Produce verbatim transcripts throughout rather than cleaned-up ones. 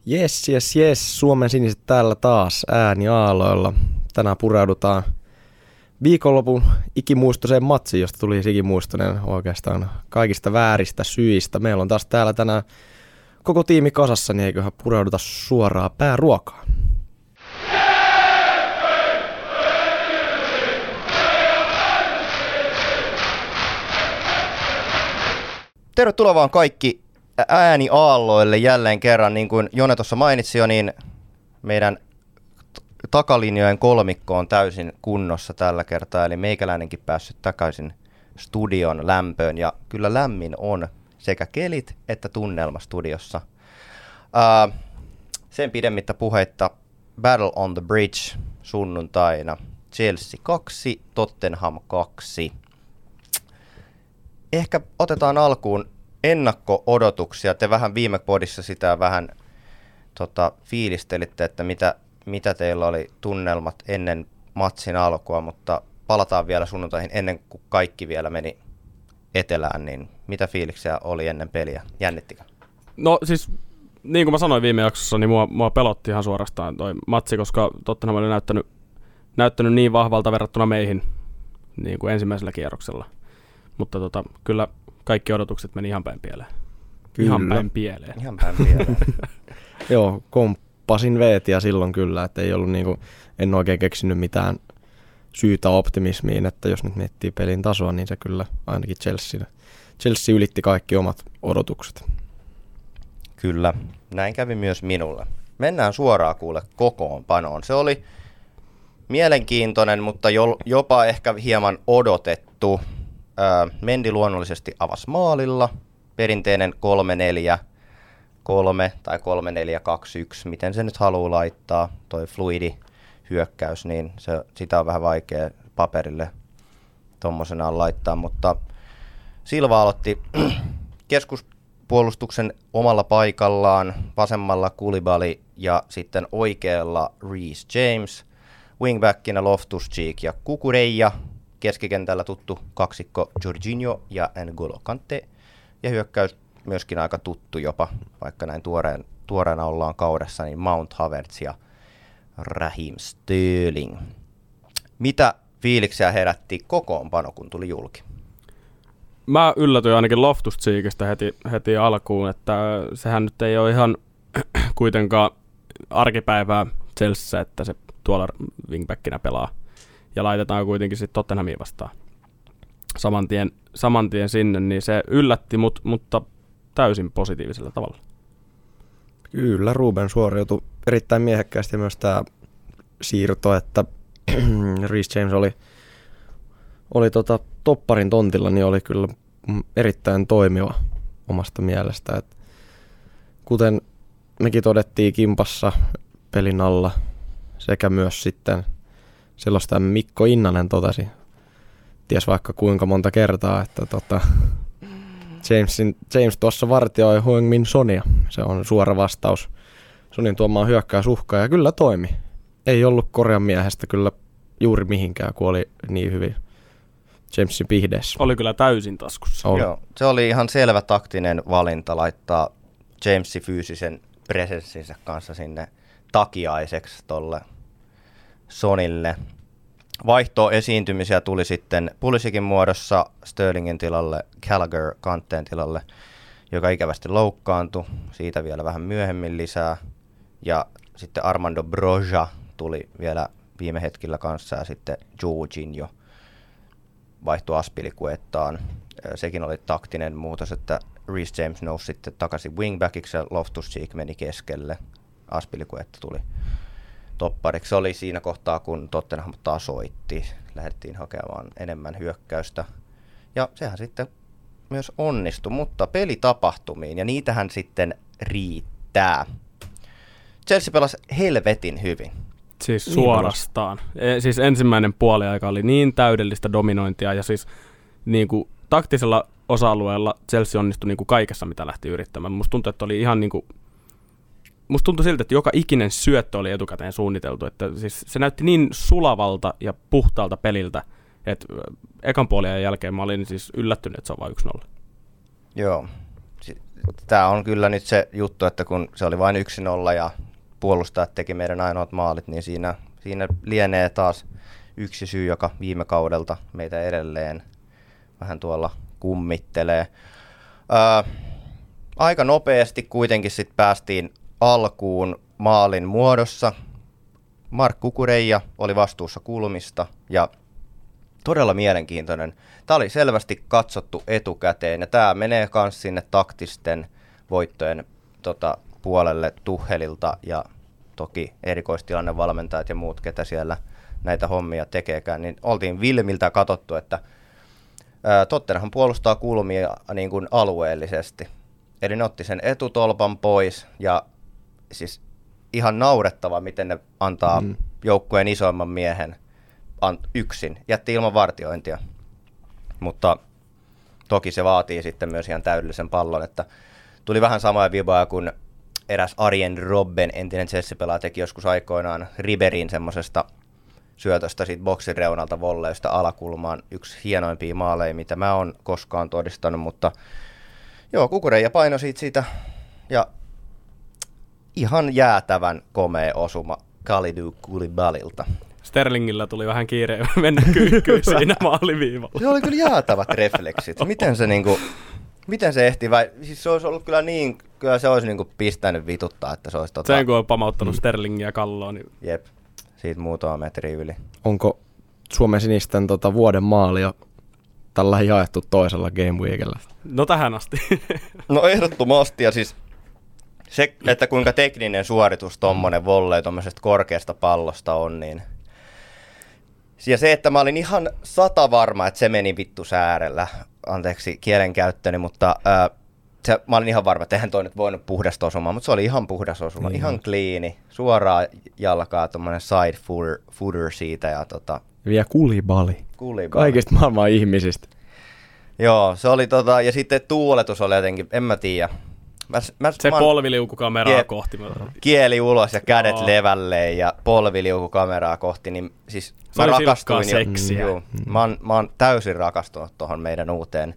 Jes, jes, jes. Suomen siniset täällä taas ääniaaloilla. Tänään pureudutaan viikonlopun ikimuistoiseen matsiin, josta tuli ikimuistoinen oikeastaan kaikista vääristä syistä. Meillä on taas täällä tänään koko tiimi kasassa, niin eiköhän pureuduta suoraan pääruokaan. Tervetuloa vaan kaikki ääniaalloille jälleen kerran. Niin kuin Jone tuossa mainitsi jo, niin meidän takalinjojen kolmikko on täysin kunnossa tällä kertaa. Eli meikäläinenkin päässyt takaisin studion lämpöön. Ja kyllä lämmin on sekä kelit että tunnelma studiossa. Uh, sen pidemmittä puheitta Battle on the Bridge sunnuntaina. Chelsea kaksi, Tottenham kaksi. Ehkä otetaan alkuun ennakko-odotuksia. Te vähän viime podissa sitä vähän tota, fiilistelitte, että mitä, mitä teillä oli tunnelmat ennen matsin alkua, mutta palataan vielä sunnuntaihin ennen kuin kaikki vielä meni etelään, niin mitä fiiliksiä oli ennen peliä? Jännittikö? No siis, niin kuin mä sanoin viime jaksossa, niin mua, mua pelotti ihan suorastaan toi matsi, koska Tottenham oli näyttänyt, näyttänyt niin vahvalta verrattuna meihin niin kuin ensimmäisellä kierroksella. Mutta tota, kyllä kaikki odotukset meni ihan päin pieleen. Kyllä. Ihan päin pieleen. Ihan päin pieleen. Joo, komppasin veetiä silloin kyllä, että ei ollut niinku, en oikein keksinyt mitään syytä optimismiin, että jos nyt miettii pelin tasoa, niin se kyllä ainakin Chelsea, Chelsea ylitti kaikki omat odotukset. Kyllä, näin kävi myös minulle. Mennään suoraan kuule kokoonpanoon. Se oli mielenkiintoinen, mutta jo, jopa ehkä hieman odotettu. Mendy luonnollisesti avasi maalilla, perinteinen kolme neljä kolme tai kolme neljä kaksi yksi, miten se nyt haluaa laittaa, toi fluidi hyökkäys, niin se, sitä on vähän vaikea paperille tommosenaan laittaa, mutta Silva aloitti keskuspuolustuksen omalla paikallaan, vasemmalla Koulibaly ja sitten oikealla Reece James, wingbackinä Loftus-Cheek ja Cucurella, keskikentällä tuttu kaksikko Jorginho ja N'Golo Kanté. Ja hyökkäys myöskin aika tuttu jopa, vaikka näin tuoreen, tuoreena ollaan kaudessa, niin Mount Havertz ja Raheem Sterling. Mitä fiiliksiä herätti kokoonpano, kun tuli julki? Mä yllätyin ainakin Loftus-Cheekistä heti, heti alkuun, että sehän nyt ei ole ihan kuitenkaan arkipäivää Chelseassa, että se tuolla wingbackinä pelaa. Ja laitetaan kuitenkin sitten Tottenhamia vastaan saman tien, saman tien sinne, niin se yllätti mut, mutta täysin positiivisella tavalla. Kyllä, Ruben suoriutui erittäin miehekkäästi myös tämä siirto, että Reece James oli, oli tota topparin tontilla, niin oli kyllä erittäin toimiva omasta mielestä. Et kuten mekin todettiin kimpassa pelin alla sekä myös sitten sellaista Mikko Innanen totesi, ties vaikka kuinka monta kertaa, että tota, Jamesin, James tuossa vartioi Heung-min Sonia. Se on suora vastaus Sonin tuomaan hyökkäysuhkaan ja kyllä toimi. Ei ollut Korean miehestä kyllä juuri mihinkään, kun oli niin hyvin Jamesin pihdeessä. Oli kyllä täysin taskussa. Oli. Joo, se oli ihan selvä taktinen valinta laittaa Jamesin fyysisen presenssinsä kanssa sinne takiaiseksi tolle Sonille. Vaihtoesiintymisiä tuli sitten Pulisikin muodossa Sterlingin tilalle, Gallagher Kanteen tilalle, joka ikävästi loukkaantui. Siitä vielä vähän myöhemmin lisää. Ja sitten Armando Broja tuli vielä viime hetkillä kanssa ja sitten Jorginho vaihtui Azpilicuetaan. Sekin oli taktinen muutos, että Reece James nousi sitten takaisin wingbackiksi ja Loftus-Cheek meni keskelle. Azpilicueta tuli toppariksi. Se oli siinä kohtaa, kun Tottenham tasoitti. Lähdettiin hakemaan enemmän hyökkäystä. Ja sehän sitten myös onnistui, mutta pelitapahtumiin, ja niitähän sitten riittää. Chelsea pelasi helvetin hyvin. Siis suorastaan. E, siis ensimmäinen puoliaika oli niin täydellistä dominointia, ja siis niin kuin taktisella osa-alueella Chelsea onnistui niin kuin kaikessa, mitä lähti yrittämään. Musta tuntui, että oli ihan niin kuin Musta tuntui siltä, että joka ikinen syöttö oli etukäteen suunniteltu. Että siis se näytti niin sulavalta ja puhtaalta peliltä, että ekan puolien jälkeen mä olin siis yllättynyt, että se on vain yksi nolla. Joo. tämä on kyllä nyt se juttu, että kun se oli vain yksi nolla ja puolustajat teki meidän ainoat maalit, niin siinä, siinä lienee taas yksi syy, joka viime kaudelta meitä edelleen vähän tuolla kummittelee. Ää, aika nopeasti kuitenkin sit päästiin alkuun maalin muodossa. Mark Kukureija oli vastuussa kulmista ja todella mielenkiintoinen. Tämä oli selvästi katsottu etukäteen ja tämä menee myös sinne taktisten voittojen tota, puolelle Tuchelilta ja toki erikoistilannevalmentajat ja muut, ketä siellä näitä hommia tekeekään, niin oltiin Vilmiltä katsottu, että ää, Tottenham puolustaa kulmia niin kuin alueellisesti. Eli ne otti sen etutolpan pois ja siis ihan naurettava, miten ne antaa mm. joukkueen isoimman miehen an- yksin, jätti ilman vartiointia. Mutta toki se vaatii sitten myös ihan täydellisen pallon, että tuli vähän samoja vibaa kuin eräs Arjen Robben, entinen Chelsea-pelaaja, teki joskus aikoinaan Riberin semmoisesta syötöstä siitä boksin reunalta volleista alakulmaan. Yksi hienoimpia maaleja, mitä mä oon koskaan todistanut, mutta joo, Kukureija paino siitä sitä ja ihan jäätävän komea osuma Kalidou Koulibalylta. Sterlingillä tuli vähän kiire mennä kyykkyyn siinä maaliviivalla. Se oli kyllä jäätävät refleksit. Miten se niinku, miten se ehti vai, siis se olisi ollut kyllä niin, kyllä se olisi niinku pistänyt vituttaa, että se olisi tota... Sen kun on pamauttanut mm. Sterlingiä kalloon, niin... Jep, siitä muutama metri yli. Onko Suomen sinisten tota vuoden maali jo tällä jaettu toisella Game Weekillä? No tähän asti. No ehdottomasti ja siis se, että kuinka tekninen suoritus tommonen volley tommosesta korkeasta pallosta on, niin... Ja se, että mä olin ihan sata varma, että se meni vittu säärellä, anteeksi kielenkäyttöni, mutta ää, se, mä olin ihan varma, että eihän toi nyt voinut puhdasta osumaan, mutta se oli ihan puhdas osuma, niin. Ihan kliini, suoraan jalkaa, tommonen side footer, footer siitä ja tota... Vielä Koulibaly. Koulibaly. Kaikista maailman ihmisistä. Joo, se oli tota, ja sitten tuuletus oli jotenkin, en mä tiedä. Mä, mä, se mä, polviliukukameraa Jep, kohti. Kieli ulos ja kädet oh. levälleen ja polviliukukameraa kohti, niin siis se mä rakastuin seksiä. Jo, mm. mä, oon, mä oon täysin rakastunut tuohon meidän uuteen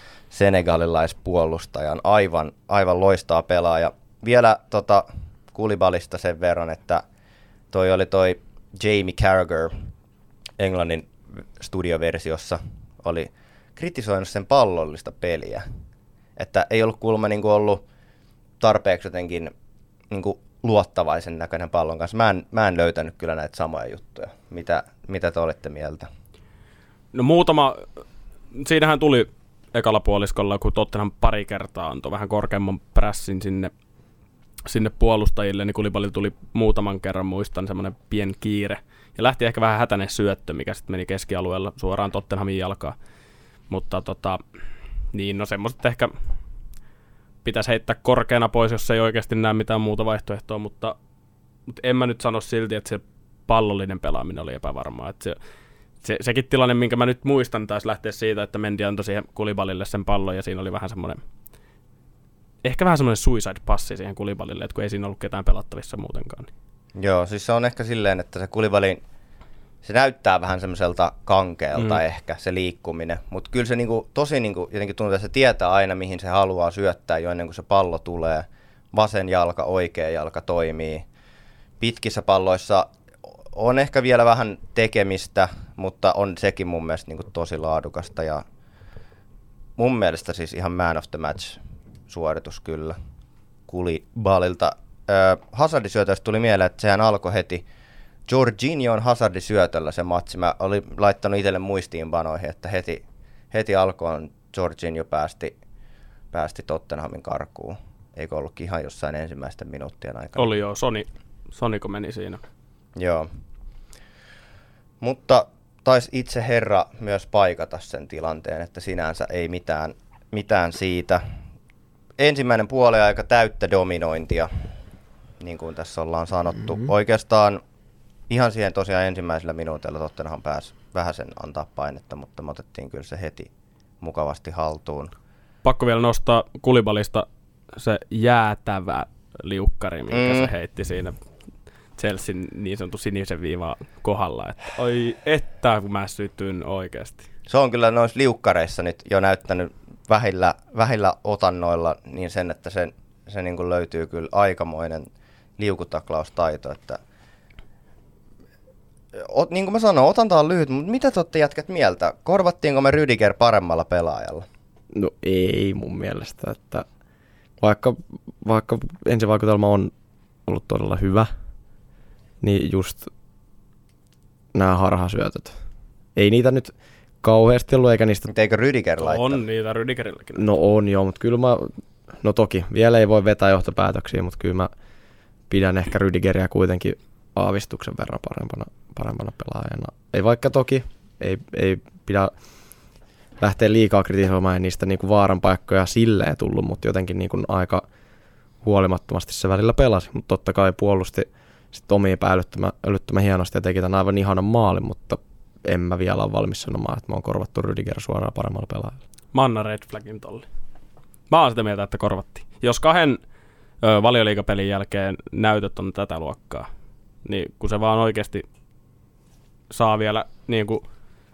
senegalilaispuolustajan. Aivan, aivan loistaa pelaaja. Vielä tota, Koulibalysta sen verran, että toi oli toi Jamie Carragher Englannin studioversiossa oli kritisoinut sen pallollista peliä. Että ei ollut kuulemma niin kuin ollut tarpeeksi jotenkin niin kuin luottavaisen näköinen pallon kanssa. Mä en, mä en löytänyt kyllä näitä samoja juttuja. Mitä, mitä te olette mieltä? No muutama, siinähän tuli ekalla puoliskolla, kun Tottenham pari kertaa antoi vähän korkeamman prässin sinne, sinne puolustajille, niin Koulibaly tuli muutaman kerran, muistan, semmoinen pien kiire. Ja lähti ehkä vähän hätäinen syöttö, mikä sitten meni keskialueella suoraan Tottenhamin jalkaan. Mutta tota... Niin, no semmoiset ehkä pitäisi heittää korkeana pois, jos ei oikeasti näe mitään muuta vaihtoehtoa, mutta, mutta en mä nyt sano silti, että se pallollinen pelaaminen oli epävarmaa. Että se, se, sekin tilanne, minkä mä nyt muistan, taisi lähteä siitä, että Mendy antoi siihen Koulibalylle sen pallon ja siinä oli vähän semmoinen, ehkä vähän semmoinen suicide-passi siihen Koulibalylle, että kun ei siinä ollut ketään pelattavissa muutenkaan. Niin. Joo, siis se on ehkä silleen, että se Koulibaly, se näyttää vähän semmoiselta kankeelta mm. ehkä se liikkuminen, mutta kyllä se niinku, tosi niinku, jotenkin tuntuu, että se tietää aina mihin se haluaa syöttää jo ennen kuin se pallo tulee. Vasen jalka, oikea jalka toimii. Pitkissä palloissa on ehkä vielä vähän tekemistä, mutta on sekin mun mielestä niinku tosi laadukasta ja mun mielestä siis ihan man of the match suoritus kyllä Koulibalylta. Öö, Hazardin syötöstä tuli mieleen, että sehän alkoi heti Jorginhon Hazardin syötöllä se matsi. Mä olin laittanut itselle muistiinpanoihin, että heti, heti alkoon Jorginho päästi, päästi Tottenhamin karkuun. Eikö ollutkin ihan jossain ensimmäisten minuuttien aikana? Oli joo, Sony, Soniko meni siinä. Joo. Mutta taisi itse herra myös paikata sen tilanteen, että sinänsä ei mitään, mitään siitä. Ensimmäinen puoliaika täyttä dominointia, niin kuin tässä ollaan sanottu. Mm-hmm. Oikeastaan ihan siihen tosiaan ensimmäisellä minuutilla Tottenham pääsi vähän sen antaa painetta, mutta me otettiin kyllä se heti mukavasti haltuun. Pakko vielä nostaa Koulibalysta se jäätävä liukkari, minkä mm. se heitti siinä Chelsean niin sanottu sinisen viiva kohdalla. Että oi, että kun mä sytyin oikeasti. Se on kyllä noissa liukkareissa nyt jo näyttänyt vähillä, vähillä otannoilla niin sen, että se, se niin kuin löytyy kyllä aikamoinen liukutaklaustaito. Että Ot, niin kuin mä sanoin, otanta on lyhyt, mutta mitä te olette jätkät mieltä? Korvattiinko me Rüdiger paremmalla pelaajalla? No ei mun mielestä, että vaikka, vaikka ensivaikutelma on ollut todella hyvä, niin just nämä harhasyötöt. Ei niitä nyt kauheasti ollut, eikä niistä... Eikö Rüdiger laittaa? On niitä Rüdigerilläkin. No on joo, mutta kyllä mä... No toki, vielä ei voi vetää johtopäätöksiä, mutta kyllä mä pidän ehkä Rüdigeriä kuitenkin aavistuksen verran parempana, parempana pelaajana. Ei vaikka toki, ei, ei pidä lähteä liikaa kritisoimaan, ja niistä niinku vaaran paikkoja silleen tullut, mutta jotenkin niinku aika huolimattomasti se välillä pelasi, mutta totta kai puolusti sitten omia päälyttömän älyttömän hienosti ja teki tämän aivan ihanan maalin, mutta en mä vielä ole valmis sanomaan, että mä oon korvattu Rüdiger suoraan paremmalla pelaajalla. Mä annan red flagin tolli. Mä oon sitä mieltä, että korvattiin. Jos kahden ö, valioliigapelin jälkeen näytöt on tätä luokkaa, niin kun se vaan oikeasti saa vielä niin kuin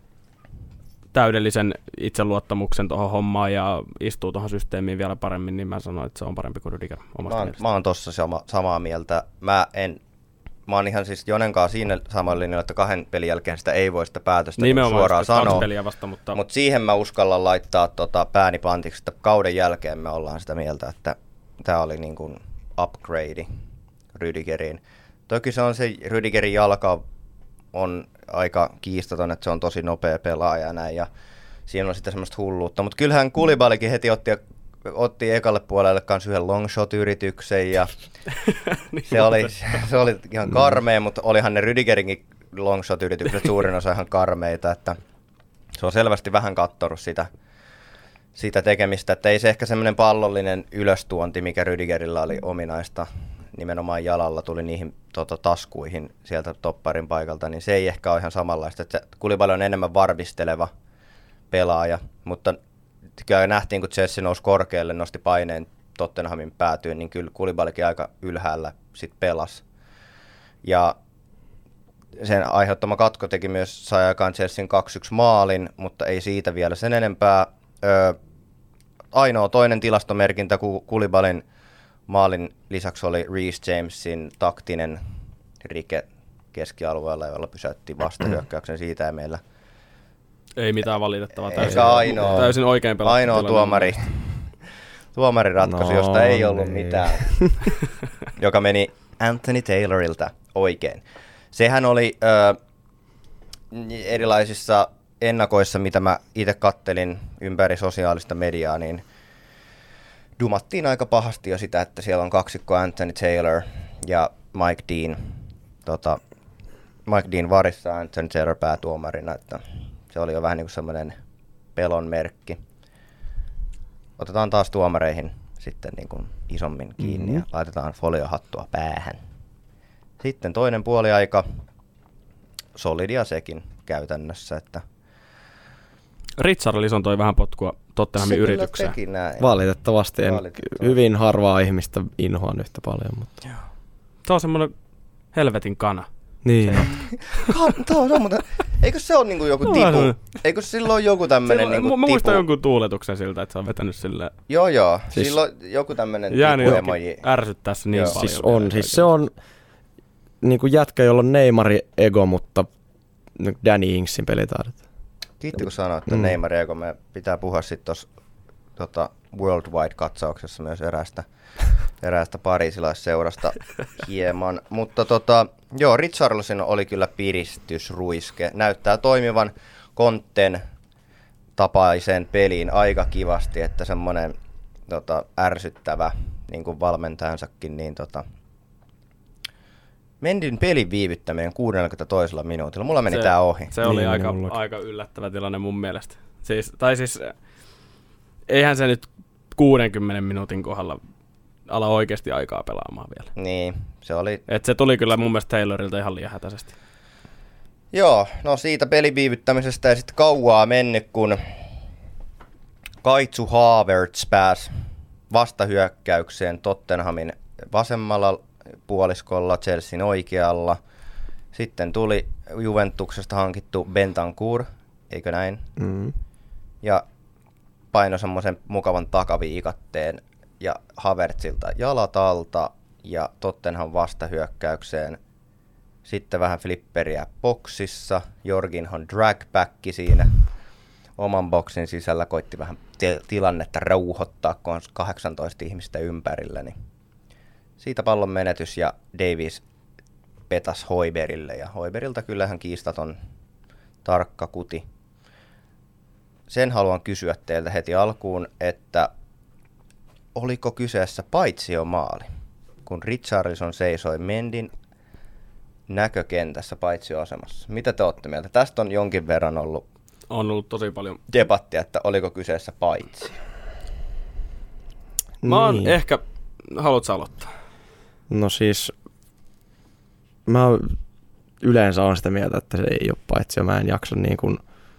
täydellisen itseluottamuksen tuohon hommaan ja istuu tuohon systeemiin vielä paremmin, niin mä sanoin, että se on parempi kuin Rüdiger omasta mä oon, mielestä. Mä oon tossa sama, samaa mieltä. Mä en... Mä oon ihan siis Jonenkaan siinä samalla linjalla, että kahden pelin jälkeen sitä ei voi sitä päätöstä suoraan sanoa. Vasta, mutta... Mutta siihen mä uskallan laittaa tota pääni pantiksi, että kauden jälkeen me ollaan sitä mieltä, että tämä oli niin kuin upgrade Rüdigeriin. Toki se on se Rüdigerin jalka on aika kiistaton, että se on tosi nopea pelaaja ja näin, ja siinä on sitten semmoista hulluutta. Mutta kyllähän Koulibalykin heti otti, otti ekalle puolelle kanssa yhden longshot-yrityksen, ja se, oli, se oli ihan karmea, mutta olihan ne Rüdigerinkin longshot-yritykset suurin osa ihan karmeita, että se on selvästi vähän kattonut sitä, sitä tekemistä, että ei se ehkä semmoinen pallollinen ylöstuonti, mikä Rüdigerillä oli ominaista, nimenomaan jalalla tuli niihin tota, taskuihin sieltä topparin paikalta, niin se ei ehkä ole ihan samanlaista. Että Koulibaly on enemmän varvisteleva pelaaja, mutta kyllä nähtiin, kun Chelsea nousi korkealle, nosti paineen Tottenhamin päätyyn, niin kyllä Koulibalykin aika ylhäällä sit pelasi. Ja sen aiheuttama katko teki myös, sai aikaan Chelsean kaksi yksi maalin, mutta ei siitä vielä sen enempää. Öö, ainoa toinen tilastomerkintä Koulibalyn maalin lisäksi oli Reece Jamesin taktinen rike keskialueella, jolla pysäytti vastahyökkäyksen. Siitä ei meillä... Ei mitään valitettavaa. Täysin, ainoa, täysin oikein pelattu. Ainoa tuomari, tuomariratkaisu, no, josta ei ollut niin. mitään, joka meni Anthony Taylorilta oikein. Sehän oli ö, erilaisissa ennakoissa, mitä mä itse kattelin ympäri sosiaalista mediaa, niin dumattiin aika pahasti jo sitä, että siellä on kaksikko Anthony Taylor ja Mike Dean. Tota, Mike Dean varissa, Anthony Taylor päätuomarina, että se oli jo vähän niin kuin semmoinen pelon merkki. Otetaan taas tuomareihin sitten niin kuin isommin kiinni mm-hmm. ja laitetaan foliohattua päähän. Sitten toinen puoliaika, solidia sekin käytännössä, että Richarlison toi vähän potkua Tottenhamin yritykseen. Valitettavasti en Valitettavasti. Hyvin harvaa ihmistä inhoan yhtä paljon. Mutta. Tuo on semmoinen helvetin kana. Niin. Tuo on mutta eikö se ole niinku joku tipu? Eikö silloin joku tämmöinen niinku tipu? Mä muistan jonkun tuuletuksen siltä, että se on vetänyt silleen. Joo joo, siis silloin joku tämmöinen tipu-emoji. Ärsyttää se niin joo. paljon. Siis on, siis se on niinku jätkä, jolla on Neymari ego, mutta Danny Ingsin pelitaidot. Kiitti kun sanoit, että mm. Neymar ego, me pitää puhua sitten tuossa tota, Worldwide-katsauksessa myös eräästä, eräästä pariisilaisseurasta hieman. Mutta tota, joo, Richarlison oli kyllä piristysruiske. Näyttää toimivan Conten tapaisen peliin aika kivasti, että semmoinen tota, ärsyttävä, niin kuin valmentajansakin, niin tota, Mendin pelin viivyttäminen kuudennellakymmenennellä toisella minuutilla. Mulla meni se, tää ohi. Se oli niin, aika, aika yllättävä tilanne mun mielestä. Siis, tai siis, eihän se nyt kuudenkymmenen minuutin kohdalla ala oikeasti aikaa pelaamaan vielä. Niin, se oli... Et se tuli kyllä mun mielestä Taylorilta ihan liian hätäisesti. Joo, no siitä pelin viivyttämisestä ei sitten kauaa mennyt, kun Kaitsu Havertz pääsi vastahyökkäykseen Tottenhamin vasemmalla puoliskolla, Chelsean oikealla. Sitten tuli Juventuksesta hankittu Bentancur, eikö näin? Mm. Ja painoi semmoisen mukavan takaviikatteen ja Havertzilta jalat alta ja Tottenham vastahyökkäykseen. Sitten vähän flipperiä boksissa, Jorginhon dragback siinä oman boksin sisällä, koitti vähän tilannetta rauhoittaa, kun on kahdeksantoista ihmistä ympärillä. Niin siitä pallon menetys ja Davies petas Hoiberille ja Hoiberilta kyllähän kiistaton tarkka kuti. Sen haluan kysyä teiltä heti alkuun, että oliko kyseessä paitsiomaali, kun Richarlison seisoi Mendin näkökentässä paitsioasemassa. Mitä te olette mieltä? Tästä on jonkin verran ollut, on ollut tosi paljon debattia, että oliko kyseessä paitsio. Mä oon Niin. ehkä, haluatko aloittaa? No siis, mä yleensä on sitä mieltä, että se ei ole paitsi, mä en jaksa niin kuin,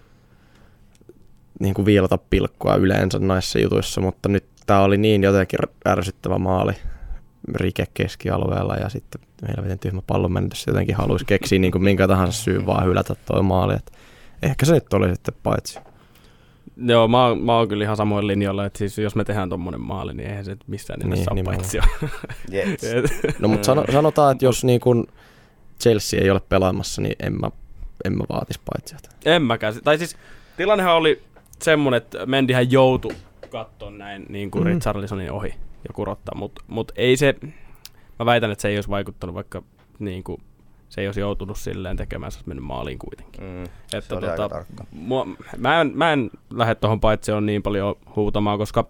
niin kuin viilata pilkkua yleensä näissä jutuissa, mutta nyt tää oli niin jotenkin ärsyttävä maali rike keskialueella ja sitten meillä miten tyhmä pallon menetys jotenkin haluaisi keksiä niin kuin minkä tahansa syyn vaan hylätä toi maali, että ehkä se nyt oli sitten paitsi. Joo, mä oon, mä oon kyllä ihan samoin linjoilla, että siis jos me tehdään tommonen maali, niin eihän se missään nimessä Niin, ole paitsi. Yes. No mutta sano, sanotaan, että jos niin kuin Chelsea ei ole pelaamassa, niin en mä, en mä vaatisi paitsiota. En mäkään. Tai siis tilannehan oli semmonen, että Mendyhän joutui katsomaan näin niin kuin mm. Richarlisonin ohi ja kurottaa, mutta mut ei se, mä väitän, että se ei olisi vaikuttanut, vaikka niin kuin se ei olisi joutunut silleen tekemään, se olisi mennyt maaliin kuitenkin. Mm, että se oli tota, aika tarkka. Mua, mä, en, mä en lähde tuohon paitsioon niin paljon huutamaan, koska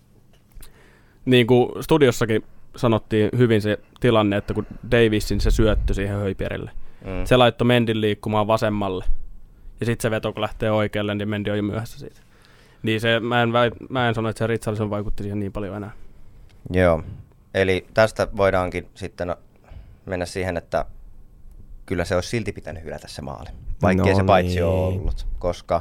niin kuin studiossakin sanottiin hyvin se tilanne, että kun Daviesin se syöttö siihen Höjbjergille, mm. se laittoi Mendin liikkumaan vasemmalle, ja sitten se veto, kun lähtee oikealle, niin Mendy on jo myöhässä siitä. Niin se, mä, en väit, mä en sano, että se Richarlison vaikutti siihen niin paljon enää. Joo, eli tästä voidaankin sitten mennä siihen, että kyllä se olisi silti pitänyt hylätä se maali, vaikkei no se paitsi niin. ole ollut, koska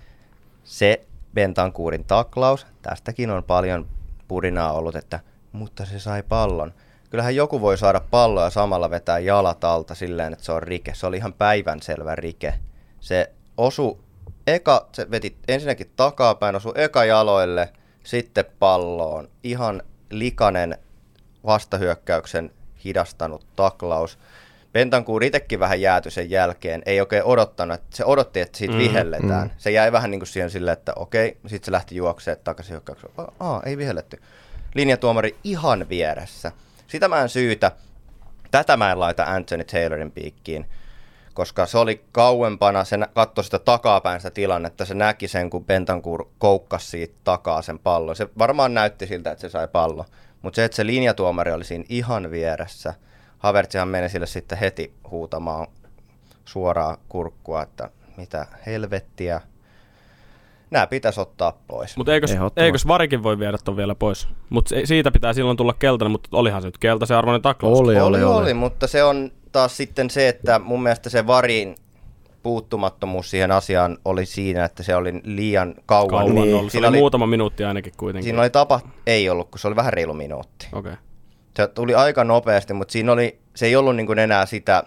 se Bentancourin taklaus, tästäkin on paljon purinaa ollut, että mutta se sai pallon. Kyllähän joku voi saada palloa ja samalla vetää jalat alta silleen, että se on rike. Se oli ihan päivänselvä rike. Se osui eka, se veti ensinnäkin takapäin, osui eka jaloille, sitten palloon. Ihan likainen vastahyökkäyksen hidastanut taklaus. Bentancur itsekin vähän jääty sen jälkeen, ei oikein odottanut, että se odotti, että siitä mm, vihelletään. Mm. Se jäi vähän niin kuin siihen silleen, että okei, sitten se lähti juoksemaan takaisin hyökkäykseen. Aa, ei vihelletty. Linjatuomari ihan vieressä. Sitä mä en syytä. Tätä mä en laita Anthony Taylorin piikkiin, koska se oli kauempana, se katsoi sitä takapäin sitä tilannetta, se näki sen, kun Bentancur koukkasi siitä takaa sen pallon. Se varmaan näytti siltä, että se sai pallon, mutta se, että se linjatuomari oli siinä ihan vieressä, Havertzihan meni sille sitten heti huutamaan suoraa kurkkua, että mitä helvettiä. Nämä pitäisi ottaa pois. Mutta eikös, eikös Varikin voi viedä ton vielä pois? Mutta siitä pitää silloin tulla keltainen, mutta olihan se nyt keltaisen arvoinen taklaus. Oli, oli, oli, oli. oli, mutta se on taas sitten se, että mun mielestä se Varin puuttumattomuus siihen asiaan oli siinä, että se oli liian kauan. Kauan niin. ollut. Se oli, oli muutama minuutti ainakin kuitenkin. Siinä oli tapa, ei ollut, kun se oli vähän reilu minuutti. Okay. Se tuli aika nopeasti, mutta siinä oli, se ei ollut niin kuin enää sitä,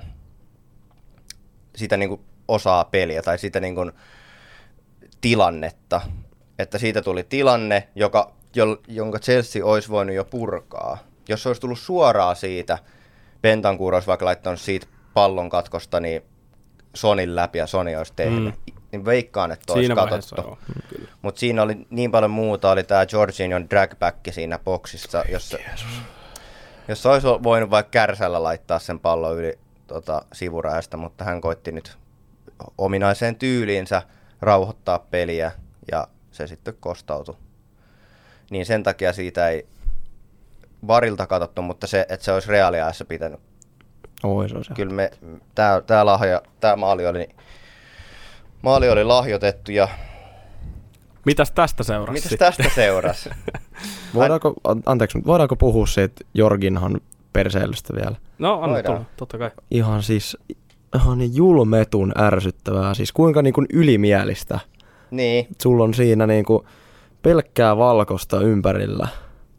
sitä niin kuin osaa peliä tai sitä niin kuin tilannetta. Että siitä tuli tilanne, joka, jonka Chelsea olisi voinut jo purkaa. Jos se olisi tullut suoraan siitä, Bentancur olisi vaikka laittanut siitä pallon katkosta niin Sonin läpi ja Sony olisi tehnyt. Mm. Niin veikkaan, että olisi katsottu. Mutta siinä oli niin paljon muuta. Oli tämä Jorginhon dragback siinä boksissa, jossa, jossa olisi voinut vaikka kärsällä laittaa sen pallon yli tota, sivurajasta, mutta hän koitti nyt ominaiseen tyyliinsä rauhoittaa peliä ja se sitten kostautui. Niin sen takia siitä ei Varilta katsottu, mutta se, että se olisi reaaliajassa pitänyt. Oi, se on se. Kyllä me, tää, tää, lahja, tää maali, oli, maali oli lahjoitettu ja mitäs tästä seurasi? Mitäs sitten? tästä seurasi? Voidaanko, anteeksi, voidaanko puhua siitä Jorginhon perseilystä vielä? No, anna tulla, totta kai. Ihan siis, ihan niin julmetun ärsyttävää. Siis kuinka niin kuin ylimielistä. Niin. Sulla on siinä niin kuin pelkkää valkosta ympärillä.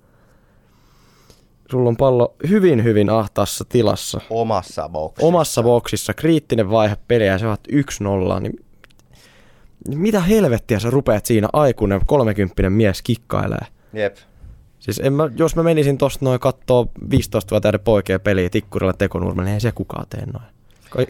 Sulla on pallo hyvin, hyvin ahtaassa tilassa. Omassa boksissa. Omassa boksissa. Kriittinen vaihe peliä ja se on yksi nolla. Niin Mitä helvettiä sä rupeat siinä aikuinen kolmekymppinen mies kikkailee? Jep. Siis en mä, jos mä menisin tosta noin kattoo viisitoistavuotiaiden poikien peliä Tikkurilla tekonurmella, niin ei se kukaan tee noin. Kai...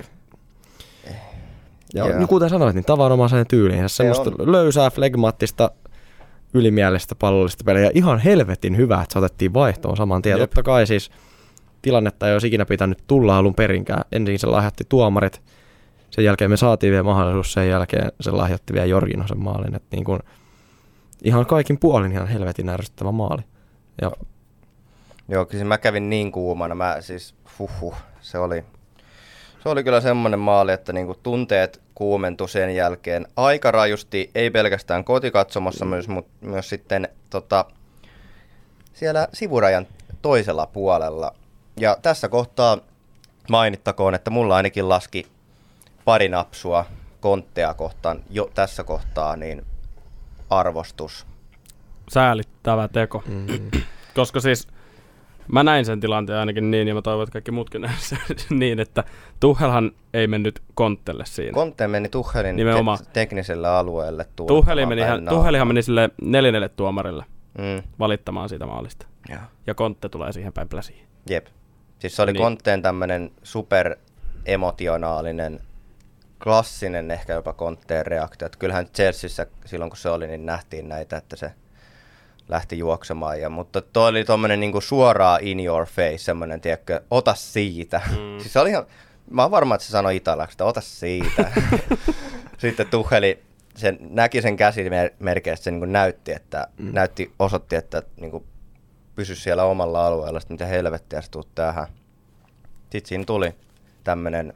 Ja yeah. kuten sanoit, niin tavanomaiseen tyyliin. Semmoista on löysää, flegmaattista, ylimielistä pallollista peliä. Ja ihan helvetin hyvä, että se otettiin vaihtoon saman tien. Yep. Totta kai siis tilannetta ei olisi ikinä pitänyt tulla alun perinkään. Ensin se lahjoitti tuomarit. Sen jälkeen me saatiin vielä mahdollisuus. Sen jälkeen se lahjoitti vielä Jorginhosen maalin. Että niin kuin, ihan kaikin puolin ihan helvetin ärsyttävä maali. Ja... Joo, kyllä mä kävin niin kuumana. Mä siis, huhhuh, se oli... Se oli kyllä semmoinen maali, että niinku tunteet kuumentui sen jälkeen aika rajusti, ei pelkästään kotikatsomossa, mm. myös, mutta myös sitten tota, siellä sivurajan toisella puolella. Ja tässä kohtaa mainittakoon, että mulla ainakin laski pari napsua Konttea kohtaan jo tässä kohtaa, niin arvostus. Säälittävä teko, mm. koska siis... Mä näin sen tilanteen ainakin niin, ja mä toivon, että kaikki muutkin näin niin, että Tuchelhan ei mennyt Kontelle siinä. Kontte meni Tuchelin te- tekniselle alueelle. Tuheli meni hän, Tuchelihan meni sille neljännelle tuomarille mm. valittamaan siitä maalista. Ja. ja Kontte tulee siihen päin pläsiin. Jep. Siis se oli niin. Kontteen tämmönen super emotionaalinen, klassinen ehkä jopa Kontteen reaktio. Että kyllähän Chelseassa silloin kun se oli, niin nähtiin näitä, että se... lähti juoksemaan, ja, mutta toi oli tommonen niinku suoraan in your face, semmonen, tiedätkö, ota siitä. Mm. Siis se oli ihan, mä oon varma, että se sanoi italiaksi, että ota siitä. Sitten Tucheli, sen, näki sen käsimerkeistä, se niinku näytti, että, mm. näytti, osoitti, että niinku pysy siellä omalla alueella, sitten mitä helvettiä sä tuut tähän. Sitten siinä tuli tämmönen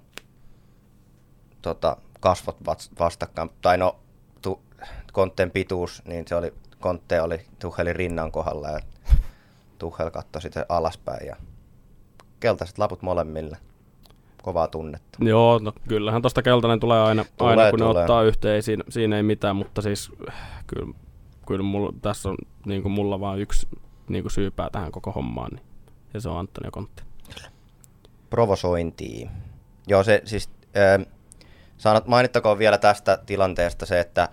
tota, kasvot vastakkain, tai no, tu, Kontten pituus, niin se oli Kontte oli Tuchelin rinnan kohdalla ja Tuchel katsoi sitten alaspäin ja keltaiset laput molemmille. Kovaa tunnetta. Joo, no kyllähän tosta keltainen tulee aina, tulee, aina kun tulee. Ne ottaa yhteen, ei siinä, siinä ei mitään, mutta siis kyllä, kyllä mulla, tässä on niin kuin mulla vaan yksi niin kuin syypää tähän koko hommaan, niin, ja se on Antonio Conte. Provosointia. Joo, se siis, äh, sanot, mainittakoon vielä tästä tilanteesta se, että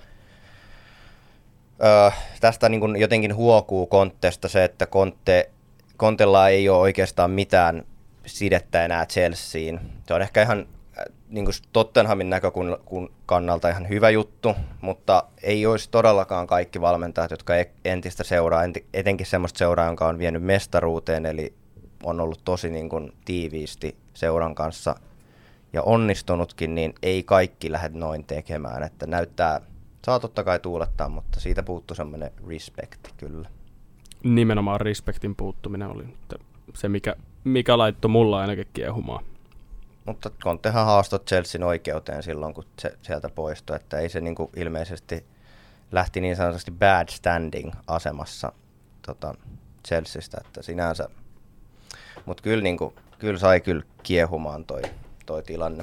Öö, tästä niin kuin jotenkin huokuu Kontesta se, että Conte, Contella ei ole oikeastaan mitään sidettä enää Chelseaan. Se on ehkä ihan niin kuin Tottenhamin näkökannalta ihan hyvä juttu, mutta ei olisi todellakaan kaikki valmentajat, jotka entistä seuraa, etenkin semmoista seuraa, jonka on vienyt mestaruuteen, eli on ollut tosi niin kuin tiiviisti seuran kanssa ja onnistunutkin, niin ei kaikki lähde noin tekemään, että näyttää... Saa totta kai tuulettaa, mutta siitä puuttuu semmoinen respekti kyllä. Nimenomaan respektin puuttuminen oli se, mikä, mikä laittoi mulla ainakin kiehumaan. Mutta Contehan haastoi Chelsean oikeuteen silloin, kun se sieltä poistui, että ei se niinku ilmeisesti lähti niin sanotusti bad standing asemassa tota, Chelseasta, että sinänsä. Mutta kyllä, niinku, kyllä sai kyllä kiehumaan toi, toi tilanne.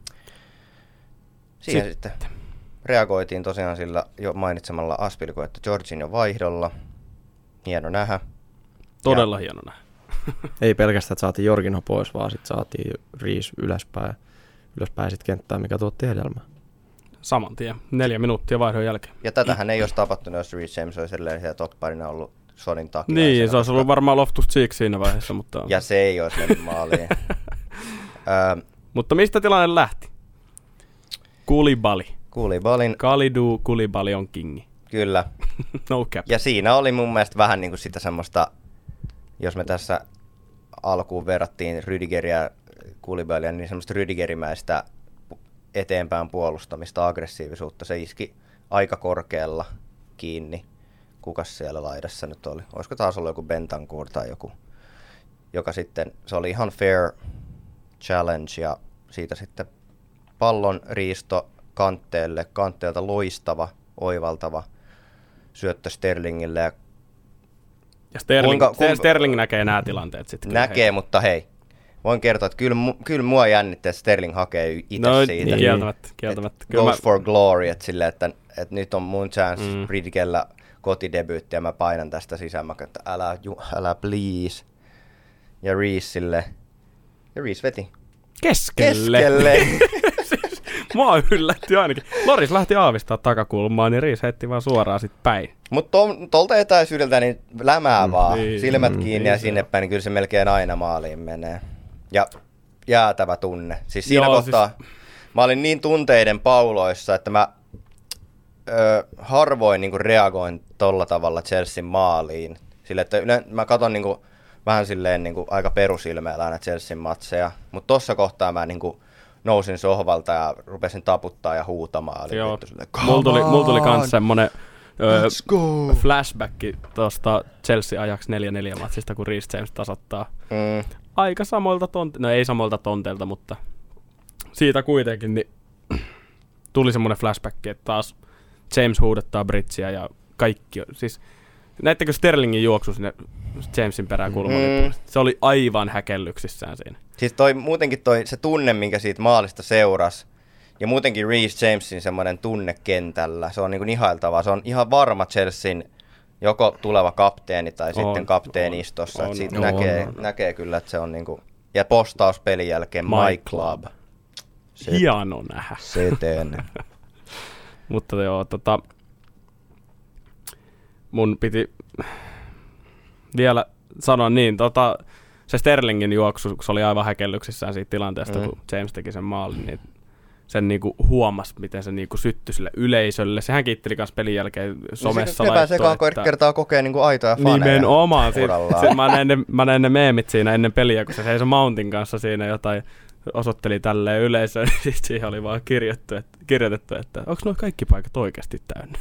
Siihen sitten. sitten. Reagoitiin tosiaan sillä jo mainitsemalla Aspilicueta Jorginho vaihdolla. Hieno nähdä. Todella ja hieno nähdä. Ei pelkästään, että saatiin Jorginho pois, vaan sitten saatiin Reece ylöspäin, ylöspäin sitten kenttään, mikä tuotti hedelmää. Saman tien. Neljä minuuttia vaihdon jälkeen. Ja tätähän ei olisi tapahtunut, jos Reece James olisi edelleen siellä topparina ollut Sonin takia. Niin, se olisi ollut varmaan Loftus-Cheek siinä vaiheessa. Mutta... ja se ei olisi mennyt maaliin. Ö, mutta mistä tilanne lähti? Koulibaly. Koulibalyn. Kalidou Koulibaly on kingi. Kyllä. No cap. Ja siinä oli mun mielestä vähän niin kuin sitä semmoista, jos me tässä alkuun verrattiin Rüdigeriä ja Koulibalyä, niin semmoista Rüdigerimäistä eteenpäin puolustamista, aggressiivisuutta. Se iski aika korkealla kiinni. Kukas siellä laidassa nyt oli? Olisiko taas ollut joku Bentancur tai joku, joka sitten, se oli ihan fair challenge ja siitä sitten pallon riisto Kantteelle, Kantteelta loistava, oivaltava syöttö Sterlingille. Ja, ja Sterling, kuinka, kuinka, Sterling näkee nämä tilanteet sitten. Näkee, hei. Mutta hei, voin kertoa, että kyllä, kyllä mua jännittää, että Sterling hakee itse no, siitä. Niin, kieltämättä, kieltämättä. Goes mä... for glory, että, sille, että, että nyt on mun chance mm. Ridgellä kotidebyytti ja mä painan tästä sisään. Mä katson, että älä, ju, älä please. Ja Reecelle. Ja Reece veti. Keskelle. Keskelle. Mua yllätti ainakin. Loris lähti aavistaa takakulmaan, niin Reese heitti vaan suoraan sit päin. Mutta tuolta etäisyydeltä niin lämää Mm, vaan. niin, Silmät mm, kiinni niin ja se sinne on. päin, niin kyllä se melkein aina maaliin menee. Ja jäätävä tunne. Siis siinä Joo, kohtaa siis... mä olin niin tunteiden pauloissa, että mä ö, harvoin niin kuin reagoin tolla tavalla Chelsean maaliin. Sille, että yle, mä katon niin kuin, vähän silleen niin kuin, aika perusilmeellä aina Chelsean matseja. Mutta tossa kohtaa mä niin kuin, nousin sohvalta ja rupesin taputtaa ja huutamaan. Eli Joo. silleen, Mulla tuli, "Come mulla tuli kans on, semmonen ö, let's go!" flashback tuosta Chelsea ajaksi neljä neljä matsista, kun Reece James tasoittaa. Mm. Aika samoilta tonteilta, no ei samoilta tonteilta, mutta siitä kuitenkin niin tuli semmoinen flashback, että taas James huudettaa Bridgeä ja kaikki, siis näittekö Sterlingin juoksu sinne Jamesin perään kulmalle? Mm. Se oli aivan häkellyksissään siinä. Siis toi, muutenkin toi, se tunne, minkä siitä maalista seurasi, ja muutenkin Reece Jamesin semmoinen tunne kentällä, se on niin kuin ihailtavaa. Se on ihan varma Chelsean joko tuleva kapteeni tai On, sitten kapteenistossa. on, Että siitä on, näkee, on, on. näkee kyllä, että se on niin kuin, ja postaus pelin jälkeen My, My Club. Club. Se, Hieno nähdä. seteen. Mutta joo, tota, mun piti vielä sanoa niin, tota, se Sterlingin juoksu, se oli aivan häkellyksissään siitä tilanteesta, Mm. kun James teki sen maalin, niin sen niinku huomasi, miten se niinku syttyi sille yleisölle. Sehän kiitteli kanssa pelin jälkeen somessa No, se pääsee laittoi, että... kertaa kokee niin kuin aitoja faneja. nimenomaan. Si- urallaan. si- mä, näin ne, mä näin ne meemit siinä ennen peliä, kun se seisoi Mountin kanssa siinä jotain osoitteli tälleen yleisöön, niin sit siihen oli vaan kirjoitettu, että, kirjoitettu, että onko nuo kaikki paikat oikeasti täynnä?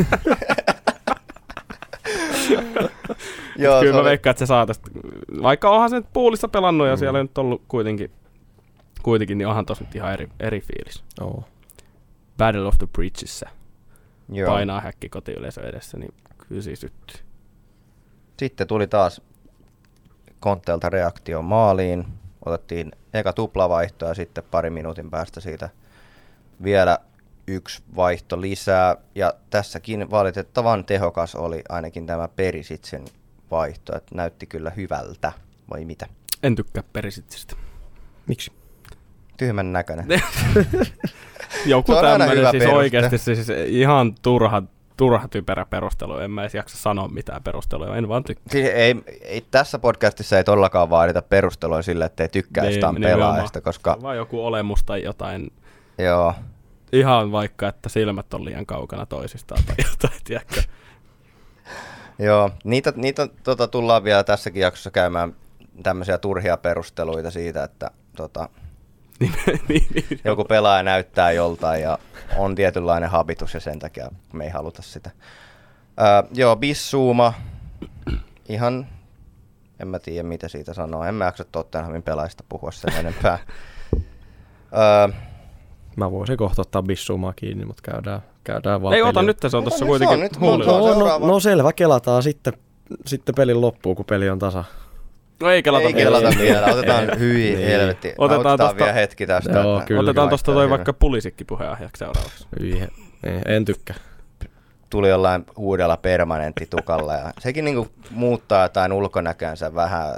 Joo, Kyllä se mä oli- veikkaan, että se saa tästä, vaikka onhan se nyt poolissa pelannut ja Mm. siellä on nyt ollut kuitenkin, kuitenkin niin onhan tossa nyt ihan eri, eri fiilis. Joo. Battle of the Bridgesissä Joo. painaa häkki kotiyleisö edessä, niin kyllä siis syttyy. Sitten tuli taas Kontteelta reaktio maaliin. Otettiin eka tuplavaihto ja sitten pari minuutin päästä siitä vielä yksi vaihto lisää. Ja tässäkin valitettavan tehokas oli ainakin tämä Perisicin vaihto. Että näytti kyllä hyvältä, vai mitä? En tykkää Perisicistä. Miksi? Tyhmän näköinen. Joku Se on aina tämmöinen hyvä siis peruste. oikeasti siis ihan turha, turha typerä perustelu. En mä edes jaksa sanoa mitään perustelua, en vaan tykkää. Siis ei, ei, tässä podcastissa ei todellakaan vaadita perustelua sille, ettei tykkää Niin, jostain nimenomaan. pelaajasta, koska Vaan joku olemus tai jotain. joo, Ihan vaikka, että silmät on liian kaukana toisistaan tai jotain, tiedätkö? joo. Niitä, niitä tota, tullaan vielä tässäkin jaksossa käymään tämmöisiä turhia perusteluita siitä, että tota, niin, niin, niin. joku pelaaja näyttää joltain ja on tietynlainen habitus ja sen takia me ei haluta sitä. Öö, joo, Bissouma, ihan, en mä tiedä mitä siitä sanoa, en mä jaksa Tottenhamin pelaajista puhua sen enempää. Öö, Mä voisin kohta ottaa Bissoumaa kiinni, mutta käydään, käydään vaan Ei ota pelillä. nyt, se on Ota tuossa nyt, kuitenkin se on nyt, huulilla. se on No, no, seuraava. no selvä, kelataan sitten, sitten pelin loppuun, kun peli on tasa. No ei kelata ei kelata vielä. vielä, otetaan Ei. hyi Niin. helvetti. Otetaan Otetaan tosta- vielä hetki tästä. Joo, että kyllä. Otetaan tuosta toi hyvä. vaikka pulisikki puheenjohtajaksi seuraavaksi. Yi, ei, en tykkää. Tuli jollain uudella permanentti tukalla ja sekin niinku muuttaa jotain ulkonäkönsä vähän.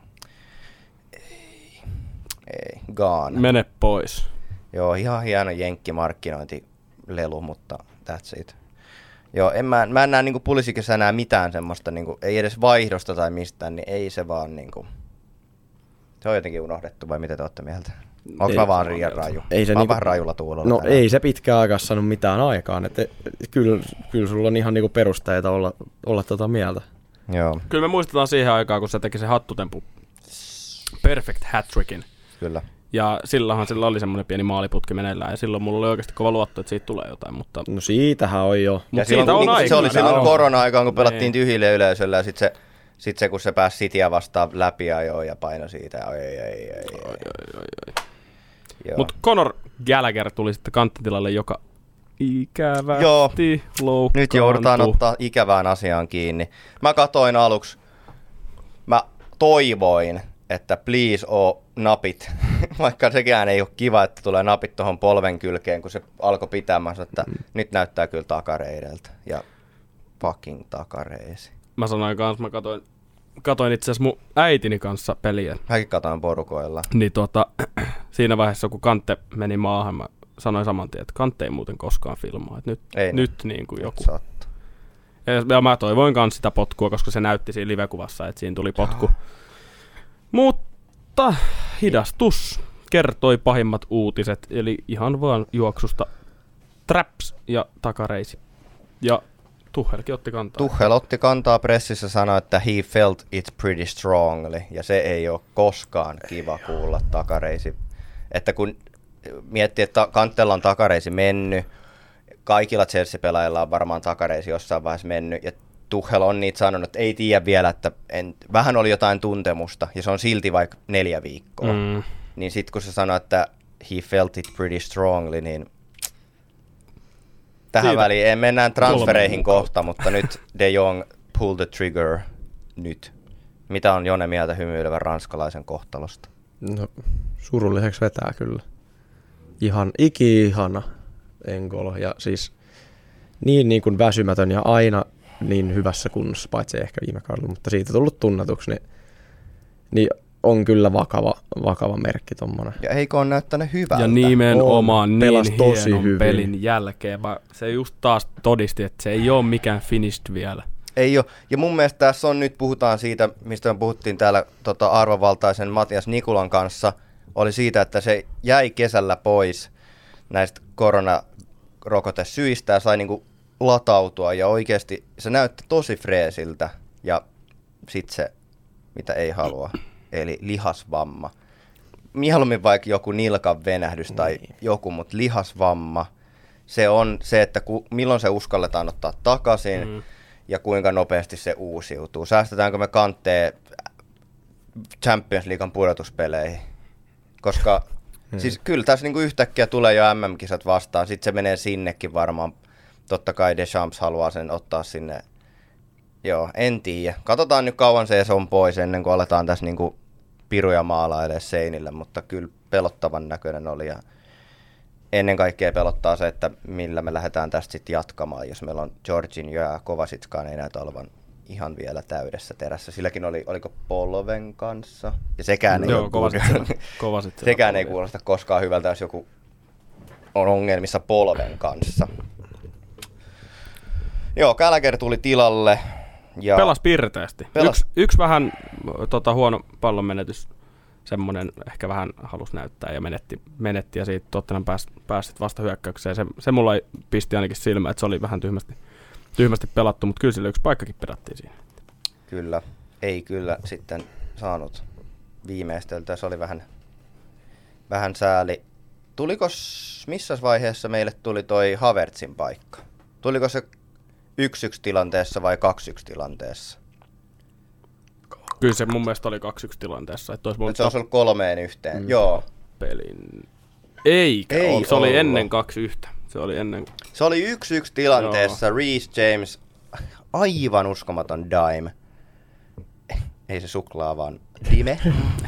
Ei, ei, gone. Mene pois. Joo, ihan hieno jenkkimarkkinointilelu, mutta that's it. Joo, en mä, mä en näe niinku Pulisikissa enää mitään semmoista, niinku, ei edes vaihdosta tai mistään, niin ei se vaan niinku, se on jotenkin unohdettu vai mitä te olette mieltä? Onko Ei, mä vaan se on liian mieltä. raju? Ei se mä oon niinku- vähän rajulla tuulolla. No tänään. ei se pitkään aikaa saanut mitään aikaan. Et, et, kyllä, kyllä sulla on ihan niinku perusteita olla, olla tota mieltä. Joo, Kyllä me muistetaan siihen aikaan, kun se teki se hattutempu perfect hat-trickin. kyllä. Ja silloinhan sillä oli semmoinen pieni maaliputki meneillään, ja silloin mulla oli oikeasti kova luotto, että siitä tulee jotain, mutta No siitähän on jo. Mut Ja siitä silloin, on kun, aikaa. se oli silloin Joo. korona-aikaan, kun pelattiin Niin. tyhjille yleisöllä ja sitten se, sit se, kun se pääsi Cityä vastaan läpi ajoi ja paino siitä. Ja, ei, ei, ei, ei. Oi, oi, oi, oi. Joo. Mut Conor Gallagher tuli sitten kanttitilalle, joka ikävästi Joo. loukkaantui. Nyt joudutaan ottaa ikävään asiaan kiinni. Mä katoin aluksi, mä toivoin, että please oo napit, vaikka sekään ei ole kiva, että tulee napit tuohon polven kylkeen, kun se alkoi pitämään, että mm. nyt näyttää kyllä takareideltä ja fucking takareisi. Mä sanoin kanssa, mä katoin, katoin itse asiassa mun äitini kanssa peliä. Mäkin katoin porukoilla. Niin tota, siinä vaiheessa, kun Kante meni maahan, mä sanoin saman tien, että Kante ei muuten koskaan filmaa. Että nyt ei nyt niin kuin joku. Saattaa. Ja mä toivoin myös sitä potkua, koska se näytti siinä live-kuvassa, että siinä tuli potku. Mutta hidastus kertoi pahimmat uutiset, eli ihan vaan juoksusta traps ja takareisi. Ja Tuchelkin otti kantaa. Tuchel otti kantaa pressissä, sanoi, että he felt it pretty strongly, ja se ei ole koskaan kiva kuulla takareisi. Että kun miettii, että Kantella on takareisi mennyt, kaikilla Chelsea-pelaajilla on varmaan takareisi jossain vaiheessa mennyt, ja Tuchel on niitä sanonut, että ei tiedä vielä, että en, vähän oli jotain tuntemusta, ja se on silti vaikka neljä viikkoa. Mm. Niin sitten kun se sanoi, että he felt it pretty strongly, niin tähän Siitä. väliin ei mennään transfereihin kohta, mutta nyt De Jong pull the trigger nyt. Mitä on Jone mieltä hymyilevän ranskalaisen kohtalosta? No, surulliseksi vetää kyllä. Ihan iki-ihana N'Golo ja siis niin, niin kuin väsymätön ja aina niin hyvässä kunnossa, paitsi ehkä viime kaudella, mutta siitä tullut tunnetuksi, niin, niin on kyllä vakava, vakava merkki tommonen. Ja eikö ole näyttänyt hyvältä? Ja nimenomaan on, niin tosi hienon hyvin. pelin jälkeen. Se just taas todisti, että se ei ole mikään finished vielä. Ei ole. Ja mun mielestä tässä on nyt, puhutaan siitä, mistä me puhuttiin täällä tota, arvovaltaisen Matias Nikulan kanssa, oli siitä, että se jäi kesällä pois näistä koronarokotesyistä ja sai niinku latautua ja oikeasti se näytti tosi freesiltä ja sit se, mitä ei halua, eli lihasvamma. Mieluummin vaikka joku nilkan venähdys tai niin. joku, mutta lihasvamma, se on se, että ku, milloin se uskalletaan ottaa takaisin mm. ja kuinka nopeasti se uusiutuu. Säästetäänkö me Kanteen Champions Leaguean pudotuspeleihin? Koska hmm. siis kyllä tässä niinku yhtäkkiä tulee jo M M-kisat vastaan, sitten se menee sinnekin varmaan. Totta kai Deschamps haluaa sen ottaa sinne. Joo, en tiedä. Katsotaan nyt kauan se on pois ennen kuin aletaan tässä niinku piruja maalailemaan seinille, mutta kyllä pelottavan näköinen oli. Ja ennen kaikkea pelottaa se, että millä me lähdetään tästä sitten jatkamaan, jos meillä on Jorginho ja Kovasitskaan ei näytä olevan ihan vielä täydessä terässä. Silläkin oli, oliko Polven kanssa? Ja sekään ei, Joo, Kovasitsella. sekään ei kuulosta koskaan hyvältä, jos joku on ongelmissa Polven kanssa. Joo, Gallagher tuli tilalle. Ja pelas pirteästi. Pelas. Yksi, yksi vähän tota, huono pallon menetys, semmoinen ehkä vähän halusi näyttää ja menetti, menetti ja siitä Tottenham pääsi pääs vasta hyökkäykseen. Se, se mulla pisti ainakin silmä, että se oli vähän tyhmästi, tyhmästi pelattu, mutta kyllä sillä yksi paikkakin pedattiin siinä. Kyllä, ei kyllä sitten saanut viimeisteltyä, se oli vähän, vähän sääli. Tuliko, missä vaiheessa meille tuli toi Havertzin paikka? Tuliko se yksi yksi tilanteessa vai kaksi yksi tilanteessa? Kyllä se mun mielestä oli kaksi yksi tilanteessa. Että olisi se olisi ollut kolmeen yhteen, mm. joo. Pelin. Eikä Ei ollut. Se oli ennen kaksi yksi. Se oli ennen. Se oli yksi yksi tilanteessa, joo. Reece James, aivan uskomaton dime. Ei se suklaa, vaan dime.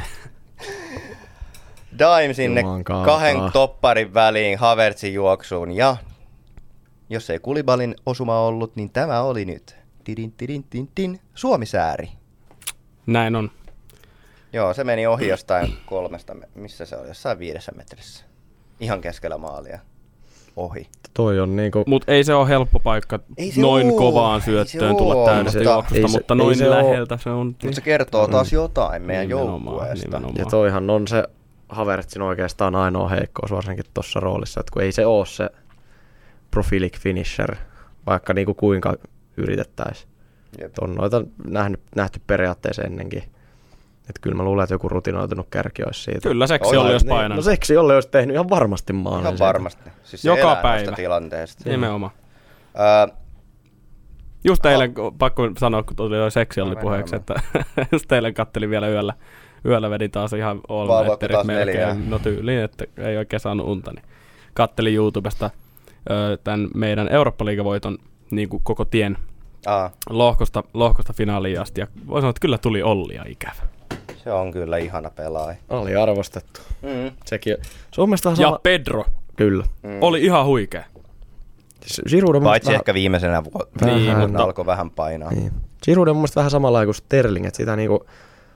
Dime sinne kahden topparin väliin Havertzin juoksuun ja jos ei Kulibalin osuma ollut, niin tämä oli nyt. Tidin, tidin, tin, tin. Suomi-sääri. Näin on. Joo, se meni ohi jostain kolmesta, missä se oli, jossain viidessä metrissä. Ihan keskellä maalia. Ohi. Toi on niinku... Mut ei se ole helppo paikka noin oo. kovaan syöttöön tulla täydestä juoksusta, mutta se, noin läheltä se on. Mutta se kertoo taas jotain meidän joukkueesta. Ja toihan on se Havertzin oikeastaan ainoa heikkous, varsinkin tuossa roolissa, että kun ei se oo se profilik finisher, vaikka niinku kuinka yritettäisiin. On noita nähty, nähty periaatteessa ennenkin. Että kyllä mä luulen, että joku rutinoitunut kärki olisi siitä. Kyllä seksi oli, jos painanut. No seksi oli, olisi tehnyt ihan varmasti maalin. Ihan varmasti. Siis joka päivä. Tilanteesta. Nimenomaan. Öö, just eilen, oh. pakko sanoa, kun tuli jo seksi oli puheeksi, että just eilen kattelin vielä yöllä. Yöllä vedin taas ihan all-nighterit melkein. No tyyliin, että ei oikein saanut unta. Niin kattelin YouTubesta tämän meidän Eurooppa-liigavoiton niin kuin koko tien Aa. lohkosta, lohkosta finaaliin asti. Ja voi sanoa, että kyllä tuli Ollia ikävä. Se on kyllä ihana pelaaja. Oli arvostettu. Mm. Sekin, se on ja sama... Pedro. Kyllä. Mm. Oli ihan huikea. Giroud Paitsi vähän... ehkä viimeisenä vuonna, niin, mutta alkoi vähän painaa. Niin. Giroud on mun mielestä vähän samalla kuin Sterling, että sitä niinku...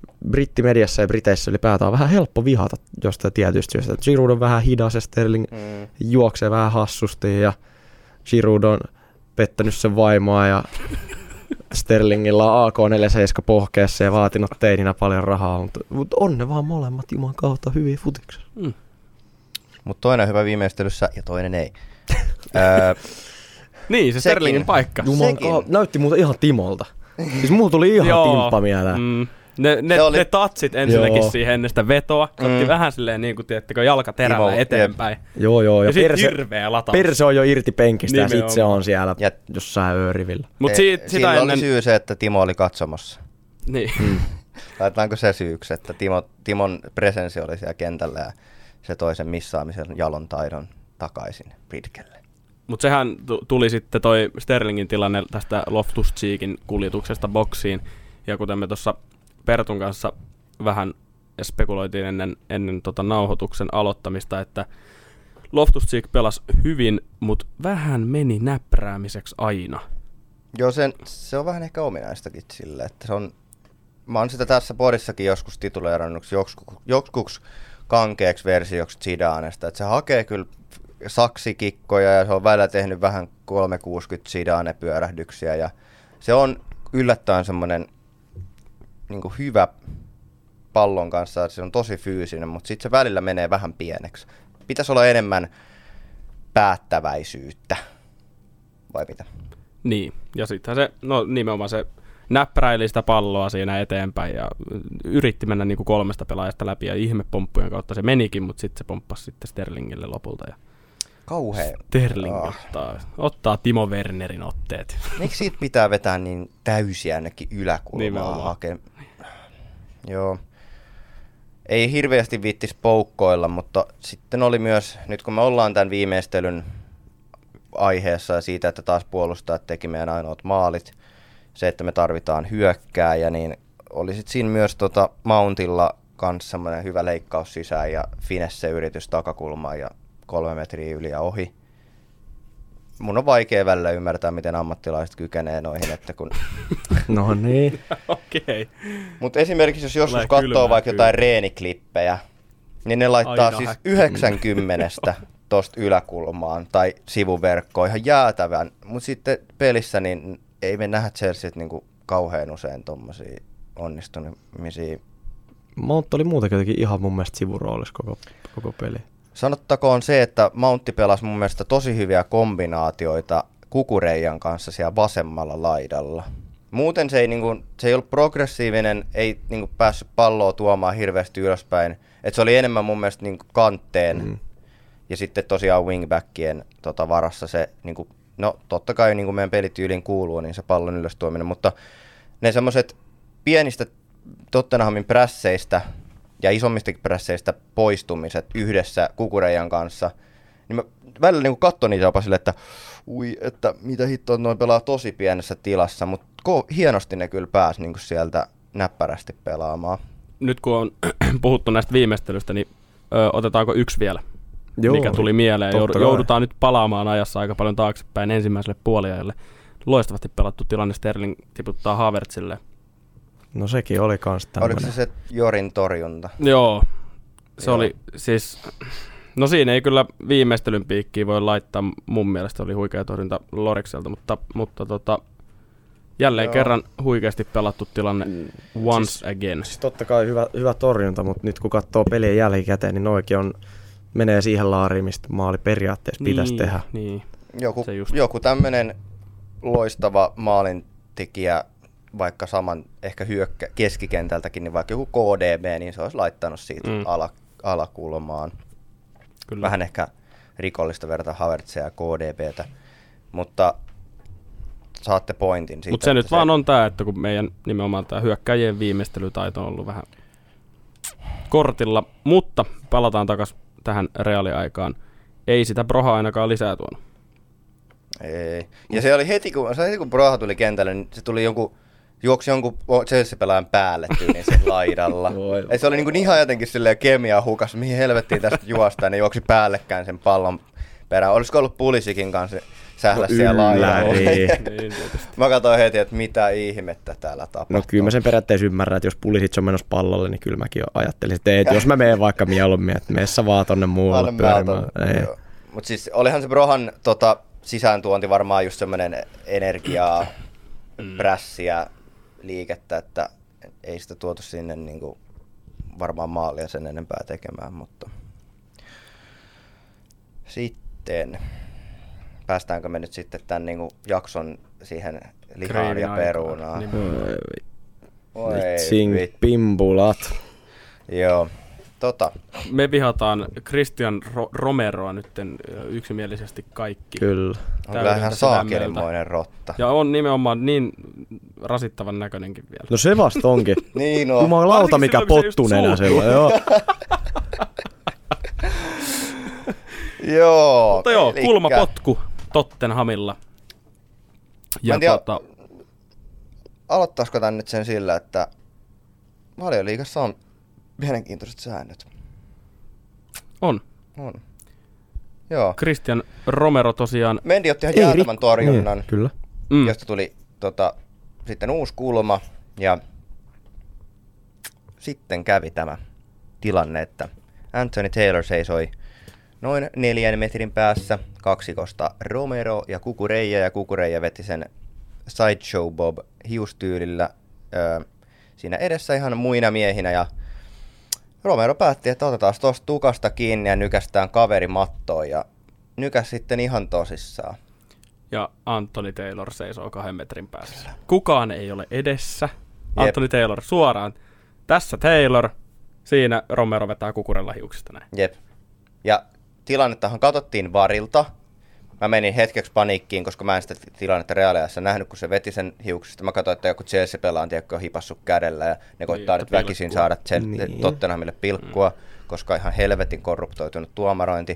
brittimediassa ja Briteissä ylipäätään on vähän helppo vihata jostain tietystä syystä. Giroud on vähän hidas ja Sterling mm. juoksee vähän hassusti ja Giroud on pettänyt sen vaimoa ja Sterlingillä on A K neljäkymmentäseitsemän pohkeessa ja vaatinut teininä paljon rahaa, mutta, mutta on ne vaan molemmat juman kautta hyviä futiksessa. Mm. Mutta toinen on hyvä viimeistelyssä ja toinen ei. öö, niin, se Sterlingin paikka. Juman ka- näytti muuta ihan Timolta. Siis mulla tuli ihan timppa mieleen. Mm. Ne, ne, oli... ne tatsit ensinnäkin joo. siihen ennen sitä vetoa. Mm. Otti vähän silleen niin kuin, tiedättekö, jalkaterällä Timo, eteenpäin. Joo, joo. Ja, ja perse, hirveä lataus. Perse on jo irti penkistä ja sit se on siellä ja jossain öörivillä. Mut si- sitä Sillä ennen... oli syy se, että Timo oli katsomassa. Niin. Mm. Laitetaanko se syyksi, että Timo, Timon presenssi oli siellä kentällä ja se toi sen missaamisen jalon taidon takaisin Bridgelle. Mutta sehän t- tuli sitten toi Sterlingin tilanne tästä Loftus-Cheekin kuljetuksesta boksiin. Ja kuten me tuossa Pertun kanssa vähän spekuloitiin ennen, ennen tota nauhoituksen aloittamista, että Loftus-Cheek pelasi hyvin, mutta vähän meni näpräämiseksi aina. Joo, sen, se on vähän ehkä ominaistakin sille, että se on, mä oon sitä tässä podissakin joskus tituleerannuksi joskus, joskus kankeaksi versioksi Zidanesta, että se hakee kyllä saksikikkoja ja se on välillä tehnyt vähän kolmesataakuusikymmentä Zidane-pyörähdyksiä ja se on yllättäen semmoinen niin kuin hyvä pallon kanssa, että se on tosi fyysinen, mutta sitten se välillä menee vähän pieneksi. Pitäisi olla enemmän päättäväisyyttä, vai mitä? Niin, ja sittenhän se, no nimenomaan se näppäräili sitä palloa siinä eteenpäin ja yritti mennä niin kuin kolmesta pelaajasta läpi ja ihmepomppujen kautta se menikin, mutta sitten se pomppasi sitten Sterlingille lopulta. Ja kauhea. Sterling oh. ottaa, ottaa Timo Wernerin otteet. Miksi siitä pitää vetää niin täysiä ainakin yläkulmaa hakea? Joo. Ei hirveästi viittis poukkoilla, mutta sitten oli myös, nyt kun me ollaan tämän viimeistelyn aiheessa ja siitä, että taas puolustajat teki meidän ainoat maalit, se, että me tarvitaan hyökkääjä, niin oli sitten siinä myös tota Mountilla kanssa semmoinen hyvä leikkaus sisään ja finesse-yritys takakulmaan ja kolme metriä yli ja ohi. Mun on vaikea välillä ymmärtää, miten ammattilaiset kykenee noihin, että kun... No niin. Okei. Okay. Mutta esimerkiksi jos joskus katsoo vaikka kyllä. jotain reeniklippejä, niin ne laittaa aina siis yhdeksänkymmentä tosta yläkulmaan tai sivuverkkoon ihan jäätävän. Mutta sitten pelissä niin ei me nähdä Chelseat niinku kauhean usein tommosia onnistumisia. Mount oli muutenkin jotenkin ihan mun mielestä sivuroolissa koko, koko peli. Sanottakoon se, että Mountti pelasi mun mielestä tosi hyviä kombinaatioita Kukureijan kanssa siellä vasemmalla laidalla. Muuten se ei, niin kuin, se ei ollut progressiivinen, ei niin kuin, päässyt palloa tuomaan hirveästi ylöspäin. Et se oli enemmän mun mielestä niin kuin, kantteen mm. ja sitten tosiaan wingbackien tota, varassa se, niin kuin, no totta kai niin kuin meidän pelityyliin kuuluu, niin se pallon ylös tuominen, mutta ne semmoiset pienistä Tottenhamin prässeistä ja isommistakin prässeistä poistumiset yhdessä Kukureijan kanssa, niin mä välillä niin katson niitä jopa silleen, että ui, että mitä hittoa, noin pelaa tosi pienessä tilassa, mutta ko- hienosti ne kyllä pääsi niin sieltä näppärästi pelaamaan. Nyt kun on puhuttu näistä viimeistelystä, niin ö, otetaanko yksi vielä, Joo, mikä tuli mieleen. Joud- joudutaan nyt palaamaan ajassa aika paljon taaksepäin ensimmäiselle puoliajalle. Loistavasti pelattu tilanne, Sterling tiputtaa Havertzille. No sekin oli kans tämmönen. Oliko se se Jorin torjunta? Joo, se Joo. oli siis, no siinä ei kyllä viimeistelyn piikkiä voi laittaa, mun mielestä oli huikea torjunta Lorikselta, mutta, mutta tota, jälleen Joo. kerran huikeasti pelattu tilanne once siis, again. Siis totta kai hyvä, hyvä torjunta, mutta nyt kun katsoo pelien jälkikäteen, niin oikein on, menee siihen laariin, mistä maali periaatteessa niin, pitäisi tehdä. Niin. Joku, joku tämmöinen loistava maalintekijä, vaikka saman ehkä hyökkä keskikentältäkin, niin vaikka joku K D B, niin se olisi laittanut siitä mm. ala, alakulmaan. Kyllä. Vähän ehkä rikollista verta Havertzia ja K D B:tä, mutta saatte pointin siitä. Mutta se nyt se... vaan on tämä, että kun meidän nimenomaan tämä hyökkäjien viimeistelytaito on ollut vähän kortilla, mutta palataan takaisin tähän reaaliaikaan. Ei sitä Broha ainakaan lisää tuonut. Ei. Ja se oli heti, kun, se heti, kun Broha tuli kentälle, niin se tuli jonkun juoksi jonkun Chelsea-pelaajan päälle tyyliin sen laidalla. Ei, se oli niin kuin ihan jotenkin silleen kemiaa hukas, mihin helvettiin tästä juostaan, ja ne juoksi päällekään sen pallon perään. Olisiko ollut Pulisikin kanssa sähläsi no, siellä laajalla. Niin, mä katsoin heti, että mitä ihmettä täällä tapahtuu. No kyllä mä sen periaatteessa ymmärrän, että jos Pulisic on menossa pallolle, niin kyllä mäkin ajattelin, että, että jos mä menen vaikka mieluummin, että meissä vaan tonne muualle pyörimään. Mutta siis olihan se Brohan tota, sisääntuonti varmaan just semmoinen energiaa, prässiä, liikettä, että ei sitä tuotu sinne niinku varmaan maalia sen enempää tekemään, mutta sitten päästäänkö me nyt sitten tämän niinku jakson siihen lihaan ja perunaan? Oi vitsin pimpulat. Joo. Tota. Me vihataan Christian Ro- Romeroa nytten yksimielisesti kaikki. Kyllä. On kyllä ihan saakelimoinen rotta. Ja on nimenomaan niin rasittavan näköinenkin vielä. No se vasta onkin. Niin on. Jumalauta mikä pottunenä sillä. Joo. Joo. Mutta joo, elikkä kulmapotku Tottenhamilla. Ja tiedä, tota aloittaisiko tän nyt sen sillä, että Valioliigassa on mielenkiintoiset säännöt. On. On. Joo. Christian Romero tosiaan. Mendy otti ihan jäätävän torjunnan, niin, kyllä. Mm. josta tuli tota, sitten uusi kulma. Ja sitten kävi tämä tilanne, että Anthony Taylor seisoi noin neljän metrin päässä kaksikosta Romero ja Kukureija, ja Kukureija veti sen Sideshow Bob hiustyylillä öö, siinä edessä ihan muina miehinä, ja Romero päätti, että otetaan tuosta tukasta kiinni ja nykästään kaveri mattoon, ja nykäs sitten ihan tosissaan. Ja Anthony Taylor seisoo kahden metrin päässä. Kukaan ei ole edessä. Anthony Jep. Taylor suoraan. Tässä Taylor, siinä Romero vetää Kukurella hiuksista näin. Jep. Ja tilannettahan katsottiin varilta. Mä menin hetkeksi paniikkiin, koska mä en sitä tilannetta reaaliajassa nähnyt, kun se veti sen hiuksista. Mä katsoin, että joku Chelsea-pelaa on hipassut kädellä ja ne koittaa niin, nyt väkisin pilkkua. saada Chelsea, niin. Tottenhamille pilkkua, mm. koska ihan helvetin korruptoitunut tuomarointi.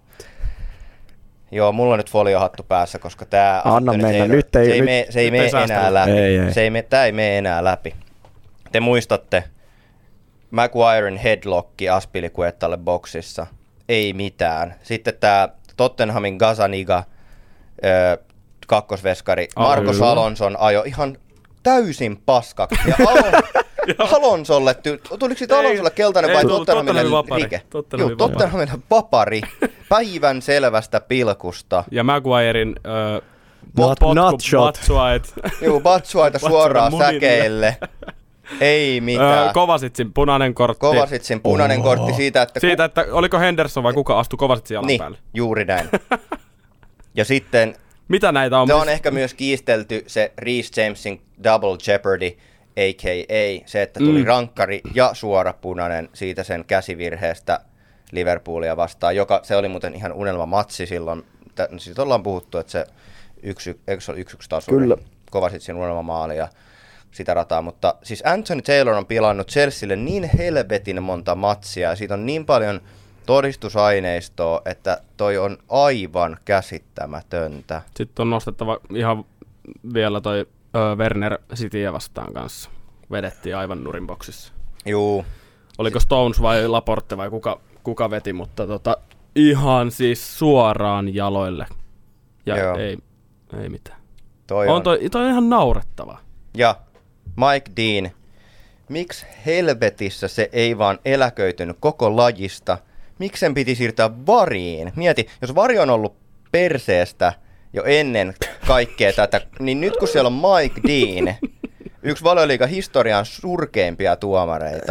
Joo, mulla on nyt foliohattu päässä, koska tää Anna mennä. Ei, nyt ei, se ei nyt, mene, se ei mene enää läpi. Ei, ei. Se ei mene, tää ei mene enää läpi. Te muistatte Maguiren headlocki Aspilicuetalle boksissa. Ei mitään. Sitten tää Tottenhamin Gazaniga öö, kakkosveskari oh, Marcos Alonson ajo ihan täysin paskaksi. Ja Alon, Alonsolle, ty- tuliko siitä Alonsolle keltainen vai Tottenhamille rike? Joo, Tottenhamille vapari päivän selvästä pilkusta. Ja Maguiren öö, not, potku not shot. Joo, Batsuaita suoraan säkeille. Ei mitään. Öö, Kovasitsin punainen kortti. Kovasitsin punainen oh. kortti siitä, että... Siitä, että oliko Henderson vai kuka astui Kovasitsin jalan niin, päälle. juuri näin. Ja sitten... Mitä näitä on? Se on ehkä myös kiistelty se Reece Jamesin double jeopardy, a k a se, että tuli mm. rankkari ja suora punainen siitä sen käsivirheestä Liverpoolia vastaan, joka se oli muuten ihan unelmamatsi silloin. Siitä ollaan puhuttu, että se yksi, eikö se oli yksi yksi tasuri? Kyllä. Kovasitsin unelmamaali ja sitä rataa, mutta siis Anthony Taylor on pilannut Chelsealle niin helvetin monta matsia ja siitä on niin paljon todistusaineistoa, että toi on aivan käsittämätöntä. Sitten on nostettava ihan vielä toi ö, Werner Cityä vastaan kanssa. Vedettiin aivan nurin boksissa. Juu. Oliko Stones vai Laporte vai kuka, kuka veti, mutta tota, ihan siis suoraan jaloille. Ja ei, ei mitään. Toi on, on. Toi, toi on ihan naurettavaa. Ja Mike Dean, miksi helvetissä se ei vaan eläköitynyt koko lajista? Miksi sen piti siirtää variin? Mieti, jos vari on ollut perseestä jo ennen kaikkea tätä, niin nyt kun siellä on Mike Dean, yksi Valioliigan historian surkeimpia tuomareita,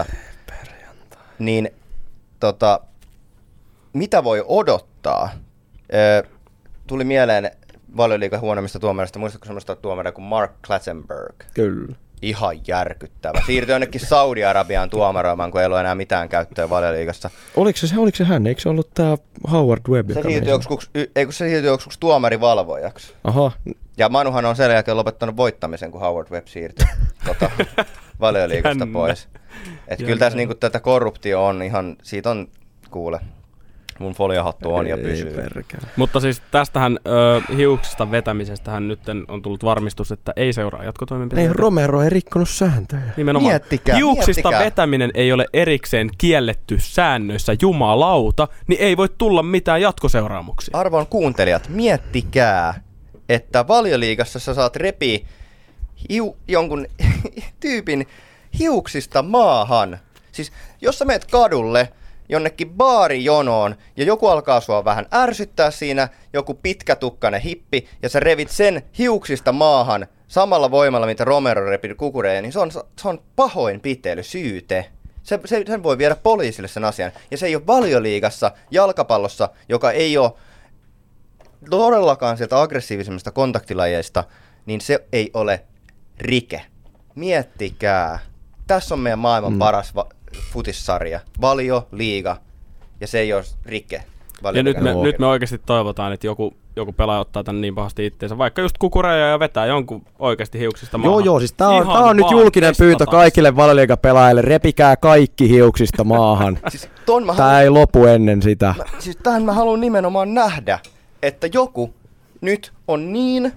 niin tota, mitä voi odottaa? Ö, tuli mieleen Valioliigan huonommista tuomareista, muistatko semmoista tuomaria kuin Mark Clattenburg? Kyllä. Ihan järkyttävä. Siirtyi jonnekin Saudi-Arabiaan tuomaroimaan, kun ei ole enää mitään käyttöä Valioliigassa. Oliko se, oliko se hän? Eikö se ollut tämä Howard Webb? Se siirtyi joksikuksi, eikö se siirtyi joksikuksi tuomarivalvojaksi. Aha. Ja Manuhan on sen jälkeen lopettanut voittamisen, kun Howard Webb siirtyi tota, Valioliigasta pois. Että kyllä tässä niinku, tätä korruptio on ihan, siitä on kuule. Mun foliohattu on ja pysyy. Mutta siis tästähän ö, hiuksista vetämisestähän nyt on tullut varmistus, että ei seuraa jatkotoimenpiteitä. Ei, Romero ei rikkonut sääntöjä. Nimenomaan. Miettikää, hiuksista miettikää. vetäminen ei ole erikseen kielletty säännöissä, jumalauta, niin ei voi tulla mitään jatkoseuraamuksia. Arvon kuuntelijat, miettikää. että Valioliigassa sä saat repiä hiu, jonkun tyypin hiuksista maahan. Siis jos sä meet kadulle jonnekin baarijonoon ja joku alkaa sua vähän ärsyttää siinä, joku pitkätukkainen hippi, ja sä revit sen hiuksista maahan samalla voimalla, mitä Romero repi Kukureja, niin se on, se on pahoinpitely, syyte. Se, se, sen voi viedä poliisille sen asian. Ja se ei ole Valioliigassa, jalkapallossa, joka ei ole todellakaan sieltä aggressiivisemmista kontaktilajeista, niin se ei ole rike. Miettikää. Tässä on meidän maailman mm. paras va- futissarja. Valioliiga. Ja se ei ole rike. Ja nyt me, nyt me oikeasti toivotaan, että joku, joku pelaaja ottaa tän niin pahasti itteensä. Vaikka just Kukureja ja vetää jonkun oikeasti hiuksista maahan. Joo, joo. Siis tää on, tää on nyt julkinen pyyntö kaikille Valioliiga-pelaajille. Repikää kaikki hiuksista maahan. Siis tää haluan, ei lopu ennen sitä. Mä, siis tähän mä haluan nimenomaan nähdä, että joku nyt on niin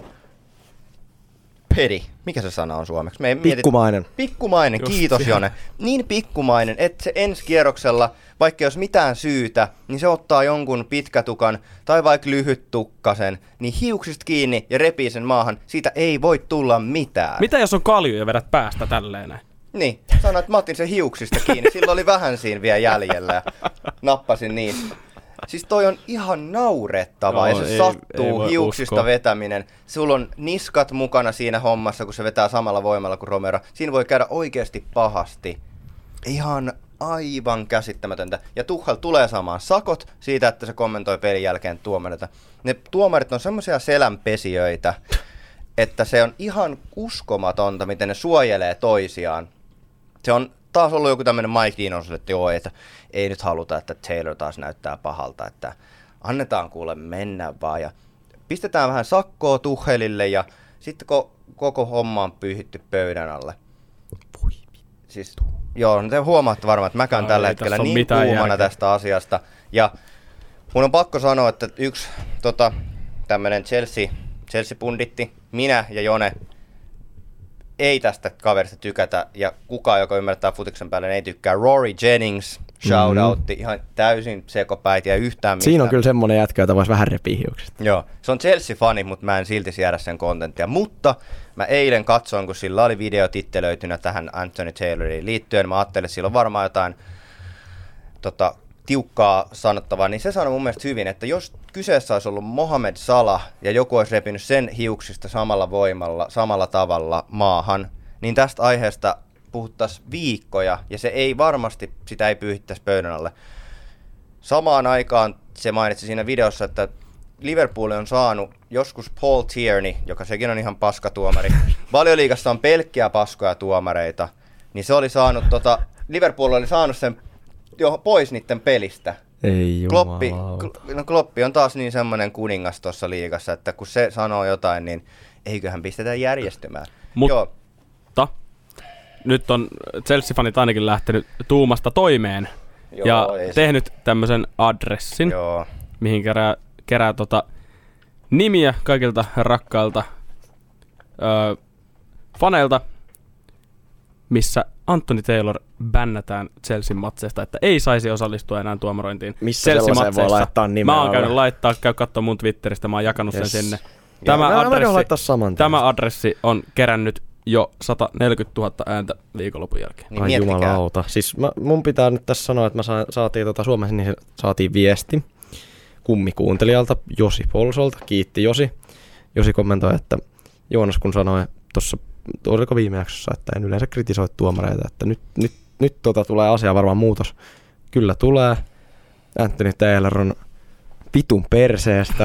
peri. Mikä se sana on suomeksi? Me pikkumainen. Mietit, pikkumainen, just kiitos ihan. Jone. Niin pikkumainen, että se ensi kierroksella, vaikka jos mitään syytä, niin se ottaa jonkun pitkätukan tai vaikka lyhyttukkasen, niin hiuksista kiinni ja repii sen maahan. Siitä ei voi tulla mitään. Mitä jos on kalju ja vedät päästä tälleen näin? Niin, sanoin, että mä otin sen hiuksista kiinni. Silloin oli vähän siinä vielä jäljellä ja nappasin niin. Siis toi on ihan naurettavaa, no, ja se ei, sattuu ei hiuksista uskoa. Vetäminen. Sulla on niskat mukana siinä hommassa, kun se vetää samalla voimalla kuin Romero. Siinä voi käydä oikeasti pahasti. Ihan aivan käsittämätöntä. Ja Tuchel tulee saamaan sakot siitä, että se kommentoi pelin jälkeen tuomareita. Ne tuomarit on semmoisia selänpesijöitä, että se on ihan uskomatonta, miten ne suojelee toisiaan. Se on taas ollut joku tämmöinen Mike Dean, että joo, että ei nyt haluta, että Taylor taas näyttää pahalta, että annetaan kuule mennä vaan ja pistetään vähän sakkoa Tuchelille ja sitten ko- koko homma on pyyhitty pöydän alle. Siis, joo, te huomaatte varmaan, että mäkään no, tällä hetkellä niin kuumana järkeä. Tästä asiasta. Ja mun on pakko sanoa, että yksi tota, tämmöinen Chelsea, Chelsea-punditti, minä ja Jone, ei tästä kaverista tykätä, ja kukaan, joka ymmärtää futiksen päälle, ei tykkää. Rory Jennings, shoutoutti, mm-hmm. ihan täysin sekopäiti ja yhtään mitään. Siinä on kyllä semmoinen jätkä, jota voisi vähän repiä hiuksista. Joo, se on Chelsea-fani, mutta mä en silti siedä sen kontenttia. Mutta mä eilen katsoin, kun sillä oli video tittelöitynä tähän Anthony Tayloriin liittyen. Mä ajattelin, että sillä on varmaan jotain tota, tiukkaa sanottavaa, niin se sanoi mun mielestä hyvin, että jos kyseessä olisi ollut Mohamed Salah ja joku olisi repinyt sen hiuksista samalla voimalla, samalla tavalla maahan, niin tästä aiheesta puhuttaisiin viikkoja ja se ei varmasti, sitä ei pyyhittäisi pöydän alle. Samaan aikaan se mainitsi siinä videossa, että Liverpool on saanut joskus Paul Tierney, joka sekin on ihan paskatuomari. Valioliigassa on pelkkiä paskoja tuomareita, niin se oli saanut, tota, Liverpool oli saanut sen jo pois niiden pelistä. Ei Kloppi, no Kloppi on taas niin semmoinen kuningas tuossa liigassa, että kun se sanoo jotain, niin eiköhän pistetä järjestymään. Mutta Joo. nyt on Chelsea-fanit ainakin lähtenyt tuumasta toimeen Joo, ja tehnyt tämmöisen adressin, Joo. mihin kerää, kerää tota nimiä kaikilta rakkailta öö, faneilta, missä Anthony Taylor bännätään Chelsean matseista, että ei saisi osallistua enää tuomarointiin. Missä sellaiseen voi laittaa nimeä? Mä oon käynyt laittaa, käy katsoa mun Twitteristä, mä oon jakanut yes. sen sinne. Tämä, Joo, adressi, tämä adressi on kerännyt jo sata neljäkymmentätuhatta ääntä viikonlopun jälkeen. Niin ai jumalauta. Siis mä, mun pitää nyt tässä sanoa, että mä sa, saatiin tota Suomessa niin saatiin viesti kummikuuntelijalta Josi Polsolta. Kiitti Josi. Josi kommentoi, että Joonas kun sanoi tuossa oliko viime jaksossa, että en yleensä kritisoi tuomareita, että nyt, nyt, nyt tota tulee asia varmaan muutos. Kyllä tulee. Anthony Taylor on vitun perseestä.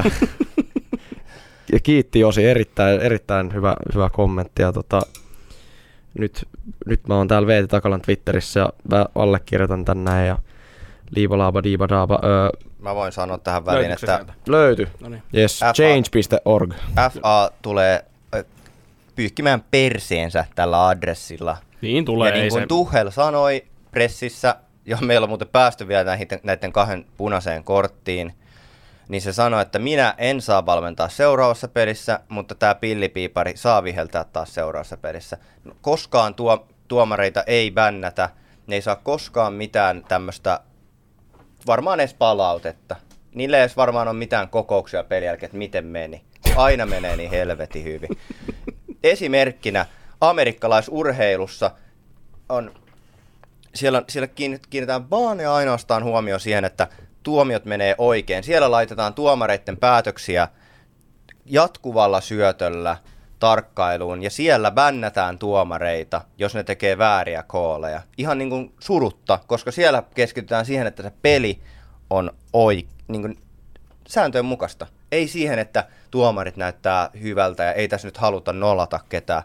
Ja kiitti Josi, erittäin, erittäin hyvä, hyvä kommentti. Ja tota, nyt, nyt mä oon täällä Veeti Takalan Twitterissä ja mä allekirjoitan tän näin ja liibalaaba diibadaaba. Öö, mä voin sanoa tähän väliin, että löyty. Yes, change piste org. F A tulee pyyhkimään perseensä tällä adressilla. Niin tulee. Ja niin kuin Tuchel sanoi pressissä, ja meillä on muuten päästy vielä näihin, näiden kahden punaiseen korttiin, niin se sanoi, että minä en saa valmentaa seuraavassa pelissä, mutta tämä pillipiipari saa viheltää taas seuraavassa pelissä. Koskaan tuo, tuomareita ei bännätä, ne ei saa koskaan mitään tämmöistä, varmaan edes palautetta. Niille ei edes varmaan ole mitään kokouksia pelin jälkeen, että miten meni. aina menee niin helvetin hyvin. Esimerkkinä amerikkalaisurheilussa on, siellä, siellä kiinnitetään vaan ja ainoastaan huomio siihen, että tuomiot menee oikein. Siellä laitetaan tuomareiden päätöksiä jatkuvalla syötöllä tarkkailuun, ja siellä bännätään tuomareita, jos ne tekee vääriä kooleja. Ihan niin kuin surutta, koska siellä keskitytään siihen, että se peli on oi, niin kuin sääntöjen mukaista. Ei siihen, että tuomarit näyttää hyvältä ja ei tässä nyt haluta nollata ketään.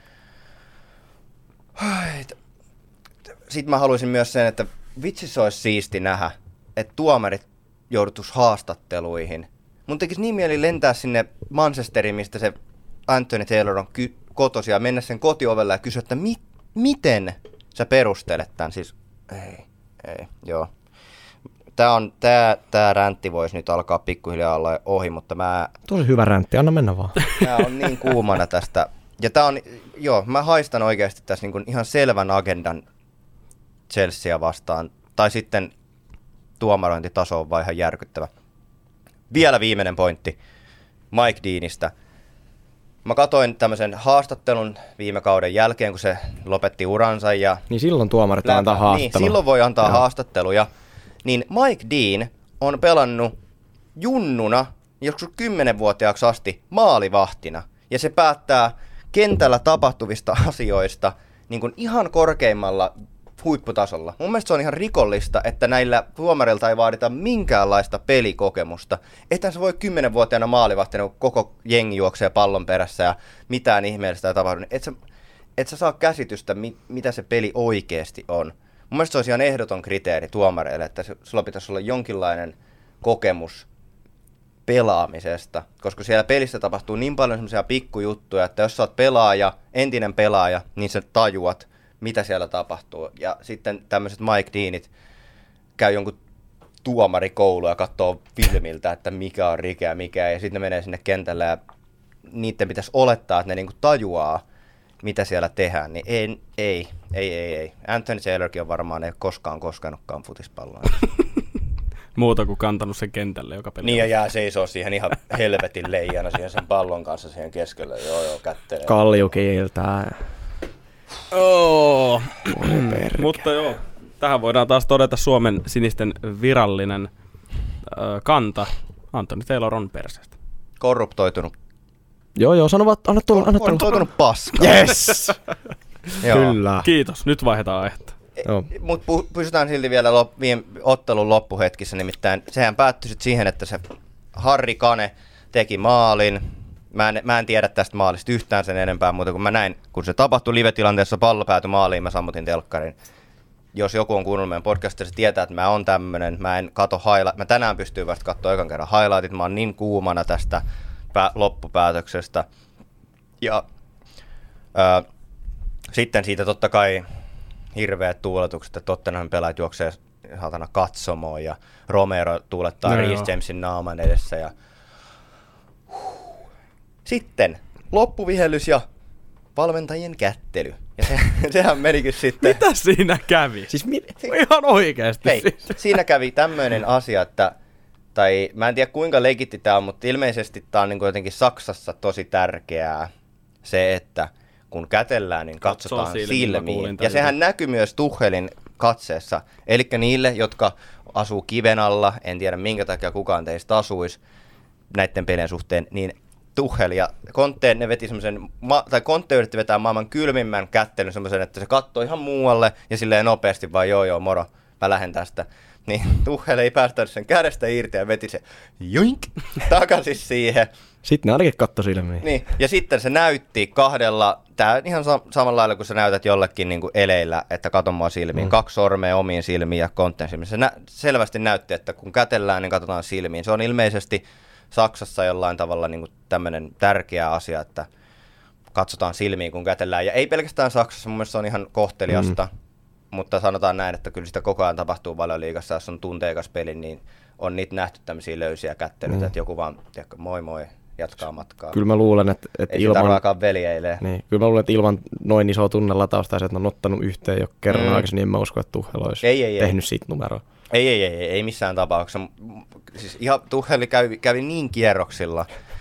Sitten mä haluaisin myös sen, että vitsi se olisi siisti nähdä, että tuomarit joudutus haastatteluihin. Mun tekisi niin mieli lentää sinne Manchesteriin, mistä se Anthony Taylor on ky- kotosi, ja mennä sen kotiovelle ja kysyä, että mi- miten sä perustelet tämän. Siis ei, ei, joo. Tää, on, tää, tää räntti voisi nyt alkaa pikkuhiljaa olla ohi, mutta mä... Tosi hyvä räntti, anna mennä vaan. Mä on niin kuumana tästä. Ja tää on, joo, mä haistan oikeasti tässä niin ihan selvän agendan Chelsea vastaan. Tai sitten tuomarointitaso on vaan ihan järkyttävä. Vielä viimeinen pointti Mike Deanista. Mä katsoin tämmöisen haastattelun viime kauden jälkeen, kun se lopetti uransa. Ja niin silloin tuomarit Läpä. antaa haastattelua. Niin, silloin voi antaa Joo. haastatteluja. Niin Mike Dean on pelannut junnuna joskus kymmenvuotiaaksi asti maalivahtina. Ja se päättää kentällä tapahtuvista asioista niin kuin ihan korkeimmalla huipputasolla. Mun mielestä se on ihan rikollista, että näillä tuomarilta ei vaadita minkäänlaista pelikokemusta. Ethän se voi kymmenvuotiaana maalivahtina, kun koko jengi juoksee pallon perässä ja mitään ihmeellistä ei tapahdu. Et sä, et sä saa käsitystä, mi, mitä se peli oikeasti on. Mun mielestä se olisi ihan ehdoton kriteeri tuomareille, että sulla pitäisi olla jonkinlainen kokemus pelaamisesta, koska siellä pelissä tapahtuu niin paljon semmoisia pikkujuttuja, että jos sä oot pelaaja, entinen pelaaja, niin sä tajuat, mitä siellä tapahtuu. Ja sitten tämmöiset Mike Deanit käy jonkun tuomarikoulu ja katsoo filmiltä, että mikä on rike ja mikä ei. Ja sitten ne menee sinne kentälle ja niiden pitäisi olettaa, että ne niinku tajuaa, mitä siellä tehdään. Niin ei, ei, ei, ei, ei. Anthony Taylorkin on varmaan ei koskaan koskenutkaan futispalloa. Muuta kuin kantanut sen kentälle joka peli. Niin ja jää seisoo siihen ihan helvetin leijana siihen sen pallon kanssa siihen keskelle. Joo joo, kättelee. Kallio kiiltää. Oh. Mutta joo, tähän voidaan taas todeta Suomen sinisten virallinen ö, kanta. Anthony Taylor on perseestä. Korruptoitunut. Joo joo, sanovat, anna tulla, anna tulla. Korruptoitunut paska. Yes! Kyllä. Kiitos, nyt vaihdetaan aihetta. Mutta pysytään silti vielä lop, viime, ottelun loppuhetkissä, nimittäin sehän päättyi sit siihen, että se Harri Kane teki maalin. Mä en, mä en tiedä tästä maalista yhtään sen enempää, mutta kun mä näin, kun se tapahtui live-tilanteessa, pallo päätyi maaliin, mä sammutin telkkarin. Jos joku on kuunnellut meidän podcastissa, se tietää, että mä oon tämmönen, mä en kato highlight, mä tänään pystyn vasta katsoa ekan kerran highlightit, mä oon niin kuumana tästä pää, loppupäätöksestä. Ja ää, sitten siitä totta kai hirveät tuuletukset, että Tottenham pelaajat juoksee saatana katsomoon ja Romero tuulettaa no, Reece Jamesin naaman edessä ja sitten loppuvihellys ja valmentajien kättely. Ja se, sehän menikin sitten... Mitä siinä kävi? Siis mi- ihan oikeasti. Hei, siis. Siinä kävi tämmöinen asia, että... Tai mä en tiedä kuinka legitti tää on, mutta ilmeisesti tää on niin kuin jotenkin Saksassa tosi tärkeää se, että kun kätellään, niin katsotaan silmiin. silmiin. Ja sehän näkyy myös Tuchelin katseessa. Eli niille, jotka asuu kiven alla, en tiedä minkä takia kukaan teistä asuisi näiden pelien suhteen, niin Tuchel ja Conte, ne veti semmoisen, tai Conte yritti vetää maailman kylmimmän kättelyn semmoisen, että se katsoi ihan muualle ja silleen nopeasti vaan joo joo moro, mä lähden tästä. Niin Tuchel ei päästänyt sen kädestä irti ja veti se joink takaisin siihen. Sitten ne ainakin katsoi silmiin. Niin, ja sitten se näytti kahdella, tää ihan sam- samalla lailla kuin sä näytät jollekin niin kuin eleillä, että kato mua silmiin, mm. kaksi sormea omiin silmiin ja Conten silmiin. Se nä- selvästi näytti, että kun kätellään, niin katsotaan silmiin. Se on ilmeisesti Saksassa jollain tavalla niin kuin tämmöinen tärkeä asia, että katsotaan silmiin, kun kätellään. Ja ei pelkästään Saksassa, mun mielestä se on ihan kohteliasta, mm. mutta sanotaan näin, että kyllä sitä koko ajan tapahtuu Valioliigassa, jos on tunteikas peli, niin on niitä nähty tämmöisiä löysiä kättelyitä, mm. että joku vaan, tiedätkö, moi moi, jatkaa matkaa. Kyllä mä luulen, että, että ei ilman... Ei veljeilee. Niin, kyllä mä luulen, että ilman noin isoa tunnelatausta, että ne on ottanut yhteen jo kerran mm. aikaisemmin, niin mä usko, että Tuchel olisi ei, ei, tehnyt ei. siitä numeroa. Ei, ei, ei, ei missään tapauksessa. Siis ihan Tuchel kävi, kävi niin kierroksilla,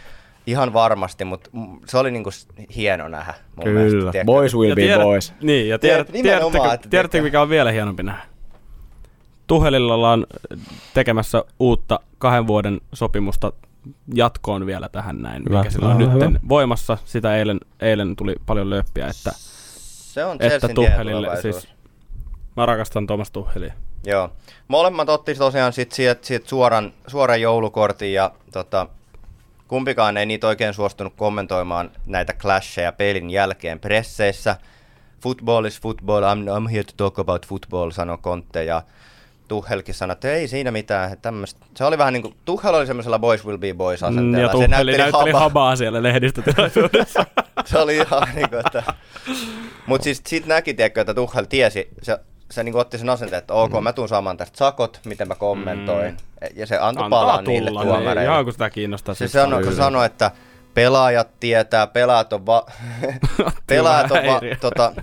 ihan varmasti, mutta se oli niinku hieno nähdä mun Kyllä, mielestä, boys will Ja be tiedät- boys. Niin, ja tiedät, Tiedät- nimenomaan, tiedättekö, että tiedättekö, mikä on vielä hienompi nähdä? Tuhelilla ollaan tekemässä uutta kahden vuoden sopimusta jatkoon vielä tähän näin, Hyvä. mikä sillä on Hyvä. nyt voimassa. Sitä eilen, eilen tuli paljon löppiä, että, Se on että Chelsean tien Tuhelille, tulevaisuus. siis mä rakastan Thomas Tuhelia. Joo. Molemmat otti tosiaan sit siitä, siitä suoran, suoran joulukortin ja tota, kumpikaan ei niitä oikein suostunut kommentoimaan näitä clasheja pelin jälkeen presseissä. Football is football, I'm, I'm here to talk about football, sanoi Conte ja Tuchelkin sanoi, että ei siinä mitään. Tämmöstä. Se oli vähän niin kuin, Tuchel oli semmoisella boys will be boys asenteella. Ja Se Tuheli näytteli, näytteli habaa. habaa siellä lehdistötilaisuudessa. Se oli ihan niin kuin, että... Mutta siis siitä näki, tiedätkö, että Tuchel tiesi, se, se niin kuin otti sen asenteen, että ok, mm. mä tuun saamaan tästä sakot, miten mä kommentoin. Mm. Ja se antoi Antaa palaa tulla, niille niin, tuomareille. ihan kun sitä kiinnostaa. Se sit saa sanoi, kun kyllä. sanoi, että pelaajat tietää, pelaajat on, va- pelaajat on va- häiriö. tota,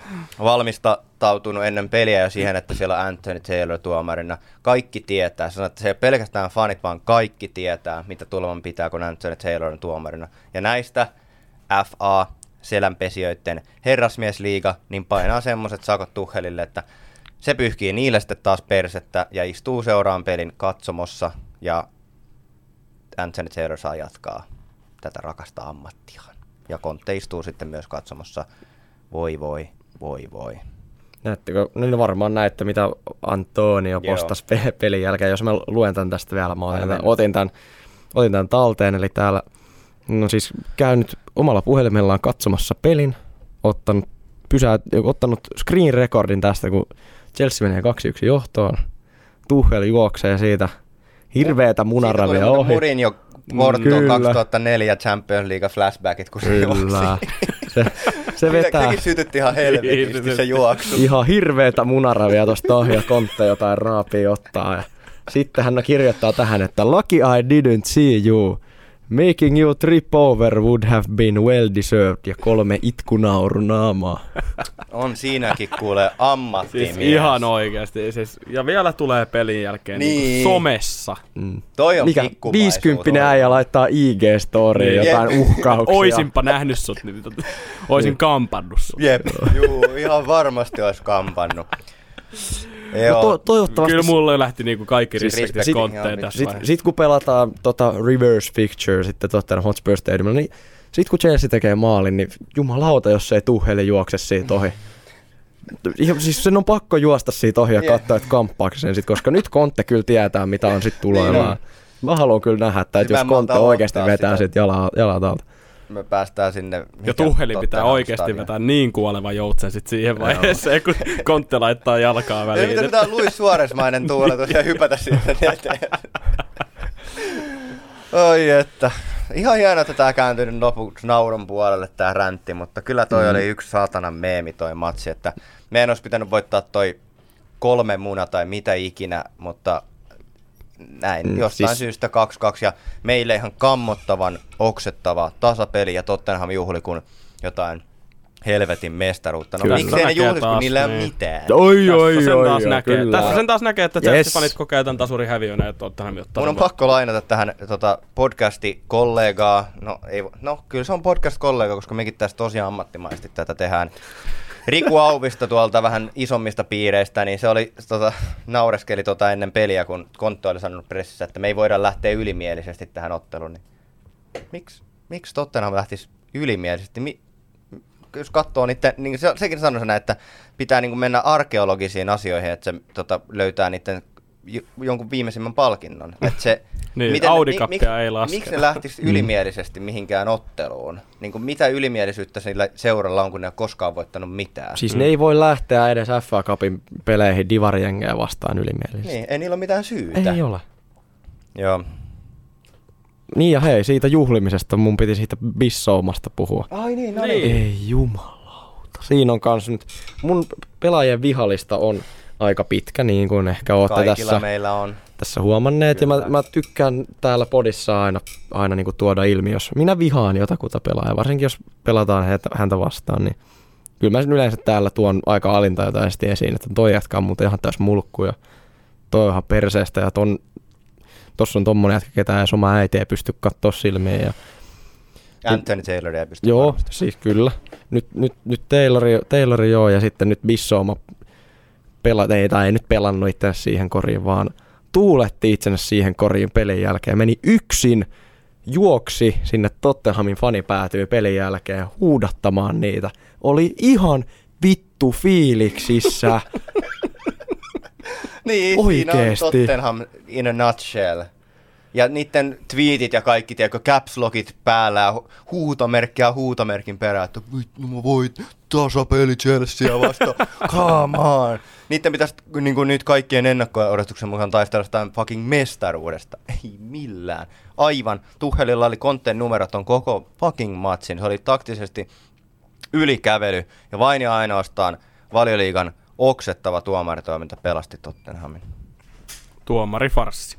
valmistautunut ennen peliä jo siihen, että siellä on Anthony Taylor tuomarina. Kaikki tietää. Sanoi, että se ei pelkästään fanit, vaan kaikki tietää, mitä tulevan pitää, kun Anthony Taylor on tuomarina. Ja näistä F A, selänpesijöiden herrasmiesliiga, niin painaa semmoiset sakot Tuchelille, että se pyyhkii niille sitten taas persettä ja istuu seuraan pelin katsomossa ja Anthony Taylor saa jatkaa tätä rakasta ammattiaan. Ja Conte istuu sitten myös katsomossa. Voi voi, voi voi. Näettekö? No varmaan näette, mitä Antonio Joo. postasi pe- pelin jälkeen. Jos mä luen tämän tästä vielä, mä otin, Älä tämän, mennä. otin, tämän, otin tämän talteen. Eli täällä, no siis käynyt omalla puhelimellaan katsomassa pelin, ottanut, pysää, ottanut screen recordin tästä, kun Chelsea menee kaksi yksi johtoon. Tuchel juoksee siitä hirveetä munaravia Siitä tuli ohi. Mourinho Porto Kyllä. kaksituhattaneljä Champions League flashbackit, kun se Kyllä. juoksi. Se, se vetää Sekin sytytti ihan helvetisti se juoksu. ihan hirveetä munaravia tosta ohi ja Conte jotain raapia ottaa. Ja sitten hän kirjoittaa tähän, että lucky I didn't see you. Making you trip over would have been well deserved ja kolme itkunaurunaamaa. On siinäkin kuulee ammattimies. Siis ihan oikeasti. Siis, ja vielä tulee pelin jälkeen niin. Niin. Niin somessa. Mm. Toi on Mikä pikkumaisuus. viisikymppinen äijä laittaa I G-storyin Niin. jotain uhkauksia. Oisinpa nähnyt sut, niin tota, oisin kampannut sut. Jep, juu, ihan varmasti olisi kampannut. No Joo. to, toivottavasti Kyllä mulle lähti niinku kaikki Siis respektit respect- kontteja ihan tässä Sitten vaiheessa. sit kun pelataan tota reverse fixture sitten Tottenham Hotspur Stadiumilla, niin sitten kun Chelsea tekee maalin, niin jumalauta, jos se ei Tucheli juokse siitä ohi. Ihan, siis sen on pakko juosta siitä ohi ja Yeah. katsoa, että kamppaako sen sit, koska nyt Conte kyllä tietää, mitä on sitten tulemaan. Mä haluan kyllä nähdä, että Niin mä jos en Conte malta oikeasti odottaa vetää sitä. sit jalat jalat alta. Me päästään sinne. Ja mikä Tuheli pitää Tottenham oikeasti stadion. vetää niin kuoleva joutsen sit siihen vaiheessa, kun Conte laittaa jalkaa Ei väliin. mitä pitää Luis Suarez-mainen tuuletus ja hypätä sinne eteen. Oi että. Ihan hienoa, että tää kääntynyt lopuksi naurun puolelle tää räntti, mutta kyllä toi mm. oli yksi saatanan meemi toi matsi, että meidän olisi pitänyt voittaa toi kolme muna tai mitä ikinä, mutta näin, Mm, jostain siis- syystä kaksi kaksi ja meille ihan kammottavan, oksettava tasapeli ja Tottenham juhli kun jotain helvetin mestaruutta. No Kyllä. miksei ne Näkee juhlis, kun taas, niillä ei ole niin. mitään. Oi, oi, Tässä sen oi, taas oi, näkee. kyllä. Tässä sen taas näkee, että Yes. Chelsea-fanit kokee tämän tasurin häviönä, että Tottenham ottaa. Mun on pakko lainata tähän tota, podcasti-kollegaa. No, ei, vo- no kyllä se on podcast-kollega, koska mekin tässä tosiaan ammattimaisesti tätä tehdään. Riku Auvista tuolta vähän isommista piireistä, niin se oli, tota, naureskeli tota ennen peliä, kun Conte oli sanonut pressissä, että me ei voida lähteä ylimielisesti tähän otteluun. Niin miksi, miksi Tottenham lähtisi ylimielisesti? Mi- jos katsoo niiden, niin se, sekin sanoi sen, että pitää niin kuin mennä arkeologisiin asioihin, että se tota, löytää niiden j- jonkun viimeisimmän palkinnon. Että se, Niin, Audi-kappia ei lasketa. Miksi ne lähtisi ylimielisesti mihinkään otteluun? Niin kuin mitä ylimielisyyttä sillä seuralla on, kun ne ei ole koskaan voittanut mitään? Siis ne ei voi lähteä edes F A Cupin peleihin divarijengeä vastaan ylimielisesti. Niin, ei niillä ole mitään syytä. Ei ole. Joo. Niin ja hei, siitä juhlimisesta mun piti siitä Bissoumasta puhua. Ai niin, no Niin. niin. Ei jumalauta. Siinä on kans nyt, mun pelaajien vihalista on aika pitkä, niin kuin ehkä ootte Kaikilla tässä, meillä on. tässä huomanneet. Kyllä. Ja mä, mä tykkään täällä podissa aina, aina niin kuin tuoda ilmi, jos minä vihaan jotakuta pelaajaa, varsinkin jos pelataan heitä, häntä vastaan, niin kyllä mä sen yleensä täällä tuon aika alinta jotain sitten esiin, että toi jätkä on muuten ihan täys mulkku ja toi on ihan perseestä ja ton, tossa on tommonen jätkä, ketä edes oma äiti ei pysty kattoo silmiin ja Anthony Taylor ei pysty Joo, varmistamaan. siis kyllä. Nyt, nyt, nyt Taylori, Taylori joo, ja sitten nyt Bissoma pela, ei, tai ei nyt pelannut itse siihen koriin, vaan tuuletti itsensä siihen koriin pelin jälkeen. Meni yksin, juoksi sinne Tottenhamin fanipäätyy pelin jälkeen huudattamaan niitä. Oli ihan vittu fiiliksissä. Niin, Oikeesti. siinä on Tottenham in a nutshell. Ja niiden tweetit ja kaikki, tiedätkö, caps lockit päällä ja hu- huutomerkkiä huutomerkin perään, että vittu mä voit tasapeli Chelsea vasta, come on. Niiden pitäisi niin kuin nyt kaikkien ennakko-odotuksen mukaan taistella sitä fucking mestaruudesta. Ei millään. Aivan. Tuchelilla oli Conten numerot on koko fucking matsin. Se oli taktisesti ylikävely ja vain ja ainoastaan Valioliigan oksettava tuomaritoiminta pelasti Tottenhamin. Tuomari farssi.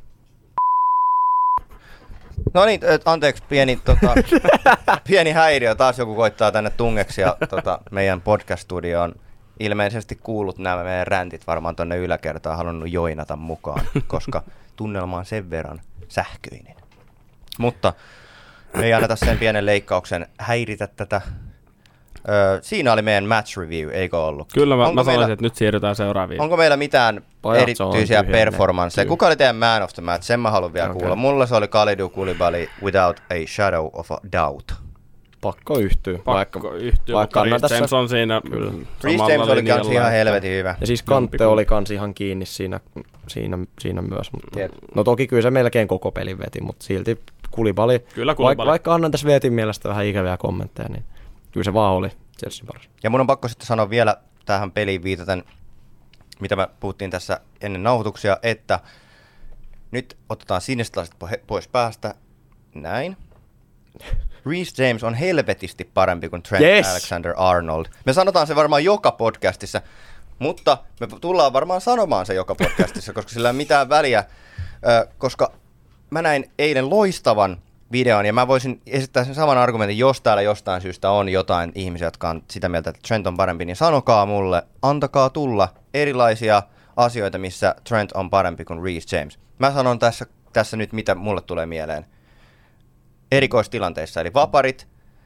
No niin, anteeksi, pieni, tota, pieni häiriö. Taas joku koittaa tänne tungeksi ja tota, meidän podcast-studioon ilmeisesti kuullut nämä meidän räntit varmaan tuonne yläkertaan halunnut joinata mukaan, koska tunnelma on sen verran sähköinen. Mutta me ei anneta sen pienen leikkauksen häiritä tätä. Öö, siinä oli meidän match review, eikö ollut? Kyllä mä, Onko mä sanoisin, meillä, että nyt siirrytään seuraaviin. Onko meillä mitään Pajat erityisiä performansseja? Kuka oli teidän man of the match? Sen mä haluan vielä Okay. kuulla. Mulla se oli Kalidou Koulibaly without a shadow of a doubt. Pakko yhtyä. Pakko vaikka, yhtyä, vaikka mutta annan Reece tässä- James on siinä Kyllä. Reece James oli kans ihan helvetin hyvä. Ja siis Jompikumpi. Kante oli kans ihan kiinni siinä, siinä, siinä myös. Mutta, Tiedät. no toki kyllä se melkein koko pelin veti, mutta silti Koulibaly, Kyllä vaik, Koulibaly. vaikka annan tässä Veetin mielestä vähän ikäviä kommentteja, niin kyllä se vaan oli Chelsean paras. Ja mun on pakko sitten sanoa vielä tähän peliin viitaten, mitä me puhuttiin tässä ennen nauhoituksia, että nyt otetaan sinisilaiset pois päästä. Näin. Reece James on helvetisti parempi kuin Trent Yes. Alexander-Arnold. Me sanotaan se varmaan joka podcastissa, mutta me tullaan varmaan sanomaan se joka podcastissa, koska sillä ei ole mitään väliä, ö, koska mä näin eilen loistavan videon, ja mä voisin esittää sen saman argumentin, jos täällä jostain syystä on jotain ihmisiä, jotka on sitä mieltä, että Trent on parempi, niin sanokaa mulle, antakaa tulla erilaisia asioita, missä Trent on parempi kuin Reece James. Mä sanon tässä, tässä nyt, mitä mulle tulee mieleen. Erikoistilanteissa, eli vaparit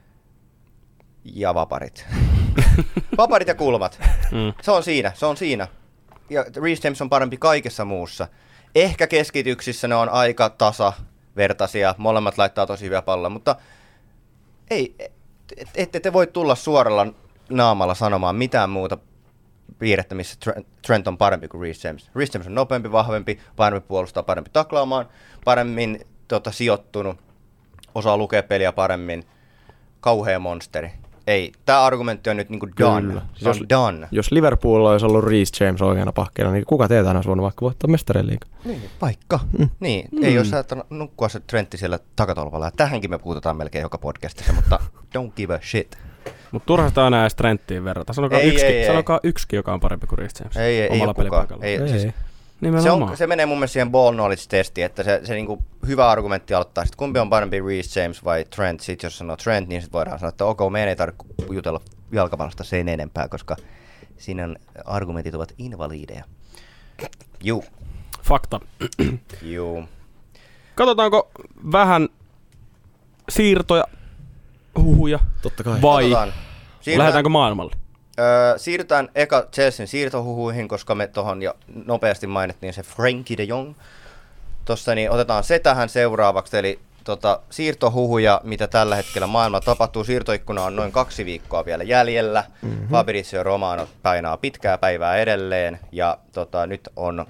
ja vaparit. Vaparit ja kulmat. Mm. Se on siinä, se on siinä. Ja Reece James on parempi kaikessa muussa. Ehkä keskityksissä ne on aika tasavertaisia, molemmat laittaa tosi hyviä palloja, mutta ei, et- ette te voi tulla suoralla naamalla sanomaan mitään muuta piirrettä, missä Trent- Trent on parempi kuin Reece James. Reece James on nopeampi, vahvempi, parempi puolustaa, parempi taklaamaan, paremmin tota, sijoittunut, osaa lukea peliä paremmin, kauhea monsteri. Ei, tämä argumentti on nyt niinku done. Kyllä. Se on Jos- done. Jos Liverpoolilla olisi ollut Reece James oikeana pakkeena, niin kuka teitä olisi voinut vaikka voittaa mestarien liigaa? Niin, vaikka. Mm. Niin, mm. ei ole saattanut nukkua se Trentti siellä takatolvalla. Tähänkin me puututaan melkein joka podcastissa, mutta don't give a shit. Mutta turha sitä aina edes Trenttiin verrata. Sanokaa, Ei, yksi, ei, ei. sanokaa yksi, joka on parempi kuin Reece James. Ei, ei, ei omalla ole kukaan. pelipaikalla. Ei, Ei. siis, se, Nimenomaan. on, se menee mun mielestä siihen ball knowledge-testiin, että se, se niinku hyvä argumentti aloittaa, että kumpi on parempi Reece James vai Trent. Sitten jos sanoo Trent, niin sitten voidaan sanoa, että ok, meidän ei tarvitse jutella jalkapallosta sen enempää, koska siinä on, argumentit ovat invalideja. Juu, Fakta. juu. Katsotaanko vähän siirtoja, huhuja Totta kai. vai Katsotaan. Siirrytään- lähdetäänkö maailmalle? Öö, siirrytään eka Chelsean siirtohuhuihin, koska me tuohon jo nopeasti mainittiin se Frenkie de Jong. Tossa niin otetaan se tähän seuraavaksi, eli tota, siirtohuhuja, mitä tällä hetkellä maailmalla tapahtuu. Siirtoikkuna on noin kaksi viikkoa vielä jäljellä. Mm-hmm. Fabrizio Romano painaa pitkää päivää edelleen, ja tota, nyt on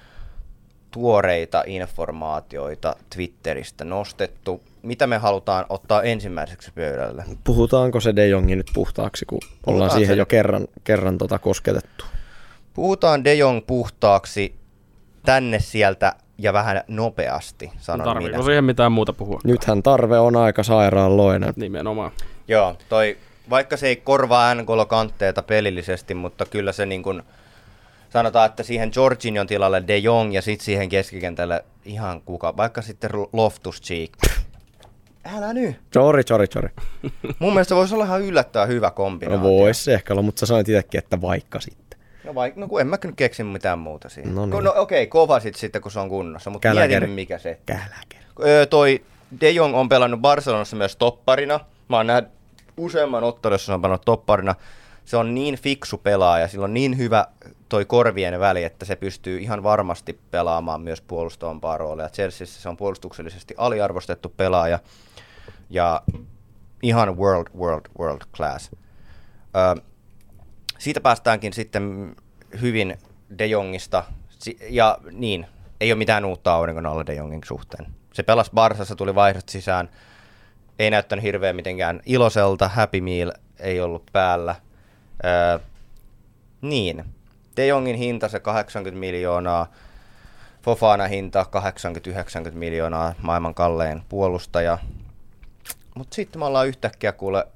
tuoreita informaatioita Twitteristä nostettu. Mitä me halutaan ottaa ensimmäiseksi pöydälle? Puhutaanko se De Jongi nyt puhtaaksi, kun ollaan se siihen nyt. jo kerran, kerran tota kosketettu? Puhutaan De Jong puhtaaksi tänne sieltä ja vähän nopeasti, sanon Tarviiko minä. siihen mitään muuta puhua? Nythän tarve on aika sairaanloinen. Nimenomaan. Joo, toi, vaikka se ei korvaa N'Golo Kanteeta pelillisesti, mutta kyllä se niin kuin, sanotaan, että siihen Jorginhon tilalle De Jong ja sitten siihen keskikentälle ihan kuka, vaikka sitten Loftus-Cheek. Älä nyt. Sorry, sorry, sorry. Mun mielestä se voisi olla ihan yllättävän hyvä kombinaatio. No vois se ehkä olla, mutta sä sanoit itsekin, että vaikka sitten. No, vaik- no kun en mä nyt keksi mitään muuta siihen. No niin. No okei, okay, Kovacic sitten kun se on kunnossa, mutta Gallagher. mietin nyt mikä se. Gallagher. Öö, toi De Jong on pelannut Barcelonassa myös topparina, Mä oon nähnyt useamman ottelun, jossa se on pannut topparina. Se on niin fiksu pelaaja, sillä on niin hyvä toi korvien väli, että se pystyy ihan varmasti pelaamaan myös puolustavampaa roolia. Chelseassa se on puolustuksellisesti aliarvostettu pelaaja ja ihan world, world, world class. Ö, siitä päästäänkin sitten hyvin De Jongista, ja niin, ei ole mitään uutta auringon alla De Jongin suhteen. Se pelasi Barsassa, tuli vaihdot sisään, ei näyttänyt hirveän mitenkään iloiselta, Happy Meal ei ollut päällä. Öö, niin, De Jongin hinta se kahdeksankymmentä miljoonaa, Fofana hinta kahdeksankymmentä yhdeksänkymmentä miljoonaa, maailman kallein puolustaja. Mutta sitten me ollaan yhtäkkiä kuule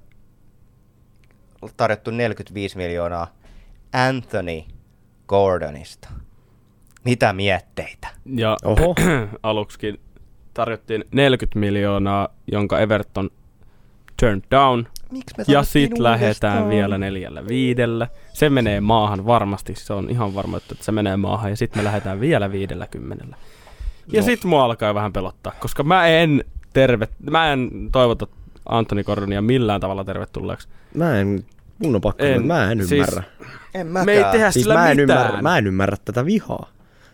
tarjottu neljäkymmentäviisi miljoonaa Anthony Gordonista. Mitä mietteitä? Ja Oho. aluksikin tarjottiin neljäkymmentä miljoonaa, jonka Everton turned down. Ja sitten lähdetään vielä neljällä viidellä. Se menee maahan varmasti, se on ihan varma, että se menee maahan. Ja sitten me lähdetään vielä viidellä kymmenellä. Ja no. sitten mua alkaa vähän pelottaa, koska mä en, terve, mä en toivota Anthony Gordonia millään tavalla tervetulleeksi. Mä en, mun on pakko, en, mä en siis, ymmärrä. En mäkään. Me ei tehdä siis sillä mä en mitään. Ymmärrä, mä en ymmärrä tätä vihaa.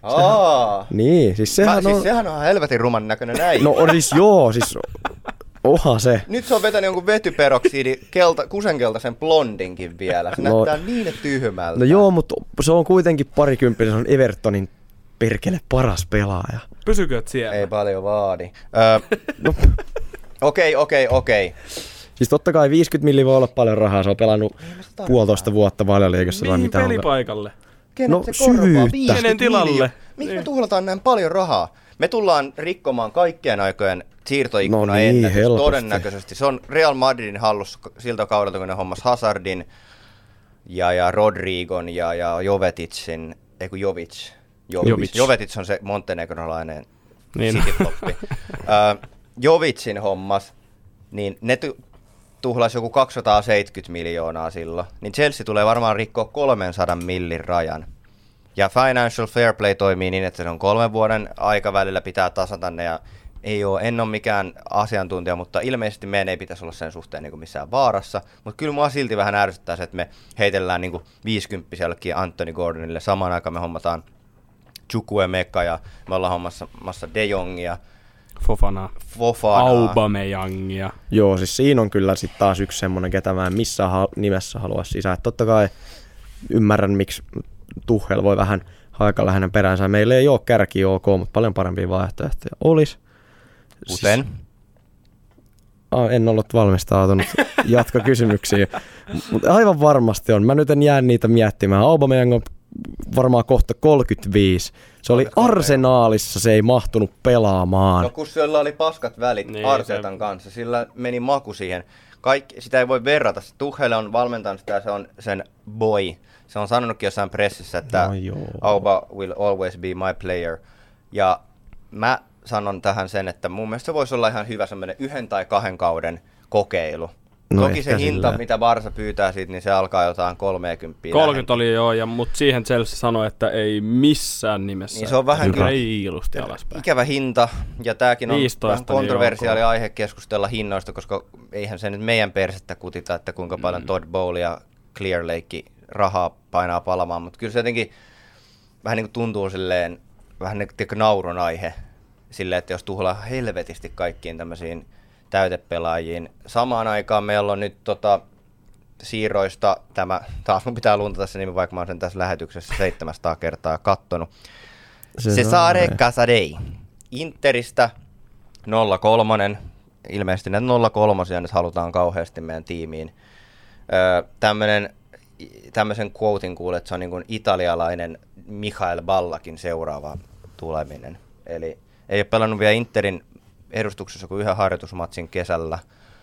Aa. Niin, siis sehän Mä, on... siis sehän on helvetin ruman näköinen äijä. No on siis joo, siis oha se. Nyt se on vetänyt jonkun vetyperoksidi kelta, kusenkeltaisen blondinkin vielä. Se No- näyttää niin tyhmältä. No joo, mutta se on kuitenkin parikymppinen, se on Evertonin perkele paras pelaaja. Pysykööt siellä? Ei paljon vaadi. Öö, No, Okei, okei, okei. siis totta kai viisikymmentä milliä voi olla paljon rahaa, se on pelannut puolitoista vuotta Valioliigassa vai Mihin mitä on. pelipaikalle? Kenet No, se korvaa? syvyyttä. viisikymmentä Kenen tilalle? miljoonaa. Miksi Niin. me tuhlataan näin paljon rahaa? Me tullaan rikkomaan kaikkien aikojen siirtoikkuna No niin, ennätys, helposti. todennäköisesti. Se on Real Madridin hallussa siltä kaudelta, kun ne hommas Hazardin ja, ja Rodrigon ja, ja Joveticin, ei kun Jovic. Jovic. Jovic. Jovetic on se montenegrolainen Niin. citytoppi. uh, Jovicin hommas, niin ne tu- tuhlaisi joku kaksisataaseitsemänkymmentä miljoonaa silloin. Niin Chelsea tulee varmaan rikkoa kolmensadan millin rajan. Ja Financial Fair Play toimii niin, että se on kolmen vuoden aikavälillä pitää tasata ne. Ja ei ole, en ole mikään asiantuntija, mutta ilmeisesti meidän ei pitäisi olla sen suhteen niin kuin missään vaarassa. Mutta kyllä mua silti vähän ärsyttää se, että me heitellään niin kuin viisikymppisellekin Anthony Gordonille. Samaan aikaan me hommataan Chukwuemeka ja me ollaan hommassa De Jongia, Fofana, Fofanaa. Aubameyangia. Joo, siis siinä on kyllä sitten taas yksi semmoinen, ketä mä en missään ha- nimessä halua sisään. Et totta kai ymmärrän, miksi Tuchel voi vähän haikalla hänen peräänsä. Meillä ei ole kärki ok, mutta paljon parempia vaihtoehtoja olisi. Kuten? Siis, ah, en ollut valmistautunut jatkokysymyksiin, mutta aivan varmasti on. Mä nyt en jää niitä miettimään. Aubameyang on varmaan kohta kolmekymmentäviisi. Se oli Arsenaalissa, se ei mahtunut pelaamaan. No kun sillä oli paskat välit Niin, Artetan se- kanssa, sillä meni maku siihen. Kaikki, sitä ei voi verrata. Tuchel on valmentanut sitä, se on sen boy. Se on sanonutkin jossain pressissä, että No joo. Auba will always be my player. Ja mä sanon tähän sen, että mun mielestä se voisi olla ihan hyvä semmoinen yhden tai kahden kauden kokeilu. No Toki se ehkä hinta, silleen. mitä Barsa pyytää siitä, niin se alkaa jotain kolmekymmentä. kolmekymmentä oli joo, ja, mutta siihen Chelsea sanoi, että ei missään nimessä. Niin se on vähän Hyvä. kyllä- reilusti alaspäin. Ikävä hinta, ja tämäkin on viisitoista vähän niin kontroversiaali ok. aihe keskustella hinnoista, koska eihän se nyt meidän persettä kutita, että kuinka paljon Mm. Todd Bowley ja Clear Lake rahaa painaa palamaan, mutta kyllä se jotenkin vähän niin kuin tuntuu silleen, vähän niin kuin naurun aihe, silleen, että jos tuhlaa helvetisti kaikkiin tämmöisiin täytepelaajiin. Samaan aikaan meillä on nyt tota, siirroista tämä, taas mun pitää luntata se nimi, vaikka mä oon sen tässä lähetyksessä seitsemänsataa kertaa kattonut. Cesare Casadei. Interistä nolla kolme. Ilmeisesti näitä nolla kolme nyt halutaan kauheasti meidän tiimiin. Öö, tämmönen, tämmöisen quotein kuulet, että se on niin kuin italialainen Michael Ballakin seuraava tuleminen. Eli ei ole pelannut vielä Interin edustuksessa kuin yhden harjoitusmatsin kesällä.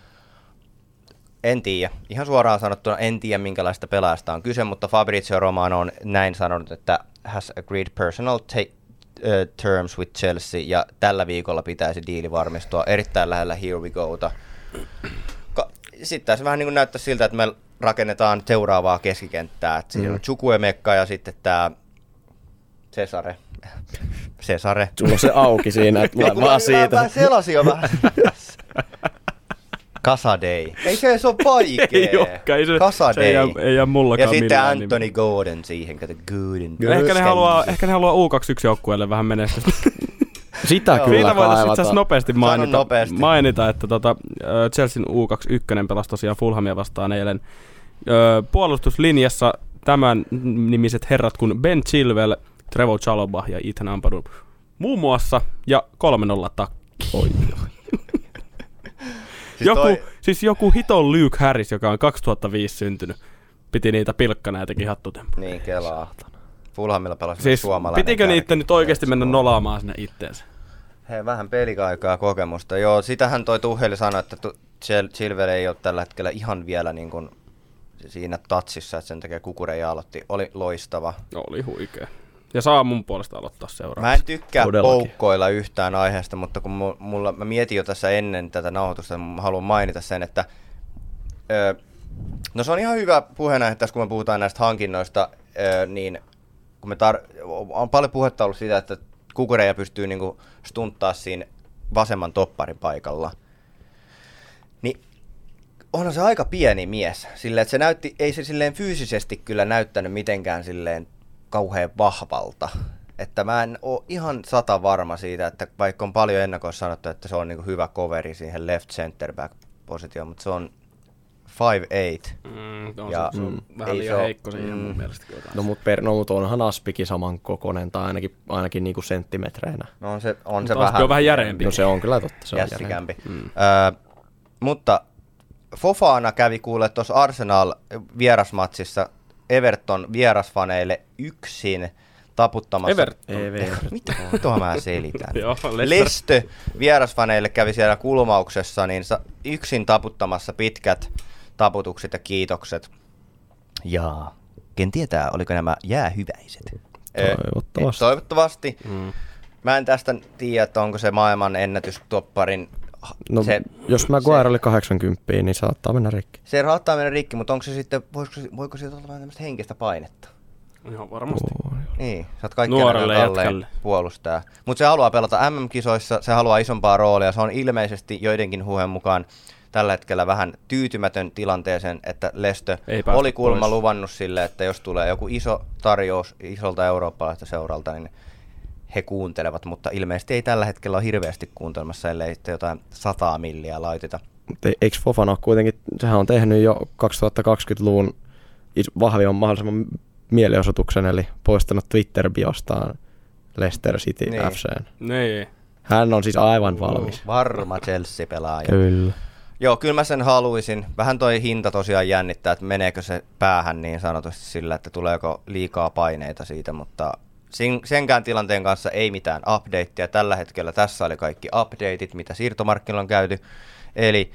En tiedä. Ihan suoraan sanottuna en tiedä, minkälaista pelaajasta on kyse, mutta Fabrizio Romano on näin sanonut, että has agreed personal ta- uh, terms with Chelsea, ja tällä viikolla pitäisi diili varmistua erittäin lähellä here we gota. Ka- Sitten tässä vähän niin kuin näyttää siltä, että me rakennetaan seuraavaa keskikenttää. Että siellä on Chukwuemeka ja sitten tämä Cesare. Cesare. Sulla on se auki siinä, että mä vaan siitä. Mä selasin jo vähän. Casadei. Ei se se on vaikee. Ei olekaan, ei se, Casadei. se ei jää, ei jää mullakaan ja sitten millään Anthony nimi. Gordon siihen. Kato, Gordon. Ehkä ne, haluaa, ehkä ne haluaa U kaksikymmentäyksi-joukkueelle vähän menestystä. Sitä Joo. kyllä Siitä voitaisiin itse kaivataan. asiassa nopeasti mainita, nopeasti. mainita että tota, Chelsean U kaksikymmentäyksi pelasi tosiaan Fulhamia vastaan eilen. Puolustuslinjassa tämän nimiset herrat kuin Ben Chilwell, Trevoh Chalobah ja Ethan Ampadu muun muassa, ja kolme nolla takki. Oi. Siis joku, toi- siis joku hiton Luke Harris, joka on kaksituhattaviisi syntynyt, piti niitä pilkkana ja teki hattutempuja. Niin, kelaa. Fulhamilla pelasi Siis suomalainen pitikö kärki. niitä nyt oikeasti mennä nolaamaan sinne itteensä? Hei, vähän pelikaikaa kokemusta. Joo, sitähän toi Tuchel sanoi, että tu- Chil- Chilwell ei ole tällä hetkellä ihan vielä niin kuin siinä tatsissa, että sen takia Kukureja aloitti. Oli loistava. Oli huikea. Ja saa mun puolesta aloittaa seuraavaksi. Mä en tykkää Todellakin. poukkoilla yhtään aiheesta, mutta kun mulla, mä mietin jo tässä ennen tätä nauhoitusta, mä haluan mainita sen, että ö, no se on ihan hyvä puheenaihe tässä, kun me puhutaan näistä hankinnoista, ö, niin kun me tar- on paljon puhetta ollut siitä, että Kukureja pystyy niinku stunttaa siinä vasemman topparin paikalla, niin onhan se aika pieni mies, silleen, että se näytti, ei se silleen fyysisesti kyllä näyttänyt mitenkään silleen kauhean vahvalta. Että mä en ole ihan sata varma siitä, että vaikka on paljon ennakoissa sanottu, että se on niinku hyvä coveri siihen left center back positioon, mutta se on five eight. Mm, on Ja se, se on mm, vähän ei liian se oo- heikko siihen mm. mun mielestä. Kyllä. No mut, per, no, mut onhan Aspikin saman kokoinen, tai ainakin, ainakin niinku senttimetreinä. No on se, on se Mutta Aspi vähän on vähän järeempi. No se on kyllä totta, se on järeempi. jässikämpi. Mm. Öö, mutta Fofana kävi kuulee tuossa Arsenal vierasmatsissa Everton vierasfaneille yksin taputtamassa. Everton. Everton. Mitä tuohon mä selitän? Joo, Leicester. Lestö vierasfaneille kävi siellä kulmauksessa niin sa- yksin taputtamassa pitkät taputukset ja kiitokset. Ja ken tietää, oliko nämä jäähyväiset? Toivottavasti. Toivottavasti. Mm. Mä en tästä tiedä, että onko se maailman ennätystopparin. No, se, jos Maguire oli kahdeksankymmentä, niin saattaa mennä rikki. se saattaa mennä rikki, mutta onko se sitten, voiko, voiko siitä olla vähän tämmöistä henkistä painetta? Ihan varmasti. Oh, Niin, sä oot kaikki Nuorelle aina tolleen jätkälle. puolustaa. Mutta se haluaa pelata M M-kisoissa, se haluaa isompaa roolia, se on ilmeisesti joidenkin huuhen mukaan tällä hetkellä vähän tyytymätön tilanteeseen, että Lestö Ei päästä oli kuulemma pois. luvannut sille, että jos tulee joku iso tarjous isolta eurooppalaista seuralta, niin he kuuntelevat, mutta ilmeisesti ei tällä hetkellä ole hirveästi kuuntelemassa, ellei sitten jotain sataa milliä laiteta. Mutta eikö Fofana ole kuitenkin, sehän on tehnyt jo kaksituhattakaksikymmentäluvun is- vahvimman mahdollisimman mielenosoituksen, eli poistanut Twitter-biostaan Leicester City Niin. F C:n. Niin. Hän on siis aivan valmis. Varma Chelsea-pelaaja. Kyllä. Joo, kyllä mä sen haluaisin. Vähän toi hinta tosiaan jännittää, että meneekö se päähän niin sanotusti sillä, että tuleeko liikaa paineita siitä, mutta sen, senkään tilanteen kanssa ei mitään updateja. Tällä hetkellä tässä oli kaikki updateit, mitä siirtomarkkinoilla on käyty. Eli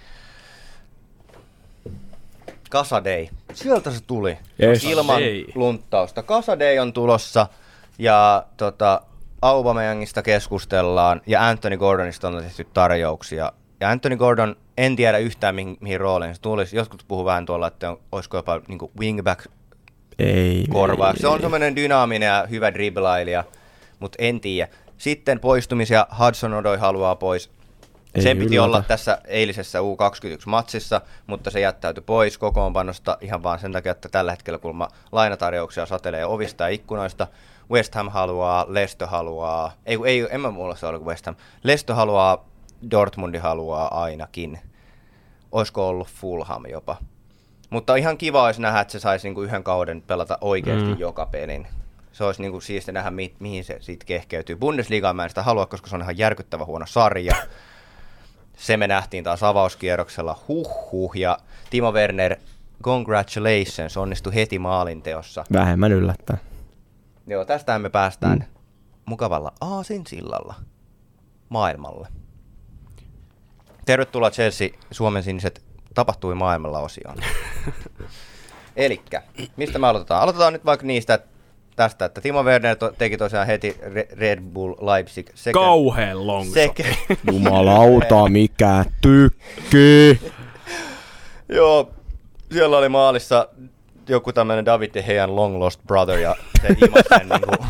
Casadei, sieltä se tuli. Yes. Ilman Casadei. lunttausta. Casadei on tulossa ja tota, Aubameyangista keskustellaan ja Anthony Gordonista on tehty tarjouksia. Ja Anthony Gordon, en tiedä yhtään mihin, mihin rooliin se tulisi. Joskus puhuu vähän tuolla, että on, olisiko jopa niin wingback Ei. korvaa. ei, Se on ei. semmoinen dynaaminen ja hyvä driblailija, mutta en tiedä. Sitten poistumisia Hudson Odoi haluaa pois. Ei Sen piti yllätä. olla tässä eilisessä U kaksikymmentäyksi-matsissa, mutta se jättäytyi pois kokoonpanosta ihan vaan sen takia, että tällä hetkellä kulma lainatarjouksia satelee ovista ja ikkunoista. West Ham haluaa, Leicester haluaa, ei, ei en mä mulla se ole West Ham. Leicester haluaa, Dortmundi haluaa ainakin. Olisiko ollut Fulham jopa. Mutta ihan kiva olisi nähdä, että se saisi niinku yhden kauden pelata oikeasti Mm. joka pelin. Se olisi niinku siistiä nähdä, mi- mihin se siitä kehkeytyy. Bundesligaa mä en sitä halua, koska se on ihan järkyttävä huono sarja. Se me nähtiin taas avauskierroksella. Huh huh. Ja Timo Werner, congratulations, onnistui heti maalinteossa. Vähemmän yllättää. Joo, tästähän me päästään Mm. mukavalla aasinsillalla maailmalle. Tervetuloa Chelsea, Suomen siniset tapahtui maailmalla osioon. Elikkä, mistä me aloitetaan? Aloitetaan nyt vaikka niistä että tästä, että Timo Werner to- teki tosiaan heti Re- Red Bull Leipzig. Sekä, Kauheen longso. sekä, Jumalauta, mikä tykki. Joo, siellä oli maalissa joku tämmöinen David De Gean long lost brother ja se imasi sen niinku...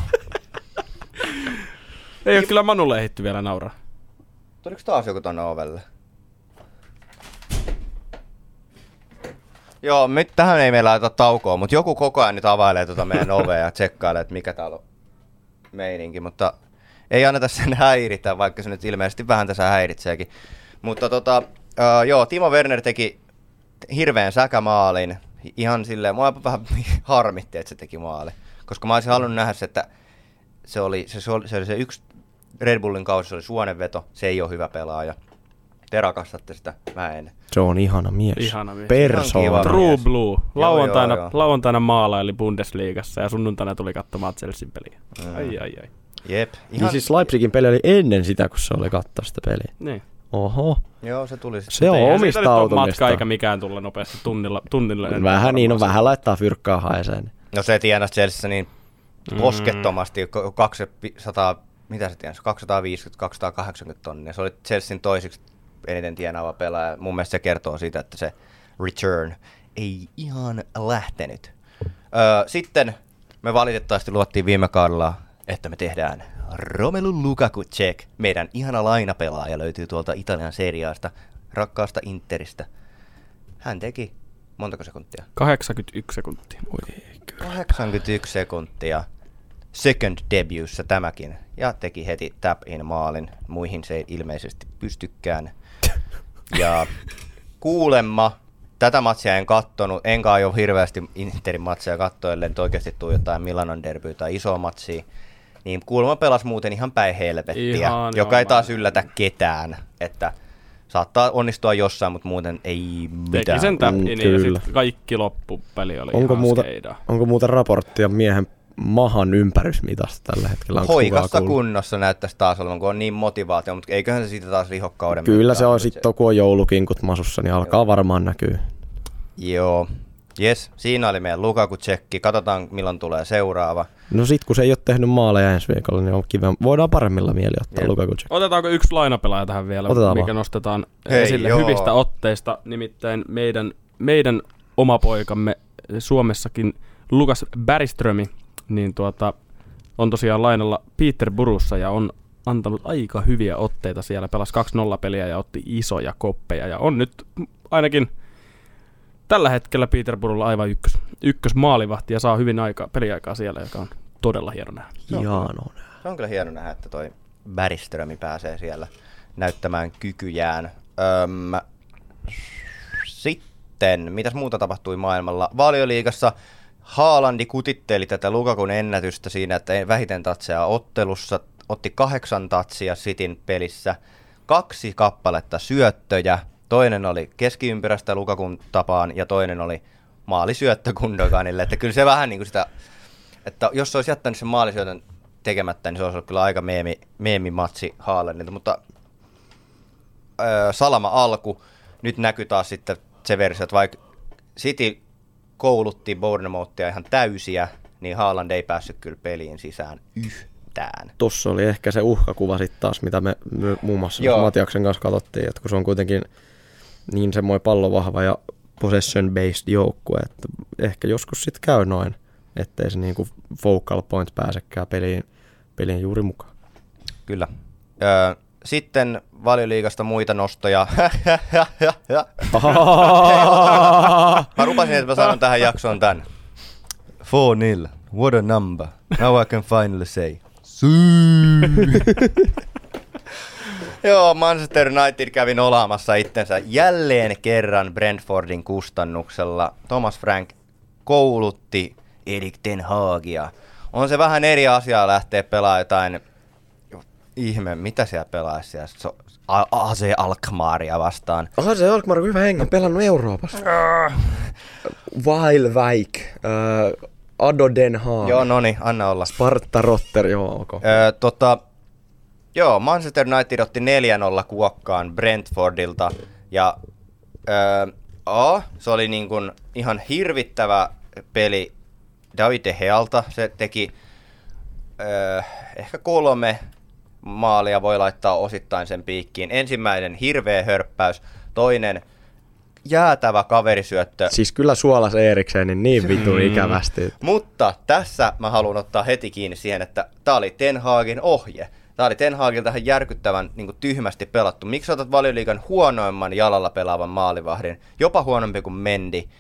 Ei ole kyllä Manulle ehitty vielä nauraa. Tuliko taas joku tonne ovelle? Joo, nyt tähän ei meillä laita taukoa, mutta joku koko ajan nyt availee tuota meidän ovea ja tsekkailee, että mikä täällä on meininki, mutta ei anneta sen häiritä, vaikka se nyt ilmeisesti vähän tässä häiritseekin. Mutta tota, uh, joo, Timo Werner teki hirveän säkämaalin, ihan silleen, mua vähän harmitti, että se teki maali, koska mä olisin halunnut nähdä se, että se oli se, se, oli, se, oli se yksi Red Bullin kausi, se oli suonenveto, se ei ole hyvä pelaaja. Te rakastatte sitä, mä en. Se on ihana mies. Ihana mies. Persoona. True Blue. Lauantaina, joo, joo. lauantaina maalaili Bundesliigassa ja sunnuntaina tuli katsomaan Chelsean peliä. Mm. Ai ai ai. Jep. Ihan... Niin siis Leipzigin peli oli ennen sitä, kun se oli katsoa sitä peliä. Niin. Oho. Joo, se tuli sitten. Se on Eihän omistautumista. Matka eikä mikään tulla nopeasti tunnilla. tunnilla vähän niin on, vähän laittaa fyrkkaa haiseen. No se tienasi Chelseassa niin poskettomasti, kaksisataa, mitä se tienasi, kaksisataaviisikymmentä kaksisataakahdeksankymmentä tonnia. Se oli Chelsean toisiksi eniten tienaava pelaaja. Mun mielestä se kertoo siitä, että se return ei ihan lähtenyt. Öö, sitten me valitettavasti luottiin viime kaudella, että me tehdään Romelu Lukaku check. Meidän ihana lainapelaaja löytyy tuolta Italian seriaasta, rakkaasta Interistä. Hän teki, montako sekuntia? kahdeksankymmentäyksi sekuntia. kahdeksankymmentäyksi sekuntia. Second debutussa tämäkin. Ja teki heti tap-in maalin. Muihin se ei ilmeisesti pystykään. Ja kuulemma, tätä matsia en kattonut, enkä aio hirveästi Interin matsia katsoa, ellei nyt oikeasti tuu jotain Milanon derbyä tai isoa matsia. Niin kuulemma pelasi muuten ihan päin helvettiä, ihan joka ei taas yllätä ketään. Että saattaa onnistua jossain, mutta muuten ei mitään. Teki sen tap-in Mm, ja sitten kaikki loppupeli oli onko ihan muuta, skeidaa. onko muuta raporttia miehen mahan ympärysmitasta tällä hetkellä? Onko Hoikassa kunnossa näyttäisi taas olevan, kun on niin motivaatio, mutta eiköhän se siitä taas lihokkauden. Kyllä se on sitten, kun on joulukinkut masussa, niin alkaa varmaan näkyy. Joo. Jes, siinä oli meidän Lukaku-tsekki. Katsotaan, milloin tulee seuraava. No sit, kun se ei ole tehnyt maaleja ensi viikolla, niin on kiva. Voidaan paremmilla mieli ottaa Lukaku-tsekki. Otetaanko yksi lainapelaaja tähän vielä, Otetaan mikä vaan. nostetaan Hei, esille joo. hyvistä otteista. Nimittäin meidän, meidän oma poikamme Suomessakin, Lukas Bergström, niin tuota, on tosiaan lainalla Peterboroughssa ja on antanut aika hyviä otteita siellä. Pelasi kaksi nolla peliä ja otti isoja koppeja ja on nyt ainakin tällä hetkellä Peterboroughlla aivan ykkös, ykkös maalivahti ja saa hyvin aika, peliaikaa siellä, joka on todella hieno nähdä. Hieno. Se on kyllä hieno nähdä, että toi Bergström pääsee siellä näyttämään kykyjään. Öm, sitten, mitäs muuta tapahtui maailmalla? Valioliigassa Haalandi kutitteli tätä Lukakun ennätystä siinä, että vähiten tatseja ottelussa. Otti kahdeksan tatsia Cityn pelissä, kaksi kappaletta syöttöjä. Toinen oli keskiympyrästä Lukakun tapaan ja toinen oli maalisyöttö Gundoganille. Että kyllä se vähän niin kuin sitä, että jos se olisi jättänyt sen maalisyötön tekemättä, niin se olisi ollut kyllä aika meemi, meemimatsi Haalandilta. Mutta öö, salama alku. Nyt näkyy taas sitten se versio, että vaikka City koulutti Bournemouthia ihan täysiä, niin Haaland ei päässyt kyllä peliin sisään yhtään. Tuossa oli ehkä se uhkakuva sitten taas, mitä me, me muun muassa Joo. Matiaksen kanssa katsottiin, että kun se on kuitenkin niin semmoinen pallovahva ja possession-based joukkue, että ehkä joskus sitten käy noin, ettei se niinku focal point pääsekään peliin, peliin juuri mukaan. Kyllä. Öö, sitten Valioliigasta muita nostoja. Mä rupasin, että mä sanon tähän jaksoon tän. four nil. What a number. Now I can finally say. Joo, Manchester United kävi nolaamassa itsensä jälleen kerran Brentfordin kustannuksella. Thomas Frank koulutti Erik ten Hagia. On se vähän eri asiaa lähteä pelaamaan jotain ihme, mitä siellä pelaisi siellä so, A C Alkmaaria vastaan. Aha, se Alkmaar on hyvä hengen, pelannut Euroopassa. Waalwijk, uh, Ado Den Haag. Joo, no niin, anna olla. Sparta Rotter, joo, ok. Öö, tota, joo, Manchester United otti neljä nolla kuokkaan Brentfordilta ja öö, oh, se oli niin kuin ihan hirvittävä peli David De Gealta. Se teki öö, ehkä kolme maalia, voi laittaa osittain sen piikkiin. Ensimmäinen hirveä hörppäys, toinen jäätävä kaverisyöttö. Siis kyllä suolas Eriksenin niin vitun ikävästi. Mutta tässä mä haluan ottaa heti kiinni siihen, että tää oli Ten Hagin ohje. Tää oli Ten Hagilta ihan järkyttävän niin kuin tyhmästi pelattu. Miksi otat Valioliigan huonoimman jalalla pelaavan maalivahdin, jopa huonompi kuin Mendy,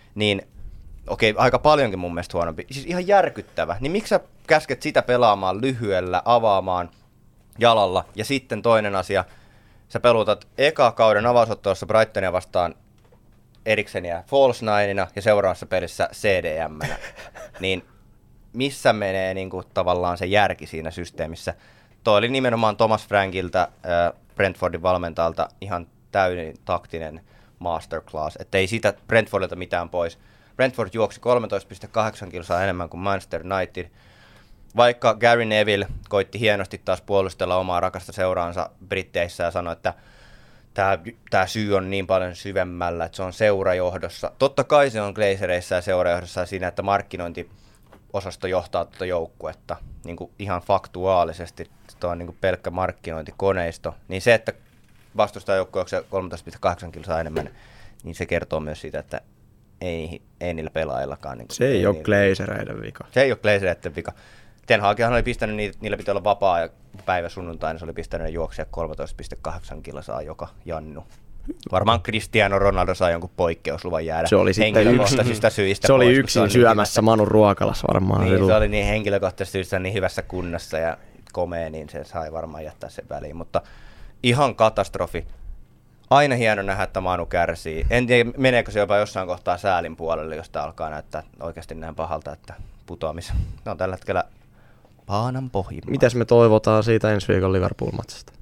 niin okei, aika paljonkin mun mielestä huonompi, siis ihan järkyttävä, niin miksi sä käsket sitä pelaamaan lyhyellä, avaamaan jalalla, ja sitten toinen asia, sä peluutat eka kauden avausottelussa Brightonia vastaan Erikseniä False Ninena ja seuraavassa pelissä C D M-nä, niin missä menee niin kuin, tavallaan se järki siinä systeemissä? Toi oli nimenomaan Thomas Frankilta, äh, Brentfordin valmentajalta, ihan täysin taktinen masterclass, että ei siitä Brentfordilta mitään pois. Brentford juoksi kolmetoista pilkku kahdeksan kilsaa enemmän kuin Manchester United, vaikka Gary Neville koitti hienosti taas puolustella omaa rakasta seuraansa Britteissä ja sanoi, että Tämä, tämä syy on niin paljon syvemmällä, että se on seurajohdossa. Totta kai se on Glazereissa ja seurajohdossa siinä, että markkinointiosasto johtaa tuota joukkuetta niin kuin ihan faktuaalisesti. Se on niin kuin pelkkä markkinointikoneisto. Niin se, että vastustajajoukkue on kolmetoista pilkku kahdeksan kilsaa enemmän, niin se kertoo myös siitä, että ei, ei niillä pelaajillakaan. Niin se ei, ei ole niillä... Glazereiden vika. Se ei ole Glazereiden vika. Ten Haghan oli pistänyt, niillä, niillä pitää olla vapaa ja päivä sunnuntaina, se oli pistänyt ne juoksia kolmetoista pilkku kahdeksan kilsaa joka jannu. Varmaan Cristiano Ronaldo sai jonkun poikkeusluvan jäädä se oli henkilökohtaisista syistä. Se oli pois, yksin se syömässä niin Manun ruokalassa varmaan. Niin, se oli niin henkilökohtaisista syistä niin hyvässä kunnossa ja komea, niin se sai varmaan jättää sen väliin. Mutta ihan katastrofi. Aina hieno nähdä, että Manu kärsii. En tiedä, meneekö se jopa jossain kohtaa säälin puolelle, jos tämä alkaa näyttää oikeasti näin pahalta, että putoamissa. Ne on tällä hetkellä paanan pohjimmaa. Mitäs me toivotaan siitä ensi viikon Liverpool-matsista?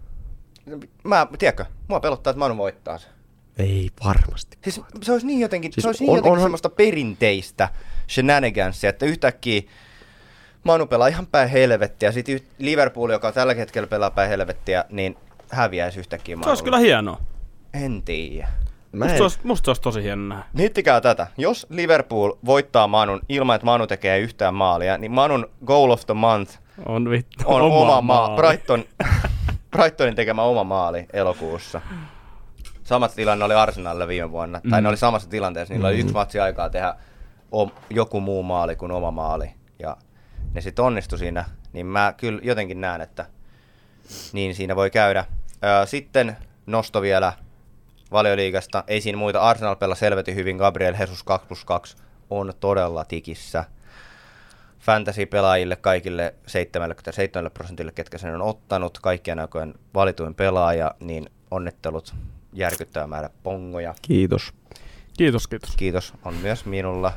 Mä, tiedätkö, mua pelottaa, että Manu voittaa se. Ei varmasti. Siis se olisi niin jotenkin, siis se olisi niin on, jotenkin onhan... semmoista perinteistä shenanigansia, että yhtäkkiä Manu pelaa ihan päin helvettiä, sitten Liverpool, joka tällä hetkellä pelaa päin helvettiä, niin häviäisi yhtäkkiä Manulle. Se olisi kyllä hienoa. En tiedä. Musta, en... olisi, musta se olisi tosi hieno nähdä. Miettikää tätä. Jos Liverpool voittaa Manun ilman, että Manu tekee yhtään maalia, niin Manun goal of the month on, vittu, on oma, oma maali. maa. Brighton, Brightonin tekemä oma maali elokuussa. Samat tilanne oli Arsenalilla viime vuonna. Mm. Tai ne oli samassa tilanteessa. Niillä mm. oli yksi matsi aikaa tehdä o- joku muu maali kuin oma maali. Ja ne sitten onnistui siinä. Niin mä kyllä jotenkin näen, että niin siinä voi käydä. Öö, sitten nosto vielä Valioliigasta. Ei siinä muita. Arsenal pelasi selvästi hyvin. Gabriel Jesus kaksi plus kaksi on todella tikissä. Fantasy-pelaajille kaikille seitsemänkymmentäseitsemän prosentille, ketkä sen on ottanut, kaikkien aikojen valituin pelaaja, niin onnittelut, järkyttävä määrä pongoja. Kiitos. Kiitos, kiitos. Kiitos, on myös minulla.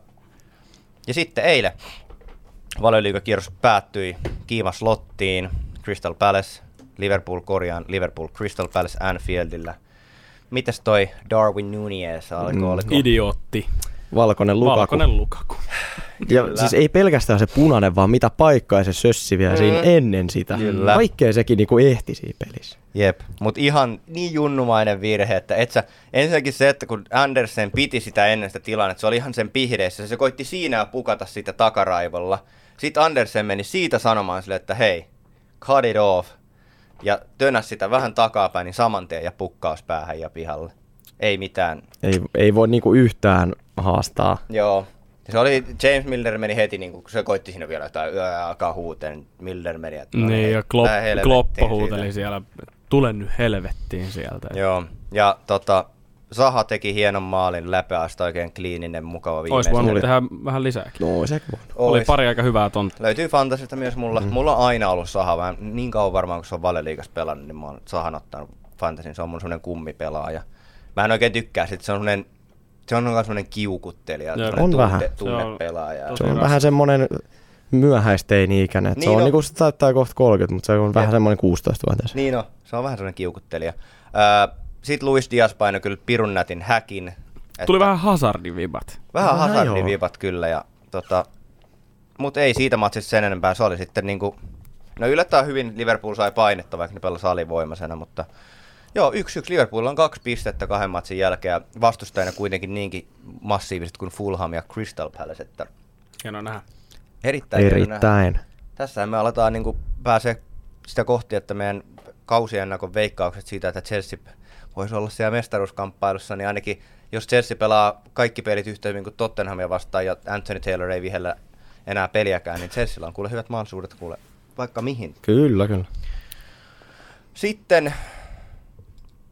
Ja sitten eilen Valioliigakierros päättyi kiimaslottiin. Crystal Palace, Liverpool korjaan, Liverpool Crystal Palace Anfieldillä. Mitäs toi Darwin Núñez alkoi? Mm. Oliko? Idiootti. Valkoinen Lukaku. Valkoinen Lukaku. Ja kyllä. Siis ei pelkästään se punainen, vaan mitä paikkaa se sössi vielä mm. siinä ennen sitä. Kyllä. Kaikkea sekin niinku ehti siinä pelissä. Jep, mutta ihan niin junnumainen virhe, että et sä, ensinnäkin se, että kun Andersen piti sitä ennen sitä tilannetta, se oli ihan sen pihdeessä, se koitti siinä pukata sitä takaraivolla. Sitten Andersen meni siitä sanomaan sille, että hei, cut it off, ja tönäs sitä vähän takapäin, niin saman tien ja pukkaus päähän ja pihalle. Ei mitään. Ei, ei voi niinku yhtään haastaa. Joo. Se oli, James Milner meni heti, niin kun se koitti siinä vielä jotain yöä alkaa huuteen, Milner meni. Että niin, hei, ja Klopp, Kloppo huuteli siellä, tule nyt helvettiin sieltä. Joo, ja tota, Zaha teki hienon maalin, läpeästä oikein kliininen, mukava viimeisen. Olisi voinut tehdä vähän lisääkin. No, sekin voi. Oli pari aika hyvää tonttia. Löytyy fantasista myös mulla. Mm. Mulla on aina ollut Zaha, vähän niin kauan varmaan kun se on Valioliigassa pelannut, niin mä oon Zahan ottanut fantasin, se on mun semmonen kummipelaaja. Mä en oikein tykkää sit, se on semmonen Se on myös semmoinen kiukuttelija, on tunne, vähän. tunnepelaaja. Se on vähän semmoinen myöhäisteini-ikäinen. Niin se on no. niinku, se taittaa kohta kolmekymmentä, mutta se on ja. vähän semmoinen kuusitoista-vuotias. Niin no, se on vähän semmoinen kiukuttelija. Öö, Sitten Luis Diaz painoi kyllä pirun nätin häkin. Tuli vähän Hazardin vibat. Vähän Hazardin vibat kyllä. Ja, tota, mutta ei siitä matsista sen enempää. Se oli sitten niinku, no yllättäen hyvin Liverpool sai painetta, vaikka ne pelasi alivoimaisena, mutta joo, yksi yksi Liverpool on kaksi pistettä kahden matsin jälkeen ja vastustajana kuitenkin niinkin massiiviset kuin Fulham ja Crystal Palace. Että hienoa nähdä. Erittäin. Erittäin. Nähdä. Tässähän me aletaan niin pääsee sitä kohti, että meidän kausiennakon veikkaukset siitä, että Chelsea voisi olla siellä mestaruuskamppailussa, niin ainakin jos Chelsea pelaa kaikki pelit yhtä hyvin kuin Tottenhamia vastaan ja Anthony Taylor ei vihellä enää peliäkään, niin Chelsealla on kuule hyvät mahdollisuudet kuule vaikka mihin. Kyllä, kyllä. Sitten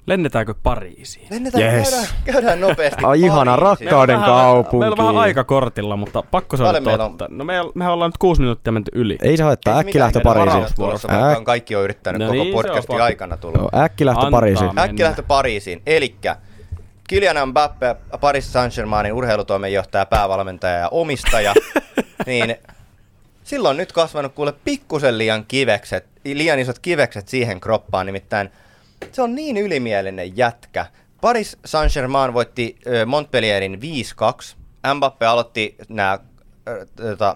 Lennetäänkö Pariisiin? Lennetään, Yes. käydään, käydään nopeasti Ai ihana Pariisiin. rakkauden Meillä on vähän- kaupunki. Meillä on vähän aika kortilla, mutta pakko se Paljon on meillä totta. No me, mehän ollaan nyt kuusi minuuttia menty yli. Ei se haittaa, Ei äkki mitään, lähtö meidän Pariisiin. varausvuorossa, vaikka on kaikki on yrittänyt No koko niin, se on podcastin pakko. aikana tulla. Joo, äkki lähtö Antaa Pariisiin. mennä. Äkki lähtö Pariisiin. Elikkä Kylian Mbappé, Paris Saint-Germainin urheilutoimenjohtaja, päävalmentaja ja omistaja, niin silloin on nyt kasvanut kuule pikkusen liian kivekset, liian isot kivekset siihen kroppaan, nimittäin se on niin ylimielinen jätkä. Paris Saint-Germain voitti ö, Montpellierin viisi kaksi. Mbappé aloitti nämä tota,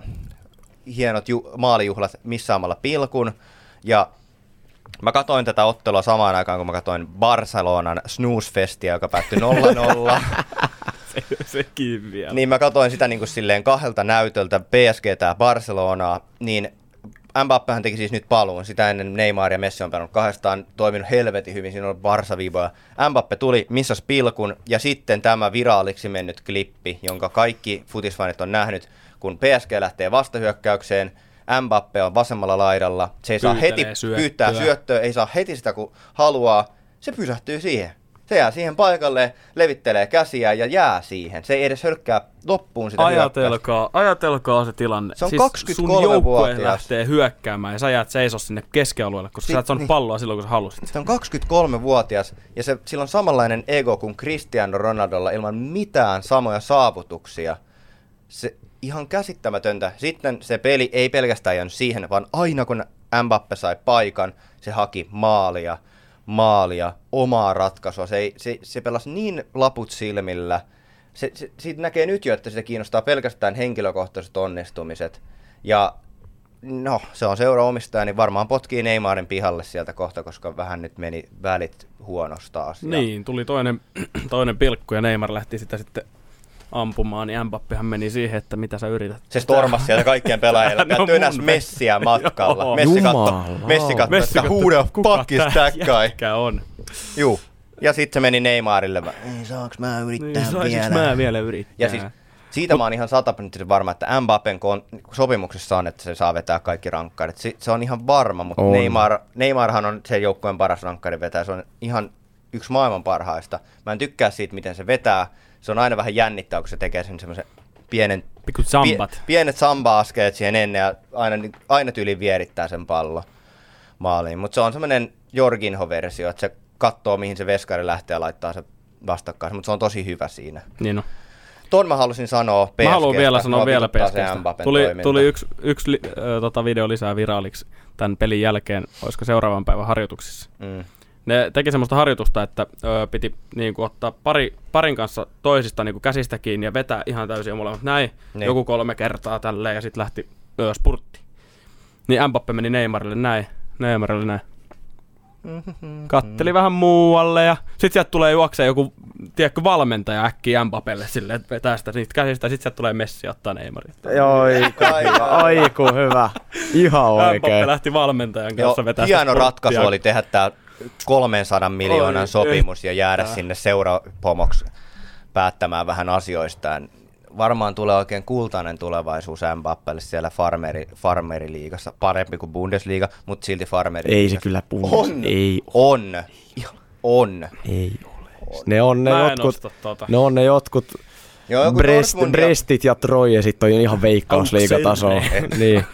hienot ju- maalijuhlat missaamalla pilkun. Ja mä katoin tätä ottelua samaan aikaan, kun mä katoin Barcelonan snooze-festiä, joka päättyi nolla nolla. se, sekin vielä. Niin mä katoin sitä niin kuin silleen kahdelta näytöltä, P S G:tä ja Barcelonaa, niin Mbappehan teki siis nyt paluun. Sitä ennen Neymar ja Messi on pelannut kahdestaan, toiminut helvetin hyvin, siinä on Barsa-viivoja. Mbappe tuli, missas pilkun, ja sitten tämä viraaliksi mennyt klippi, jonka kaikki futisfanit on nähnyt, kun P S G lähtee vastahyökkäykseen, Mbappe on vasemmalla laidalla, se ei saa heti syöttöä. pyytää syöttöä, ei saa heti sitä kun haluaa, se pysähtyy siihen. Se jää siihen paikalle, levittelee käsiä ja jää siihen. Se ei edes hölkkää loppuun sitä hyökkäystä. Ajatelkaa, ajatelkaa se tilanne. Se on siis kaksikymmentäkolme sun joukkue vuotias. lähtee hyökkäämään ja sä jäät seiso sinne keskialueelle, koska Si- sä et saanut niin. palloa silloin, kun sä halusit. Se on kaksikymmentäkolmevuotias ja se, sillä on samanlainen ego kuin Cristiano Ronaldolla ilman mitään samoja saavutuksia. Se ihan käsittämätöntä. Sitten se peli ei pelkästään jäänyt siihen, vaan aina kun Mbappe sai paikan, se haki maalia, maalia, omaa ratkaisua. Se, ei, se, se pelasi niin laput silmillä. Se, se, siitä näkee nyt jo, että se kiinnostaa pelkästään henkilökohtaiset onnistumiset. Ja no, se on seuraomistaja, niin varmaan potkii Neymarin pihalle sieltä kohta, koska vähän nyt meni välit huonosta asiaa. Niin, tuli toinen, toinen pilkku ja Neymar lähti sitä sitten ampumaan, niin Mbappehan meni siihen, että mitä sä yrität. Se stormasi sieltä kaikkien pelaajille. Ne on Näyttyi enää mun Messiä matkalla. Joo. Messi katto, Jumalauta. Messi katto, Messi että katsoi, who the kuka fuck is tää that guy? jätkä on. Juu. Ja sitten se meni Neymarille. Ei saaks mä yrittää Niin, saisinko vielä? mä vielä yrittää? Ja siis siitä mä oon ihan sataprosenttisen varma, että Mbappen kon- sopimuksessa on, että se saa vetää kaikki rankkarit. Se, se on ihan varma, mutta On. Neymar, Neymarhan on sen joukkueen paras rankkarin vetäjä. Se on ihan yksi maailman parhaista. Mä en tykkää siitä, miten se vetää. Se on aina vähän jännittää, kun se tekee sen semmoisen pienen, Pikut sambat. pie, pienet samba-askeleet siihen ennen ja aina, aina tyyliin vierittää sen pallo maaliin. Mutta se on semmoinen Jorginho-versio, että se katsoo, mihin se veskari lähtee ja laittaa se vastakkain. Mutta se on tosi hyvä siinä. Niin on. Ton mä halusin sanoa P S G:stä. Mä haluan vielä sanoa Mua vielä P vituttaa S se G:stä. Mbappen Tuli, toiminta. tuli yksi, yksi li, ö, tota video lisää viraaliksi tämän pelin jälkeen, olisiko seuraavan päivän harjoituksissa. Mm. Ne teki semmoista harjoitusta, että ö, piti niin kuin, ottaa pari, parin kanssa toisista niin kuin käsistä kiinni ja vetää ihan täysin molemmat näin, Niin. joku kolme kertaa tälleen ja sitten lähti ö, spurtti. Niin Mbappe meni Neymarille näin, Neymarille näin. Katteli vähän muualle ja sit sieltä tulee juoksee joku, tiedätkö, valmentaja äkkiä Mbappelle silleen, että vetää sitä niistä käsistä ja sit sieltä tulee Messi ja ottaa Neymarin. Aiku, aiku hyvä. Ihan Mbappe oikein. lähti valmentajan Joo, kanssa vetää hieno sitä ratkaisu spurttia. oli tehdä tää kolmensadan miljoonan Oi, sopimus ja jäädä että. sinne seurapomoksi päättämään vähän asioistaan. Varmaan tulee oikein kultainen tulevaisuus Mbappelle siellä farmeri, farmeriliigassa. Parempi kuin Bundesliga, mutta silti farmeriliigassa. Ei se kyllä puhu. On. Ei, On. On. ei ole. Ne on ne Mä en jotkut, osta tota. ne on ne jotkut Joo, joku Brest, Dortmund ja- Brestit ja Troje sit on ihan veikkausliigatasoa. niin.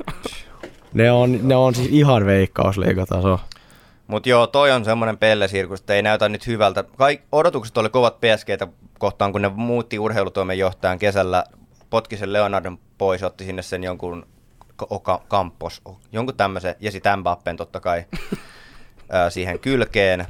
Ne on, ne on siis ihan veikkausliigatasoa. Mutta joo, toi on semmoinen pellesirkus, että ei näytä nyt hyvältä. Kaik- odotukset oli kovat P S G:tä kohtaan, kun ne muutti urheilutoimenjohtajan kesällä, potki sen Leonardon pois, otti sinne sen jonkun Oka, Campos, jonkun tämmöisen, ja sitten Mbappen totta kai ää, siihen kylkeen.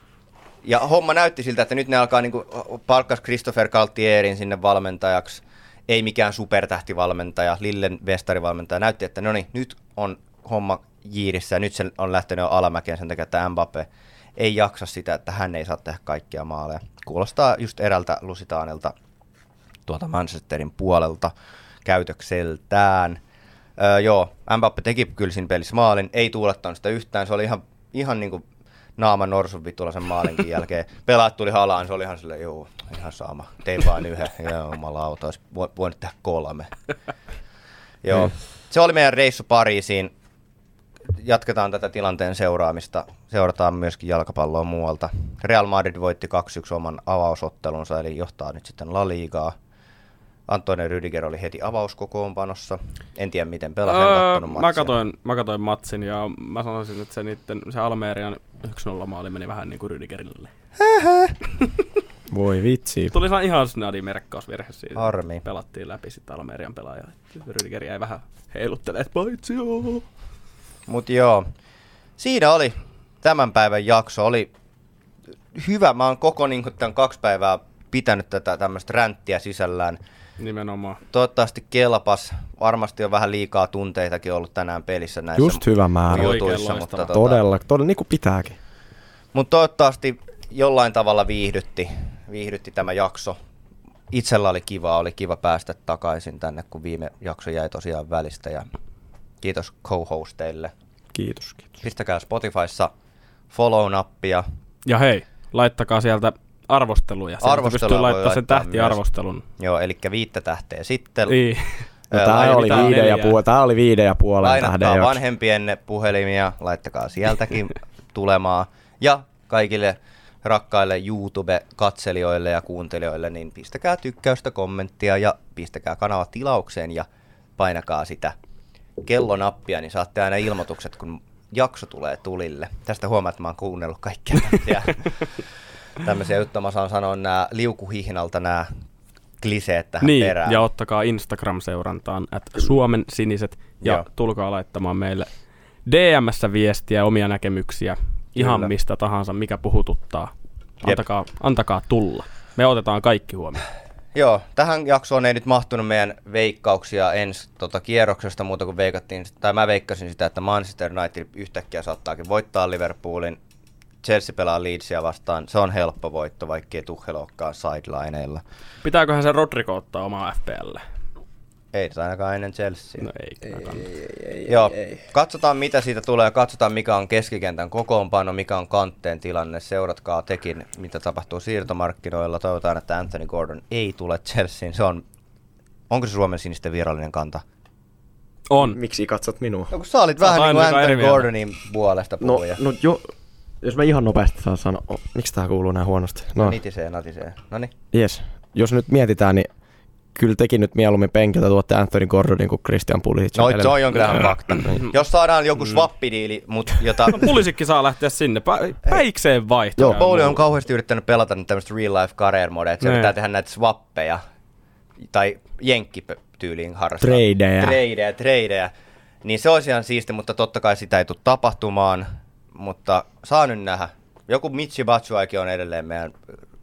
Ja homma näytti siltä, että nyt ne alkaa niinku, palkkas Christopher Galtierin sinne valmentajaksi, ei mikään supertähtivalmentaja, Lillen vestarivalmentaja. Näytti, että no niin, nyt on homma jiirissä ja nyt se on lähtenyt jo alamäkeen sen takia, että Mbappe ei jaksa sitä, että hän ei saa tehdä kaikkia maaleja. Kuulostaa just erältä Lusitaanilta tuolta Manchesterin puolelta käytökseltään. Öö, joo, Mbappe teki kyllä siinä pelissä maalin, ei tuulettanut sitä yhtään, se oli ihan, ihan niin kuin naama norsun vitulla sen maalinkin jälkeen. Pelaat tuli halaan, se oli ihan silleen, joo, ihan sama, tein vaan yhden, joo, jumalauta, olisi voinut tehdä kolme. Joo, se oli meidän reissu Pariisiin. jatketaan tätä tilanteen seuraamista. Seurataan myöskin jalkapalloa muualta. Real Madrid voitti kaksi yksi oman avausottelunsa, eli johtaa nyt sitten La Ligaa. Antonio Rüdiger oli heti avauskokoonpanossa. En tiedä, miten pelasi, en kattonut matsia. Mä katoin, mä katoin matsin ja mä sanoisin, että se, niitten, se Almerian yksi nolla maali meni vähän niin kuin Rüdigerille. Voi vitsi. Tuli ihan snadi merkkausvirhe siitä. Harmi. Pelattiin läpi sitten Almerian pelaaja. Rüdiger jäi vähän heiluttelemaan, paitsi joo. Mut joo, siinä oli tämän päivän jakso. Oli hyvä. Mä oon koko niin tämän kaksi päivää pitänyt tätä tämmöistä ränttiä sisällään. Nimenomaan. Toivottavasti kelpas. Varmasti on vähän liikaa tunteitakin ollut tänään pelissä näissä Just hyvä määrä. jutuissa. Mutta tota, todella, todella, niin kuin pitääkin. Mutta toivottavasti jollain tavalla viihdytti, viihdytti tämä jakso. Itsellä oli kiva, oli kiva päästä takaisin tänne, kun viime jakso jäi tosiaan välistä. Ja kiitos co-hosteille. Kiitos, kiitos. Pistäkää Spotifyssa follow-nappia. Ja hei, laittakaa sieltä arvosteluja. Sieltä pystyy laittaa sen tähtiarvostelun. Joo, eli viittä tähteä sitten. Niin. No, tää, oli viiden ja puol- tää oli viiden ja puolen tähden. Lainatkaa vanhempienne puhelimia, laittakaa sieltäkin tulemaan. Ja kaikille rakkaille YouTube-katselijoille ja kuuntelijoille, niin pistäkää tykkäystä, kommenttia ja pistäkää kanava tilaukseen ja painakaa sitä kellonappia, niin saatte aina ilmoitukset, kun jakso tulee tulille. Tästä huomaa, että mä oon kuunnellut kaikkia tämmöisiä juttuja. Mä saan sanoa nämä liukuhihnalta nämä kliseet tähän niin, perään. Ja ottakaa Instagram-seurantaan, että Suomen siniset, ja Joo. tulkaa laittamaan meille D M:ssä viestiä, omia näkemyksiä, ihan Kyllä. mistä tahansa, mikä puhututtaa. Antakaa, antakaa tulla. Me otetaan kaikki huomioon. Joo, tähän jaksoon ei nyt mahtunut meidän veikkauksia ensi tota, kierroksesta muuta kuin veikattiin, tai mä veikkasin sitä, että Manchester United yhtäkkiä saattaakin voittaa Liverpoolin. Chelsea pelaa Leedsia vastaan. Se on helppo voitto, vaikkei Tuchel olekaan sidelineilla. Pitääköhän se Rodrigo ottaa omaa F P L? Ei ainakaan ennen Chelsea. No ei, ei, ei, ei, Joo, ei. Katsotaan mitä siitä tulee. Katsotaan mikä on keskikentän kokoonpano, mikä on kantteen tilanne. Seuratkaa tekin, mitä tapahtuu siirtomarkkinoilla. Toivotaan, että Anthony Gordon ei tule Chelseain. Se on, onko se Suomen sinisten virallinen kanta? On. Miksi katsot minua? No kun sä olit sä vähän niin kuin Anthony Gordonin puolesta puhuja. No, no jo, jos mä ihan nopeasti saan sanoa, oh, miksi tää kuuluu näin huonosti? No, no nitisee, natisee. Noniin. Jes, jos nyt mietitään, niin kyllä tekin nyt mieluummin penkiltä tuotte Anthony Gordonin kuin Christian Pulisic. No se on jonkinlainen fakta. Jos saadaan joku swappidiili, mutta jota... No Pulisickin saa lähteä sinne, Pä- päikseen vaihtoon. Joo, Pauli on kauheasti yrittänyt pelata nyt tämmöistä real life career mode, että se yrittää tehdä näitä swappeja tai jenkkityyliin harrastaa. Tradeja. Tradeja, tradeja. Niin se olisi ihan siisti, mutta totta kai sitä ei tule tapahtumaan, mutta saa nyt nähdä. Joku Michi Batshuayikin on edelleen meidän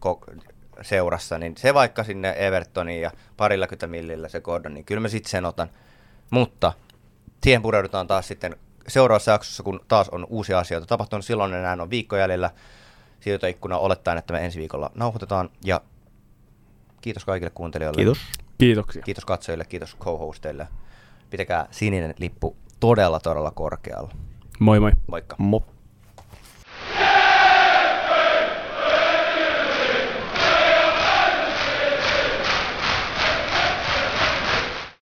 seurassa, niin se vaikka sinne Evertoniin ja parillakymmentä millillä se Gordon, niin kyllä mä sitten sen otan. Mutta siihen pureudutaan taas sitten seuraavassa jaksossa, kun taas on uusia asioita tapahtunut. Silloin enää on viikko jäljellä siirtoikkuna olettaen, että me ensi viikolla nauhoitetaan. Ja kiitos kaikille kuuntelijoille. Kiitos. Kiitoksia. Kiitos katsojille, kiitos co-hosteille. Pitäkää sininen lippu todella, todella korkealla. Moi moi. Moikka. Mo.